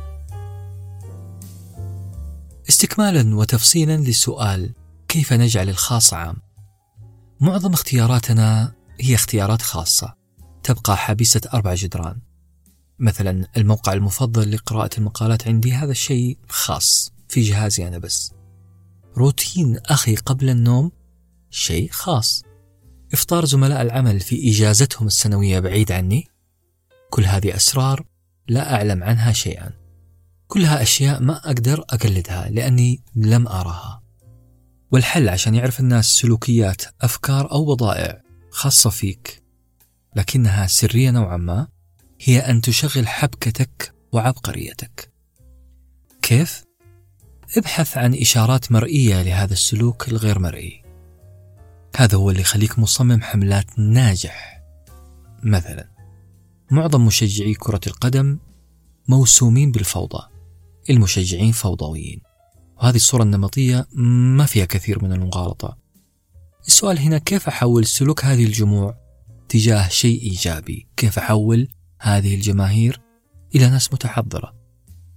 استكمالا وتفصيلا للسؤال كيف نجعل الخاص عام، معظم اختياراتنا هي اختيارات خاصة تبقى حابسة أربع جدران. مثلا الموقع المفضل لقراءة المقالات عندي هذا الشيء خاص في جهازي أنا بس. روتين أخي قبل النوم شيء خاص. إفطار زملاء العمل في إجازتهم السنوية بعيد عني، كل هذه أسرار لا أعلم عنها شيئا. كلها أشياء ما أقدر أقلدها لأني لم أراها. والحل عشان يعرف الناس سلوكيات، أفكار أو بضائع خاصة فيك لكنها سرية نوعا ما، هي أن تشغل حبكتك وعبقريتك. كيف؟ ابحث عن إشارات مرئية لهذا السلوك الغير مرئي. هذا هو اللي يخليك مصمم حملات ناجح. مثلا معظم مشجعي كرة القدم موسومين بالفوضى، المشجعين فوضويين، وهذه الصورة النمطية ما فيها كثير من المغالطة. السؤال هنا: كيف أحول سلوك هذه الجموع تجاه شيء إيجابي؟ كيف أحول هذه الجماهير إلى ناس متحضرة؟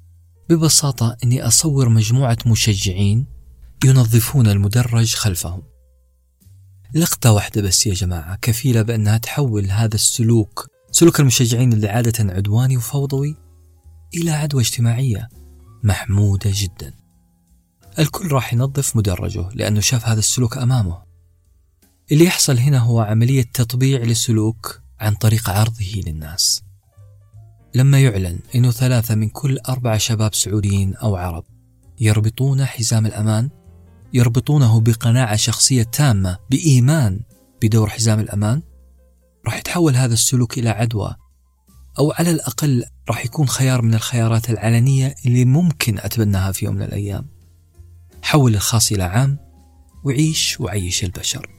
ببساطة أني أصور مجموعة مشجعين ينظفون المدرج خلفهم. لقطة واحدة بس يا جماعة كفيلة بأنها تحول هذا السلوك، سلوك المشجعين اللي عادة عدواني وفوضوي، إلى عدوى اجتماعية محمودة جدا. الكل راح ينظف مدرجه لأنه شاف هذا السلوك أمامه. اللي يحصل هنا هو عملية تطبيع لسلوك عن طريق عرضه للناس. لما يعلن أنه ثلاثة من كل أربعة شباب سعوديين أو عرب يربطون حزام الأمان، يربطونه بقناعة شخصية تامة بإيمان بدور حزام الأمان، راح يتحول هذا السلوك إلى عدوى، أو على الأقل راح يكون خيار من الخيارات العلنية اللي ممكن أتبناها في يوم من الأيام. حول الخاص إلى عام وعيش وعيش البشر.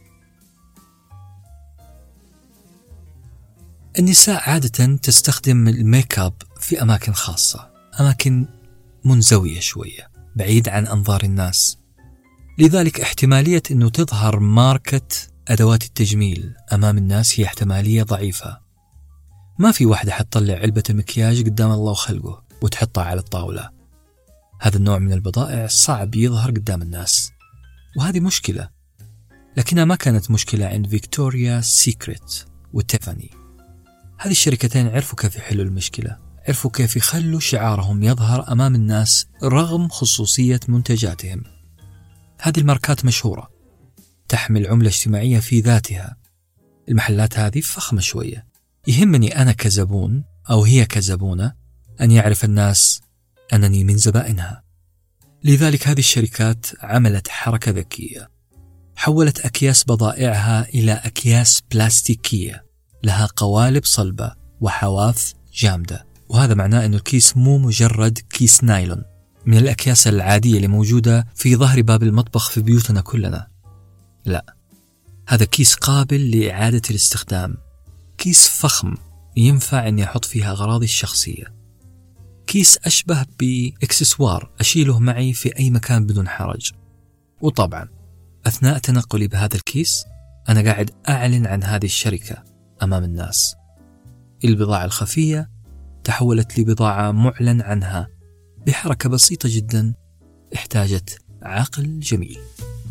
النساء عادة تستخدم الميك اب في أماكن خاصة، أماكن منزوية شوية بعيد عن أنظار الناس، لذلك احتمالية أنه تظهر ماركة أدوات التجميل أمام الناس هي احتمالية ضعيفة. ما في واحدة حتطلع علبة المكياج قدام الله وخلقه وتحطها على الطاولة. هذا النوع من البضائع صعب يظهر قدام الناس، وهذه مشكلة، لكنها ما كانت مشكلة عند فيكتوريا سيكريت وتيفاني. هذه الشركتين عرفوا كيف يحلوا المشكلة، عرفوا كيف يخلوا شعارهم يظهر أمام الناس رغم خصوصية منتجاتهم. هذه الماركات مشهورة، تحمل عملة اجتماعية في ذاتها. المحلات هذه فخمة شوية، يهمني أنا كزبون أو هي كزبونة أن يعرف الناس أنني من زبائنها. لذلك هذه الشركات عملت حركة ذكية، حولت أكياس بضائعها إلى أكياس بلاستيكية لها قوالب صلبة وحواف جامدة، وهذا معناه أن الكيس مو مجرد كيس نايلون من الأكياس العادية اللي موجودة في ظهر باب المطبخ في بيوتنا كلنا. لا، هذا كيس قابل لإعادة الاستخدام، كيس فخم ينفع أني أحط فيها أغراضي الشخصية، كيس أشبه بإكسسوار أشيله معي في أي مكان بدون حرج. وطبعا أثناء تنقلي بهذا الكيس أنا قاعد أعلن عن هذه الشركة أمام الناس. البضاعة الخفية تحولت لبضاعة معلن عنها بحركة بسيطة جدا احتاجت عقل جميل.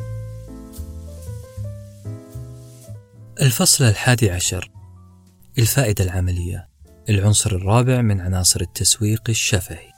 الفصل الحادي عشر، الفائدة العملية، العنصر الرابع من عناصر التسويق الشفهي.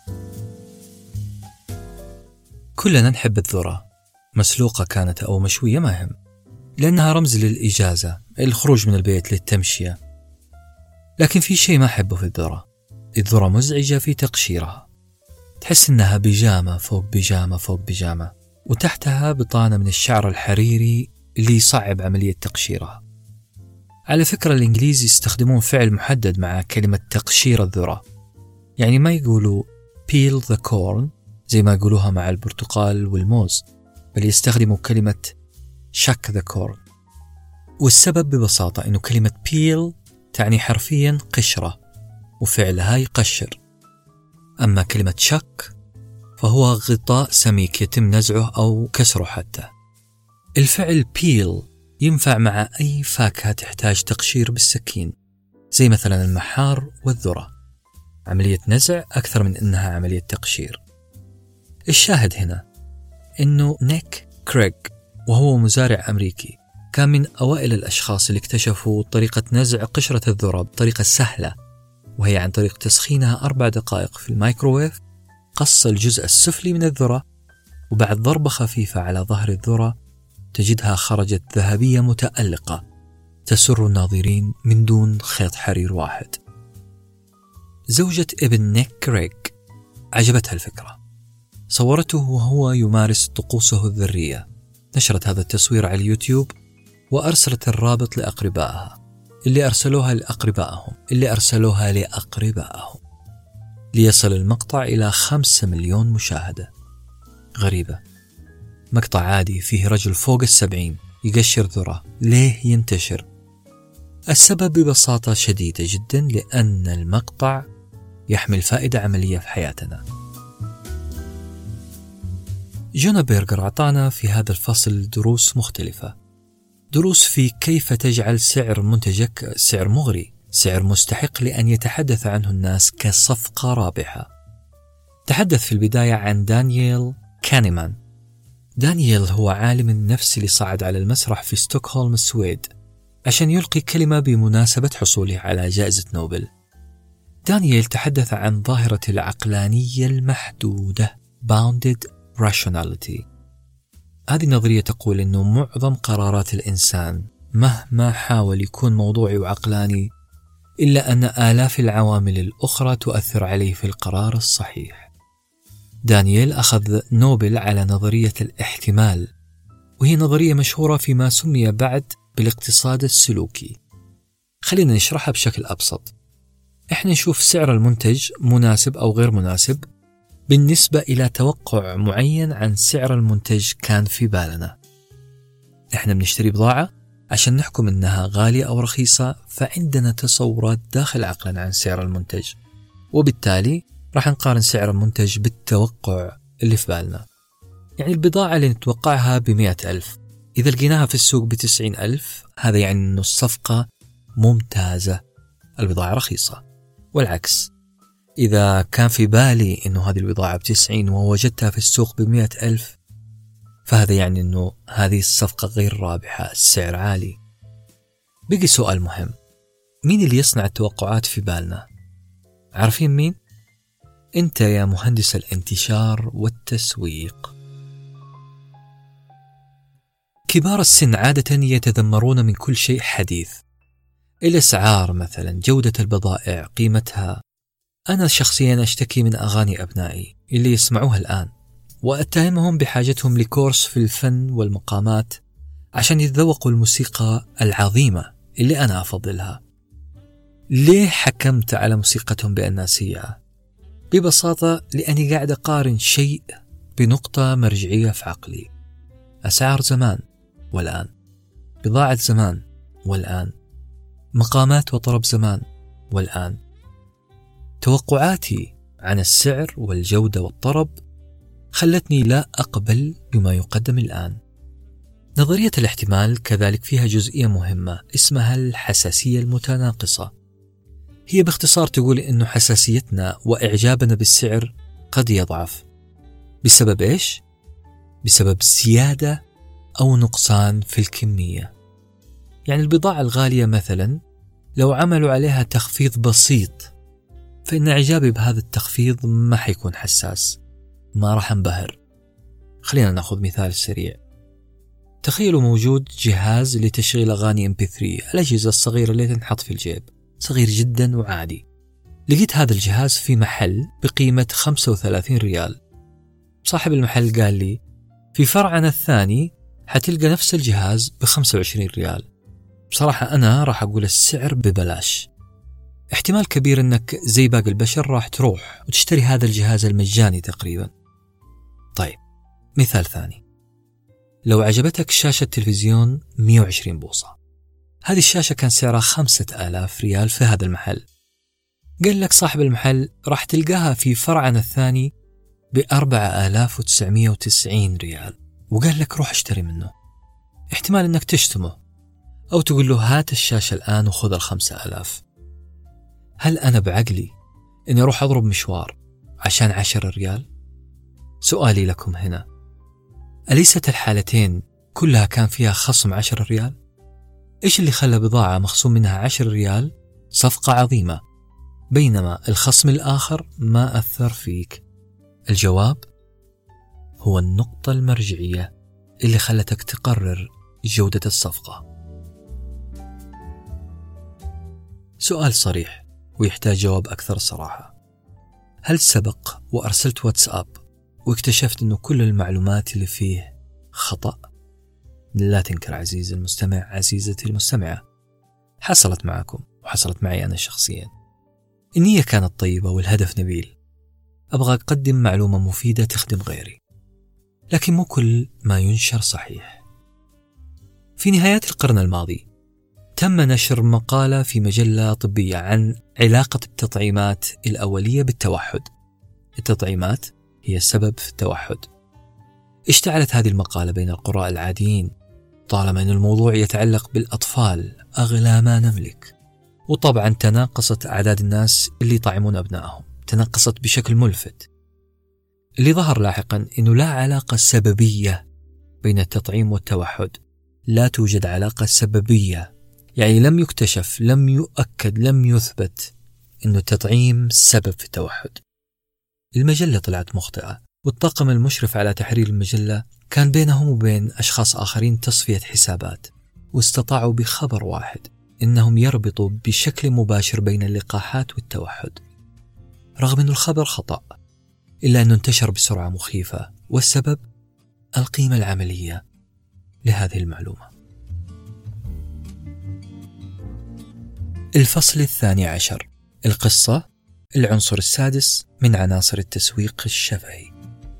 كلنا نحب الذرة، مسلوقة كانت أو مشوية ما هم، لأنها رمز للإجازة، الخروج من البيت للتمشية. لكن في شيء ما أحبه في الذرة، الذرة مزعجة في تقشيرها، تحس إنها بيجامة فوق بيجامة فوق بيجامة، وتحتها بطانة من الشعر الحريري اللي يصعب عملية تقشيرها. على فكرة الإنجليز يستخدمون فعل محدد مع كلمة تقشير الذرة، يعني ما يقولوا peel the corn زي ما يقولوها مع البرتقال والموز، بل يستخدموا كلمة shuck the corn. والسبب ببساطة إنه كلمة peel تعني حرفيا قشرة وفعلها يقشر، أما كلمة shuck فهو غطاء سميك يتم نزعه أو كسره. حتى الفعل peel ينفع مع أي فاكهة تحتاج تقشير بالسكين، زي مثلا المحار والذرة، عملية نزع أكثر من إنها عملية تقشير. الشاهد هنا إنه نيك كريغ وهو مزارع أمريكي كان من أوائل الأشخاص اللي اكتشفوا طريقة نزع قشرة الذرة بطريقة سهلة، وهي عن طريق تسخينها أربع دقائق في الميكروويف. قص الجزء السفلي من الذرة، وبعد ضربة خفيفة على ظهر الذرة تجدها خرجت ذهبية متألقة تسر الناظرين من دون خيط حرير واحد. زوجة ابن نيك كريغ عجبتها الفكرة، صورته وهو يمارس طقوسه الذرية، نشرت هذا التصوير على اليوتيوب وأرسلت الرابط لأقربائها اللي أرسلوها لأقربائهم اللي أرسلوها لأقربائهم ليصل المقطع إلى خمسة مليون مشاهدة. غريبة، مقطع عادي فيه رجل فوق السبعين يقشر ذرة، ليه ينتشر؟ السبب ببساطة شديدة جدا، لأن المقطع يحمل فائدة عملية في حياتنا. جونا بيرغر أعطانا في هذا الفصل دروس مختلفة، دروس في كيف تجعل سعر منتجك سعر مغري، سعر مستحق لأن يتحدث عنه الناس كصفقة رابحة. تحدث في البداية عن دانييل كانيمان. دانييل هو عالم النفس اللي صعد على المسرح في ستوكهولم السويد عشان يلقي كلمة بمناسبة حصوله على جائزة نوبل. دانييل تحدث عن ظاهرة العقلانية المحدودة Bounded Rationality. هذه النظرية تقول أنه معظم قرارات الإنسان مهما حاول يكون موضوعي وعقلاني إلا أن آلاف العوامل الأخرى تؤثر عليه في القرار الصحيح. دانييل أخذ نوبل على نظرية الاحتمال، وهي نظرية مشهورة فيما سمي بعد بالاقتصاد السلوكي. خلينا نشرحها بشكل أبسط. إحنا نشوف سعر المنتج مناسب أو غير مناسب بالنسبة إلى توقع معين عن سعر المنتج كان في بالنا. إحنا بنشتري بضاعة عشان نحكم إنها غالية أو رخيصة، فعندنا تصورات داخل عقلنا عن سعر المنتج، وبالتالي راح نقارن سعر المنتج بالتوقع اللي في بالنا. يعني البضاعة اللي نتوقعها بمئة ألف، إذا لقيناها في السوق بتسعين ألف، هذا يعني إنه الصفقة ممتازة، البضاعة رخيصة. والعكس، إذا كان في بالي إنه هذه البضاعة بتسعين ووجدتها في السوق بمئة ألف، فهذا يعني إنه هذه الصفقة غير رابحة، السعر عالي. بقي سؤال مهم، مين اللي يصنع التوقعات في بالنا؟ عارفين مين؟ أنت يا مهندس الانتشار والتسويق. كبار السن عادة يتذمرون من كل شيء حديث، الأسعار مثلا، جودة البضائع، قيمتها. أنا شخصيا أشتكي من أغاني أبنائي اللي يسمعوها الآن، وأتهمهم بحاجتهم لكورس في الفن والمقامات عشان يتذوقوا الموسيقى العظيمة اللي أنا أفضلها. ليه حكمت على موسيقتهم بأنها سيئة؟ ببساطة لأني قاعد أقارن شيء بنقطة مرجعية في عقلي. أسعار زمان والآن، بضاعة زمان والآن، مقامات وطرب زمان والآن. توقعاتي عن السعر والجودة والطرب خلتني لا أقبل بما يقدم الآن. نظرية الاحتمال كذلك فيها جزئية مهمة اسمها الحساسية المتناقصة. هي باختصار تقول إنه حساسيتنا وإعجابنا بالسعر قد يضعف. بسبب إيش؟ بسبب زيادة أو نقصان في الكمية. يعني البضاعة الغالية مثلا لو عملوا عليها تخفيض بسيط، فإن إعجابي بهذا التخفيض ما حيكون حساس، ما راح انبهر. خلينا نأخذ مثال سريع. تخيلوا موجود جهاز لتشغيل أغاني إم بي ثري، الأجهزة الصغيرة اللي تنحط في الجيب، صغير جدا وعادي. لقيت هذا الجهاز في محل بقيمة خمسة وثلاثين ريال. صاحب المحل قال لي في فرعنا الثاني حتلقى نفس الجهاز بخمسة وعشرين ريال. بصراحة أنا راح أقول السعر ببلاش. احتمال كبير أنك زي باقي البشر راح تروح وتشتري هذا الجهاز المجاني تقريبا. طيب، مثال ثاني. لو عجبتك شاشة تلفزيون مئة وعشرين بوصة، هذه الشاشة كان سعرها خمسة آلاف ريال في هذا المحل. قال لك صاحب المحل راح تلقاها في فرعنا الثاني بأربعة آلاف وتسعمئة وتسعين ريال، وقال لك روح اشتري منه. احتمال أنك تشتمه أو تقول له هات الشاشة الآن وخذ الخمسة آلاف. هل أنا بعقلي أني أروح أضرب مشوار عشان عشر ريال؟ سؤالي لكم هنا، أليست الحالتين كلها كان فيها خصم عشر ريال؟ إيش اللي خلى بضاعة مخصوم منها عشر ريال صفقة عظيمة، بينما الخصم الآخر ما أثر فيك؟ الجواب هو النقطة المرجعية اللي خلتك تقرر جودة الصفقة. سؤال صريح ويحتاج جواب أكثر صراحة. هل سبق وأرسلت واتساب واكتشفت أنه كل المعلومات اللي فيه خطأ؟ لا تنكر عزيزي المستمع، عزيزتي المستمعة، حصلت معكم وحصلت معي أنا شخصيا. النية كانت طيبة والهدف نبيل، أبغى أقدم معلومة مفيدة تخدم غيري، لكن مو كل ما ينشر صحيح. في نهاية القرن الماضي تم نشر مقالة في مجلة طبية عن علاقة التطعيمات الأولية بالتوحد. التطعيمات هي السبب في التوحد. اشتعلت هذه المقالة بين القراء العاديين، طالما أن الموضوع يتعلق بالأطفال أغلى ما نملك. وطبعا تناقصت أعداد الناس اللي يطعمون أبنائهم، تناقصت بشكل ملفت. اللي ظهر لاحقا أنه لا علاقة سببية بين التطعيم والتوحد. لا توجد علاقة سببية، يعني لم يكتشف، لم يؤكد، لم يثبت أن التطعيم سبب في التوحد. المجلة طلعت مخطئة، والطاقم المشرف على تحرير المجلة كان بينهم وبين أشخاص آخرين تصفية حسابات، واستطاعوا بخبر واحد إنهم يربطوا بشكل مباشر بين اللقاحات والتوحد. رغم أن الخبر خطأ، إلا أنه انتشر بسرعة مخيفة، والسبب القيمة العملية لهذه المعلومة. الفصل الثاني عشر، القصة، العنصر السادس من عناصر التسويق الشفهي.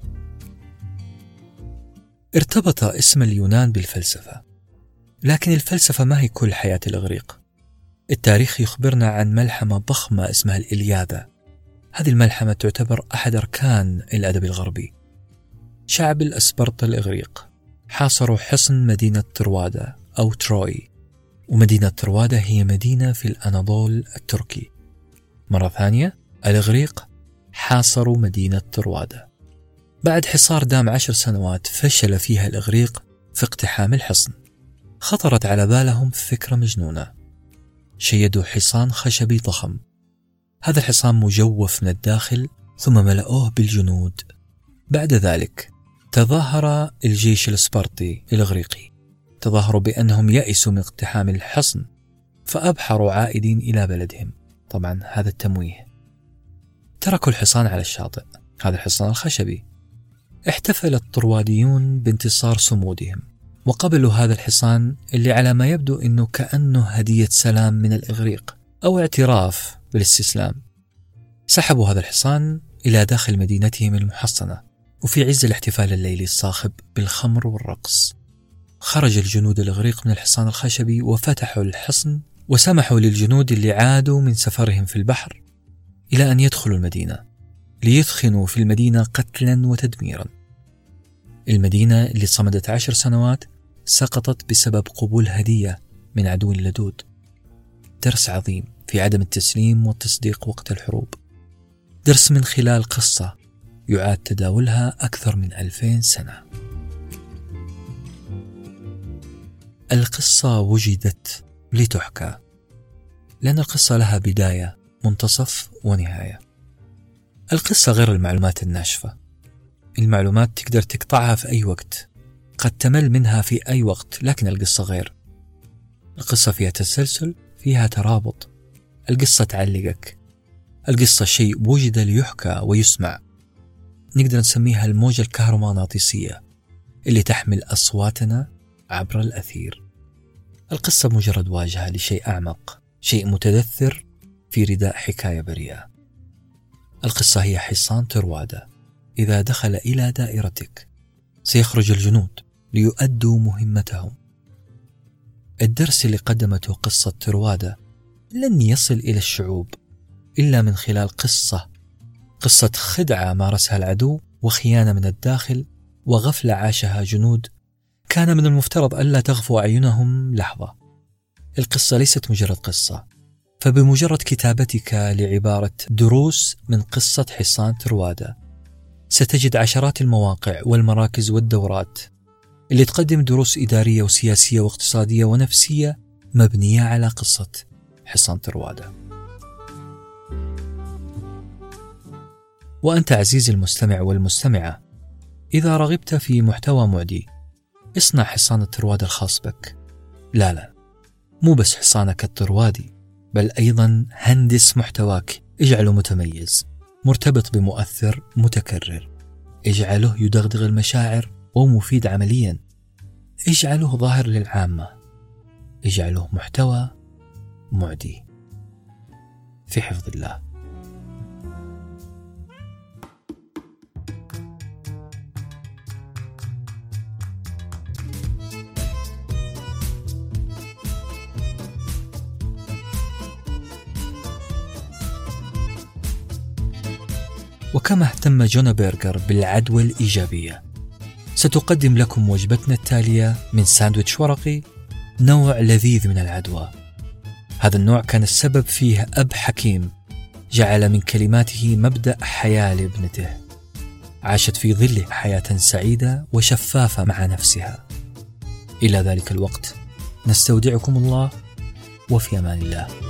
ارتبط اسم اليونان بالفلسفة، لكن الفلسفة ما هي كل حياة الإغريق. التاريخ يخبرنا عن ملحمة ضخمة اسمها الإلياذة. هذه الملحمة تعتبر أحد أركان الأدب الغربي. شعب الأسبرط الإغريق حاصروا حصن مدينة طروادة أو تروي، ومدينة طروادة هي مدينة في الأناضول التركي. مرة ثانية، الإغريق حاصروا مدينة طروادة. بعد حصار دام عشر سنوات فشل فيها الإغريق في اقتحام الحصن. خطرت على بالهم فكرة مجنونة، شيدوا حصان خشبي ضخم. هذا الحصان مجوف من الداخل، ثم ملأوه بالجنود. بعد ذلك تظاهر الجيش الإسبرطي الإغريقي، تظاهروا بأنهم يأسوا من اقتحام الحصن، فأبحروا عائدين إلى بلدهم. طبعا هذا التمويه. تركوا الحصان على الشاطئ، هذا الحصان الخشبي. احتفل الطرواديون بانتصار صمودهم، وقبلوا هذا الحصان اللي على ما يبدو أنه كأنه هدية سلام من الإغريق أو اعتراف بالاستسلام. سحبوا هذا الحصان إلى داخل مدينتهم المحصنة، وفي عز الاحتفال الليلي الصاخب بالخمر والرقص خرج الجنود الإغريق من الحصان الخشبي وفتحوا الحصن، وسمحوا للجنود اللي عادوا من سفرهم في البحر إلى أن يدخلوا المدينة ليثخنوا في المدينة قتلا وتدميرا. المدينة اللي صمدت عشر سنوات سقطت بسبب قبول هدية من عدو لدود. درس عظيم في عدم التسليم والتصديق وقت الحروب. درس من خلال قصة يعاد تداولها أكثر من ألفين سنة. القصة وجدت لتحكى، لأن القصة لها بداية، منتصف ونهاية. القصة غير المعلومات الناشفة. المعلومات تقدر تقطعها في أي وقت، قد تمل منها في أي وقت، لكن القصة غير. القصة فيها تسلسل، فيها ترابط. القصة تعلقك. القصة شيء وجد ليحكى ويسمع. نقدر نسميها الموجة الكهرومغناطيسية اللي تحمل أصواتنا عبر الأثير. القصة مجرد واجهة لشيء أعمق، شيء متدثر في رداء حكاية بريئة. القصة هي حصان طروادة. إذا دخل إلى دائرتك سيخرج الجنود ليؤدوا مهمتهم. الدرس اللي قدمته قصة طروادة لن يصل إلى الشعوب إلا من خلال قصة قصة خدعة مارسها العدو، وخيانة من الداخل، وغفلة عاشها جنود كان من المفترض ألا تغفو أعينهم لحظة. القصة ليست مجرد قصة، فبمجرد كتابتك لعبارة دروس من قصة حصان طروادة ستجد عشرات المواقع والمراكز والدورات اللي تقدم دروس إدارية وسياسية واقتصادية ونفسية مبنية على قصة حصان طروادة. وأنت عزيزي المستمع والمستمعة، إذا رغبت في محتوى معدي اصنع حصان الطروادة الخاص بك. لا لا، مو بس حصانك الطروادي، بل أيضا هندس محتواك، اجعله متميز، مرتبط بمؤثر متكرر، اجعله يدغدغ المشاعر ومفيد عمليا، اجعله ظاهر للعامة، اجعله محتوى معدي. في حفظ الله. وكما اهتم جونا بيرغر بالعدوى الإيجابية، ستقدم لكم وجبتنا التالية من ساندويتش ورقي، نوع لذيذ من العدوى. هذا النوع كان السبب فيه أب حكيم جعل من كلماته مبدأ حياة لابنته. عاشت في ظله حياة سعيدة وشفافة مع نفسها. إلى ذلك الوقت نستودعكم الله، وفي أمان الله.